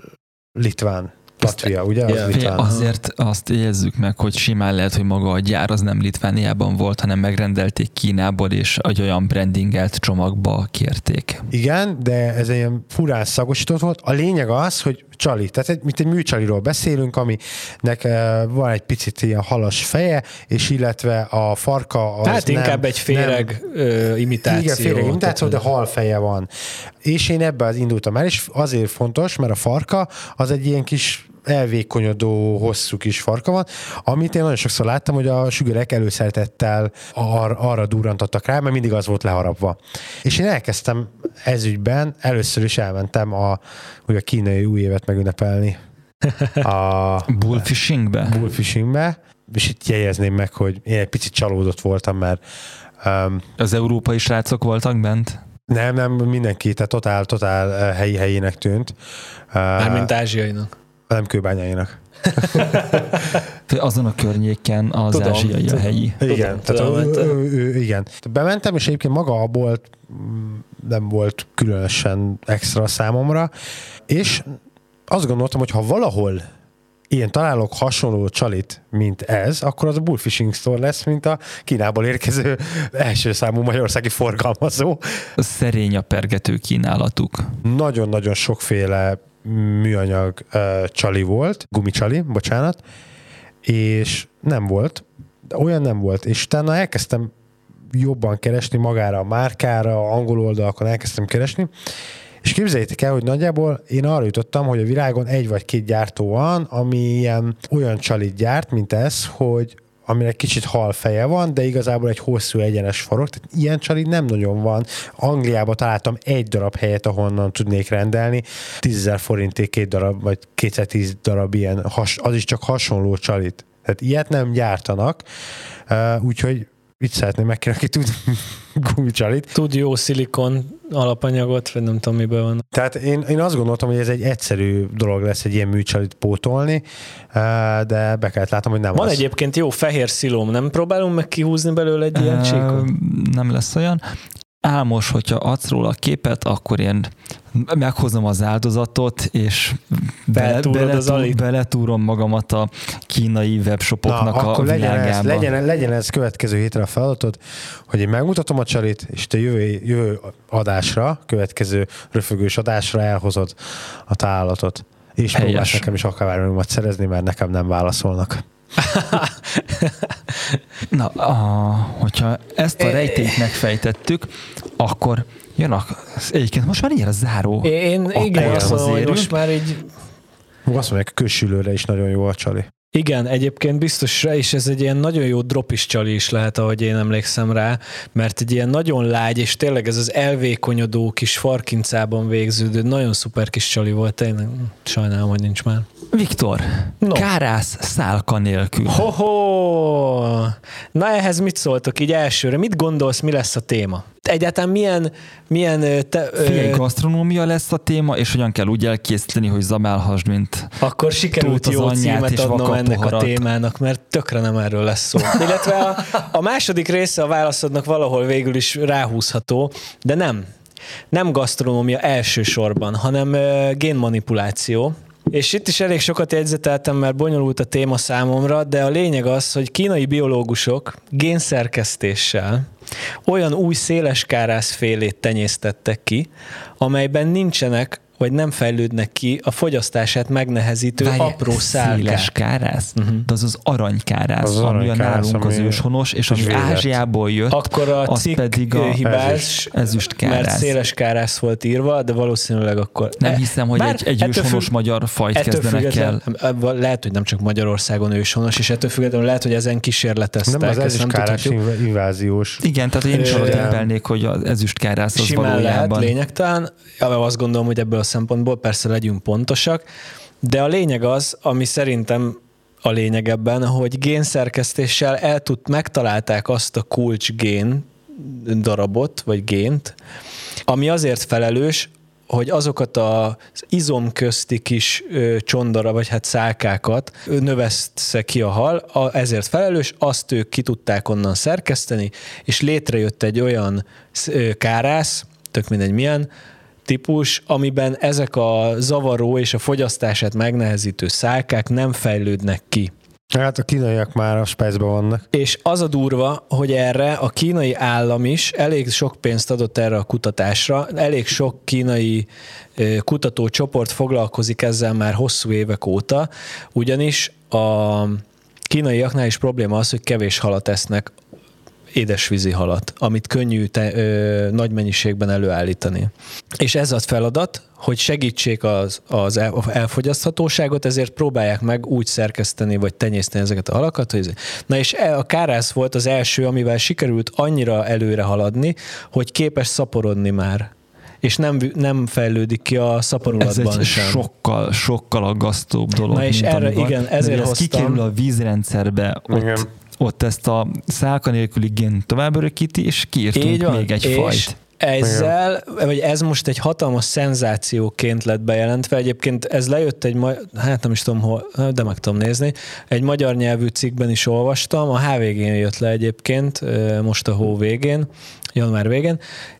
litván. Latvia, ugye? Az litván.
Azért azt jegyezzük meg, hogy simán lehet, hogy maga a gyár az nem Litvániában volt, hanem megrendelték Kínából, és egy olyan brandingelt csomagba kérték.
Igen, de ez egy ilyen furán szagosított volt. A lényeg az, hogy csali, tehát mint egy műcsaliról beszélünk, aminek van egy picit ilyen halas feje, és illetve a farka az
tehát inkább egy féreg imitáció.
Igen, féreg imitáció, de hal feje van. És én ebbe az indultam el, és azért fontos, mert a farka az egy ilyen kis elvékonyodó, hosszú kis farka van, amit én nagyon sokszor láttam, hogy a sügerek előszeretettel arra durrantottak rá, mert mindig az volt leharapva. És én elkezdtem ezügyben, először is elmentem a kínai új évet megünnepelni. A
Bullfishingbe?
Bullfishingbe, és itt jegyezném meg, hogy én egy picit csalódott voltam, mert
az európai srácok voltak bent?
Nem, mindenki, tehát totál helyének tűnt.
Mármint ázsiainak.
Nem kőbányainak.
Azon a környéken az ázsiai a helyi.
Igen, igen. Bementem, és egyébként maga a bolt nem volt különösen extra számomra, és azt gondoltam, hogy ha valahol ilyen találok hasonló csalit, mint ez, akkor az a Bullfishing Store lesz, mint a Kínából érkező első számú magyarországi forgalmazó.
Szerény a pergető kínálatuk.
Nagyon-nagyon sokféle műanyag csali volt, gumicsali, bocsánat, és nem volt, de olyan nem volt, és utána elkezdtem jobban keresni magára a márkára, angol oldalakon elkezdtem keresni, és képzeljétek el, hogy nagyjából én arra jutottam, hogy a világon 1 vagy 2 gyártó van, ami ilyen olyan csalit gyárt, mint ez, hogy aminek kicsit hal feje van, de igazából egy hosszú egyenes farok, tehát ilyen csalit nem nagyon van. Angliában találtam 1 darab helyet, ahonnan tudnék rendelni, 10 000 forintért 2 darab, vagy 210 darab ilyen, az is csak hasonló csalit. Tehát ilyet nem gyártanak, úgyhogy itt szeretném megkérni, aki tud gumicsalit.
Tud jó szilikon alapanyagot, vagy nem tudom, miből van.
Tehát én azt gondoltam, hogy ez egy egyszerű dolog lesz egy ilyen műcsalit pótolni, de be kellett látnom, hogy nem
van
az.
Egyébként jó fehér szilóm, nem próbálunk meg kihúzni belőle egy ilyen csíkot?
Nem lesz olyan. Álmos, hogyha adsz róla a képet, akkor én meghozom az áldozatot, és beletúrom magamat a kínai webshopoknak a világába.
Legyen ez következő hétre a feladatod, hogy én megmutatom a csalit, és te jövő adásra, következő röfögős adásra elhozod a találatot. És próbálsz nekem is akváriomat szerezni, mert nekem nem válaszolnak.
Na, hogyha ezt a rejtélyt megfejtettük, akkor jön egyébként most már ilyen a záró.
Igen, azt mondom, hogy most már így...
Azt mondják, a közsülőre is nagyon jó a csali.
Igen, egyébként biztos, és ez egy ilyen nagyon jó dropis csali is lehet, ahogy én emlékszem rá, mert egy ilyen nagyon lágy, és tényleg ez az elvékonyodó kis farkincában végződő, nagyon szuper kis csali volt, én sajnálom, hogy nincs már.
Viktor, kárász szálka nélkül.
Ho-ho! Na ehhez mit szóltok így elsőre? Mit gondolsz, mi lesz a téma? Egyáltalán milyen
Figyelj, gasztronómia lesz a téma, és hogyan kell úgy elkészíteni, hogy zabálhassd, mint
akkor sikerült jó címet adnom ennek a témának, mert tökre nem erről lesz szó. Illetve a második része a válaszodnak valahol végül is ráhúzható, de nem gasztronómia elsősorban, hanem génmanipuláció. És itt is elég sokat jegyzeteltem, mert bonyolult a téma számomra, de a lényeg az, hogy kínai biológusok génszerkesztéssel olyan új széleskárászfélét tenyésztettek ki, amelyben nincsenek, vagy nem fejlődnek ki a fogyasztását megnehezítő apró szálkák.
Széleskárász? De az aranykárász, ami a nálunk az őshonos, és ami Ázsiából jött,
akkor a
az pedig a
hibás,
ezüstkárász.
mert széleskárász volt írva, de valószínűleg akkor...
Nem hiszem, hogy egy őshonos magyar fajt kezdenek el.
Lehet, hogy nem csak Magyarországon őshonos, és ettől függetlenül lehet, hogy ezen kísérleteztek.
Nem, az ezüstkárás inváziós.
Igen, tehát én is arra tippelnék, hogy az ezüstkárász az
simán
valójában.
Lehet, lényegtelen. Azt gondolom, hogy ebből a szempontból persze legyünk pontosak, de a lényeg az, ami szerintem a lényeg ebben, hogy génszerkesztéssel megtalálták azt a kulcsgén darabot, vagy gént, ami azért felelős, hogy azokat az izomközti kis csondara, vagy hát szálkákat növesztsze ki a hal, ezért felelős, azt ők ki tudták onnan szerkeszteni, és létrejött egy olyan kárász, tök mindegy milyen, típus, amiben ezek a zavaró és a fogyasztását megnehezítő szálkák nem fejlődnek ki.
Hát a kínaiak már a spájzban vannak.
És az a durva, hogy erre a kínai állam is elég sok pénzt adott erre a kutatásra, elég sok kínai kutatócsoport foglalkozik ezzel már hosszú évek óta, ugyanis a kínaiaknál is probléma az, hogy kevés halat esznek, édesvízi halat, amit könnyű nagy mennyiségben előállítani. És ez a feladat, hogy segítsék az elfogyaszthatóságot, ezért próbálják meg úgy szerkeszteni, vagy tenyészteni ezeket a halakat. Hogy... Na és a kárász volt az első, amivel sikerült annyira előre haladni, hogy képes szaporodni már. És nem fejlődik ki a szaporulatban
ez
sem.
sokkal aggasztóbb dolog.
Na és erre, igen, ezért
ez
hoztam.
kikerül a vízrendszerbe, ott ezt a szálka nélküli gént tovább örökíti, és kiírtunk még egy fajt.
Ezzel, vagy ez most egy hatalmas szenzációként lett bejelentve. Egyébként ez lejött hát nem is tudom hol, de meg tudom nézni. Egy magyar nyelvű cikkben is olvastam, a HVG-n jött le egyébként, most a hó végén, január végén,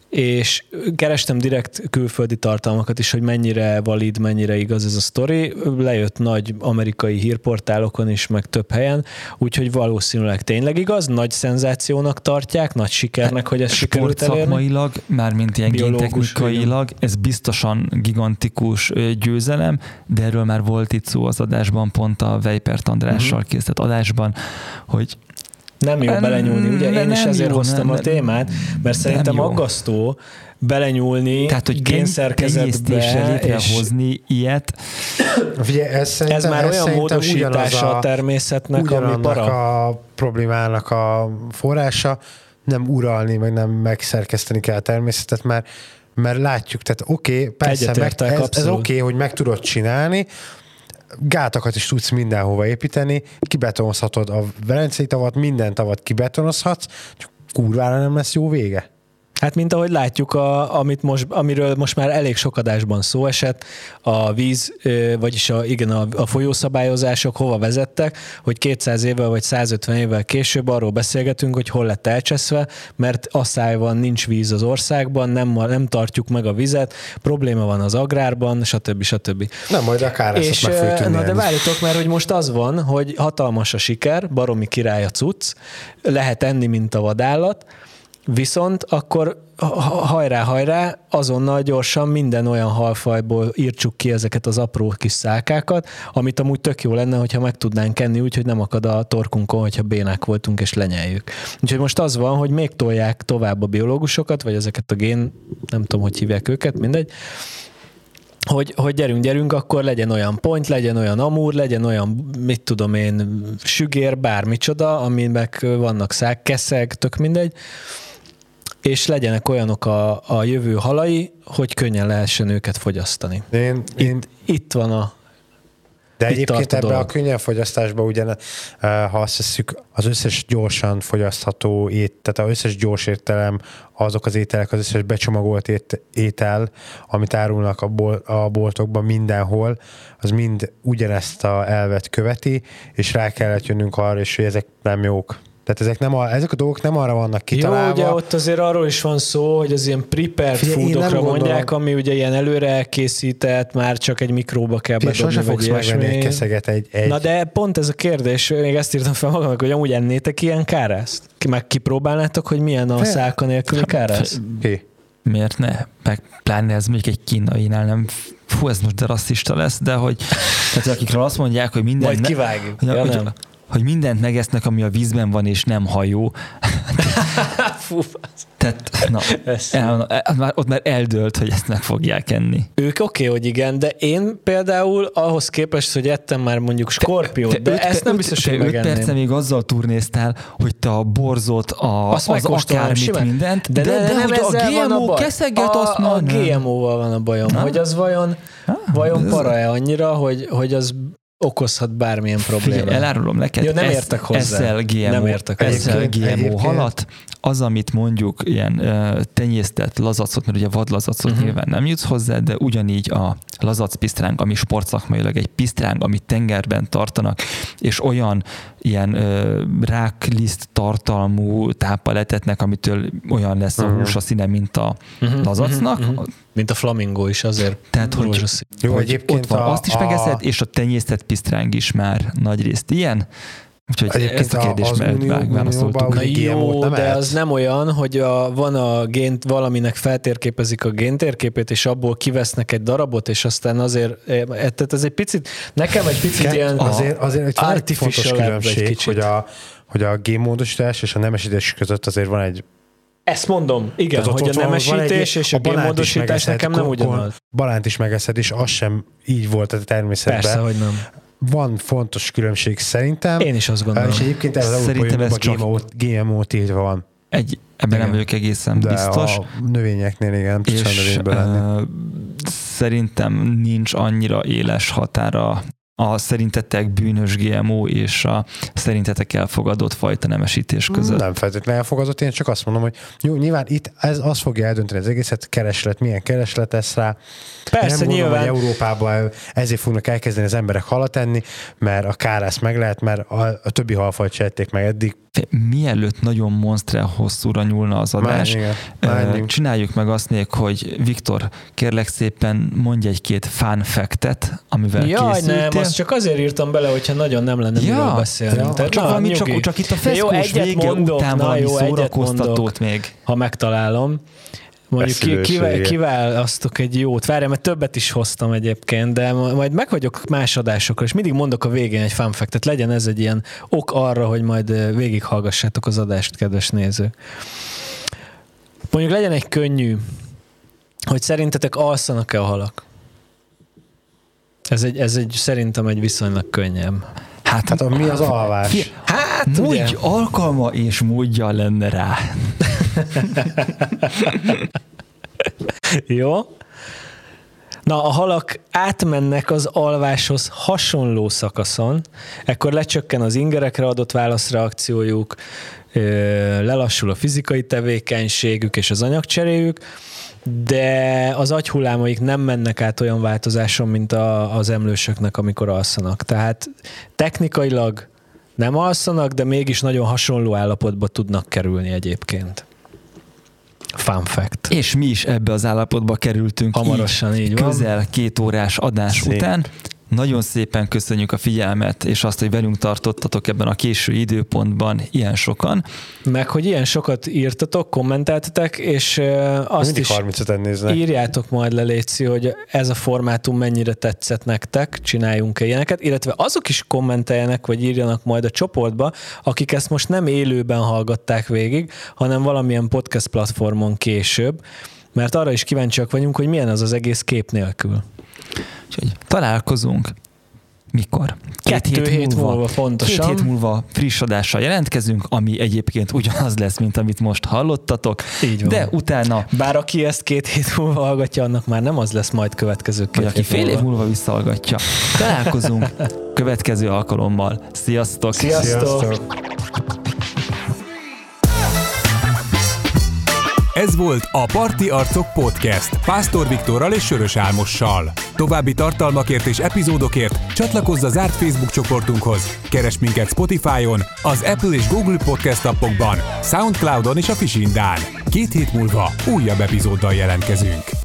és kerestem direkt külföldi tartalmakat is, hogy mennyire valid, mennyire igaz ez a sztori. Lejött nagy amerikai hírportálokon is, meg több helyen, úgyhogy valószínűleg tényleg igaz, nagy szenzációnak tartják, nagy sikernek, hogy ez sikerült elérni.
Sportszakmailag, mármint ilyen géntechnikailag, ez biztosan gigantikus győzelem, de erről már volt itt szó az adásban, pont a Weipert Andrással készített adásban, hogy
nem jó belenyúlni, ugye? Én is ezért hoztam a témát, mert szerintem aggasztó belenyúlni génszerkezetbe,
létrehozni ilyet.
Figyelj, ez már olyan
módosítása a természetnek, ami para.
A problémának a forrása, nem uralni, meg nem megszerkeszteni kell a természetet, mert látjuk, tehát oké, persze, ez oké, hogy meg tudod csinálni, gátakat is tudsz mindenhova építeni, kibetonozhatod a Velencei tavat, minden tavat kibetonozhatsz, csak kurvára nem lesz jó vége.
Hát mint ahogy látjuk, amiről most már elég sok adásban szó esett, a víz, vagyis a folyószabályozások hova vezettek, hogy 200 évvel vagy 150 évvel később arról beszélgetünk, hogy hol lett elcseszve, mert asszály van, nincs víz az országban, nem tartjuk meg a vizet, probléma van az agrárban, stb.
Nem, majd a kárászat meg fogjuk tudni.
Na de várjatok, mert hogy most az van, hogy hatalmas a siker, baromi király a cucc, lehet enni, mint a vadállat, viszont akkor hajrá, azonnal gyorsan minden olyan halfajból írtsuk ki ezeket az apró kis szálkákat, amit amúgy tök jó lenne, hogyha meg tudnánk enni úgy, hogy nem akad a torkunkon, hogyha bénák voltunk és lenyeljük. Úgyhogy most az van, hogy még tolják tovább a biológusokat, vagy ezeket a nem tudom, hogy hívják őket, mindegy, hogy gyerünk, akkor legyen olyan point, legyen olyan amúr, legyen olyan, mit tudom én, sügér, bármicsoda, aminek vannak keszeg, tök mindegy, és legyenek olyanok a jövő halai, hogy könnyen lehessen őket fogyasztani. Itt van a...
De egyébként ebben a könnyen fogyasztásban ugyan, ha azt veszük, az összes gyorsan fogyasztható tehát az összes gyors ételem, azok az ételek, az összes becsomagolt étel, amit árulnak a boltokban mindenhol, az mind ugyanezt a elvet követi, és rá kellett jönnünk arra is, hogy ezek nem jók. Tehát ezek a dolgok nem arra vannak kitalálva.
Jó, ugye ott azért arról is van szó, hogy az ilyen prepared foodokra mondják, ami ugye ilyen előre elkészített, már csak egy mikróba kell bedobni, vagy ilyesmi.
Egy keszeget
Na de pont ez a kérdés, még ezt írtam fel magamnak, hogy amúgy ennétek ilyen kárászt? Meg kipróbálnátok, hogy milyen a szálka nélküli kárász?
Miért ne? Meg pláne ez még egy kínainál nem... Fú, ez most de rasszista lesz, de hogy... Tehát akikről azt mondják, hogy minden...
Majd kivágjuk.
Hogy mindent megesznek, ami a vízben van, és nem hajó. Tehát, ott már eldőlt, hogy ezt meg fogják enni.
Ők oké, hogy igen, de én például ahhoz képest, hogy ettem már mondjuk skorpiót, de ezt nem biztos, hogy megenném.
5 percen még azzal turnéztál, hogy te a borzot, az akármit, mindent, de
nem
hogy a GMO keszeget azt
a GMO-val van a bajom, hogy az vajon para-e annyira, hogy az okozhat bármilyen problémát.
Figyelj, elárulom neked,
nem értek hozzá.
Eszel GMO halat, az, amit mondjuk ilyen tenyésztett lazacot, mert ugye vadlazacot nyilván nem jutsz hozzá, de ugyanígy a lazacpisztráng, ami sportszakmailag egy pisztráng, amit tengerben tartanak, és olyan ilyen rákliszt tartalmú táppal etetnek, amitől olyan lesz a hús a színe, mint a lazacnak.
Mint a flamingó is azért.
Tehát, hogy
jó, egyébként
ott van, azt is megeszed, és a tenyésztett pisztráng is már nagyrészt ilyen. Úgyhogy ezt a kérdést megválaszoltuk.
Na jó, de az nem olyan, hogy van a gént, valaminek feltérképezik a géntérképét, és abból kivesznek egy darabot, és aztán azért, tehát ez egy picit, nekem egy picit ilyen
azért egy fontos különbség, hogy a génmódosítás és a nemesítés között azért van egy.
Ezt mondom, igen, hogy a nemesítés és a génmódosítás nekem nem ugyanaz.
Banánt is megeszed, és az sem így volt a természetben.
Persze, hogy nem.
Van fontos különbség szerintem.
Én is azt gondolom.
És egyébként ez az Európai GMO tiltva van.
Ebben nem vagyok egészen biztos.
A növényeknél igen, nem tudsz a növényből lenni.
Szerintem nincs annyira éles határa a szerintetek bűnös GMO és a szerintetek elfogadott fajta nemesítés között.
Nem feltétlenül elfogadott, én csak azt mondom, hogy jó, nyilván itt ez az fogja eldönteni az egészet, kereslet, milyen kereslet lesz rá.
Persze,
nem
nyilván.
Hogy Európában ezért fognak elkezdeni az emberek halat enni, mert a kárász meg lehet, mert a többi halfajt se ették meg eddig.
Mielőtt nagyon monsztre hosszúra nyúlna az adás, csináljuk meg azt még, hogy Viktor, kérlek szépen mondj egy-két fun fact-et, amivel készültél.
Nem, azt csak azért írtam bele, hogyha nagyon nem lenne miről beszélni.
Csak itt a feszkós vége után valami szórakoztatót még.
Ha megtalálom. Mondjuk kiválasztok egy jót. Várjál, mert többet is hoztam egyébként, de majd meg vagyok más adásokra, és mindig mondok a végén egy fun fact-et. Legyen ez egy ilyen ok arra, hogy majd végighallgassátok az adást, kedves nézők. Mondjuk legyen egy könnyű, hogy szerintetek alszanak-e a halak? Ez egy szerintem egy viszonylag könnyebb.
Hát mi az alvás?
Úgy alkalma és módja lenne rá.
Jó. Na, a halak átmennek az alváshoz hasonló szakaszon, ekkor lecsökken az ingerekre adott válaszreakciójuk, lelassul a fizikai tevékenységük és az anyagcseréjük, de az agyhullámaik nem mennek át olyan változáson, mint az emlősöknek, amikor alszanak. Tehát technikailag nem alszanak, de mégis nagyon hasonló állapotba tudnak kerülni egyébként. Fun fact.
És mi is ebbe az állapotba kerültünk.
Hamarosan így van.
Közel 2 órás adás után. Nagyon szépen köszönjük a figyelmet, és azt, hogy velünk tartottatok ebben a késő időpontban ilyen sokan.
Meg, hogy ilyen sokat írtatok, kommenteltetek, és azt is írjátok majd le, létszi, hogy ez a formátum mennyire tetszett nektek, csináljunk-e ilyeneket, illetve azok is kommenteljenek, vagy írjanak majd a csoportba, akik ezt most nem élőben hallgatták végig, hanem valamilyen podcast platformon később, mert arra is kíváncsiak vagyunk, hogy milyen az egész kép nélkül.
Úgyhogy találkozunk. Mikor?
2 hét múlva pontosan.
2 hét múlva friss adással jelentkezünk, ami egyébként ugyanaz lesz, mint amit most hallottatok.
Így van.
De utána...
Bár aki ezt 2 hét múlva hallgatja, annak már nem az lesz majd következő 2 hét
aki fél év múlva visszahallgatja. Találkozunk következő alkalommal. Sziasztok!
Sziasztok!
Ez volt a Parti Arcok Podcast Pásztor Viktorral és Sörös Álmossal. További tartalmakért és epizódokért csatlakozz a zárt Facebook csoportunkhoz. Keresd minket Spotify-on, az Apple és Google Podcast appokban, Soundcloudon és a Fisindán. 2 hét múlva újabb epizóddal jelentkezünk.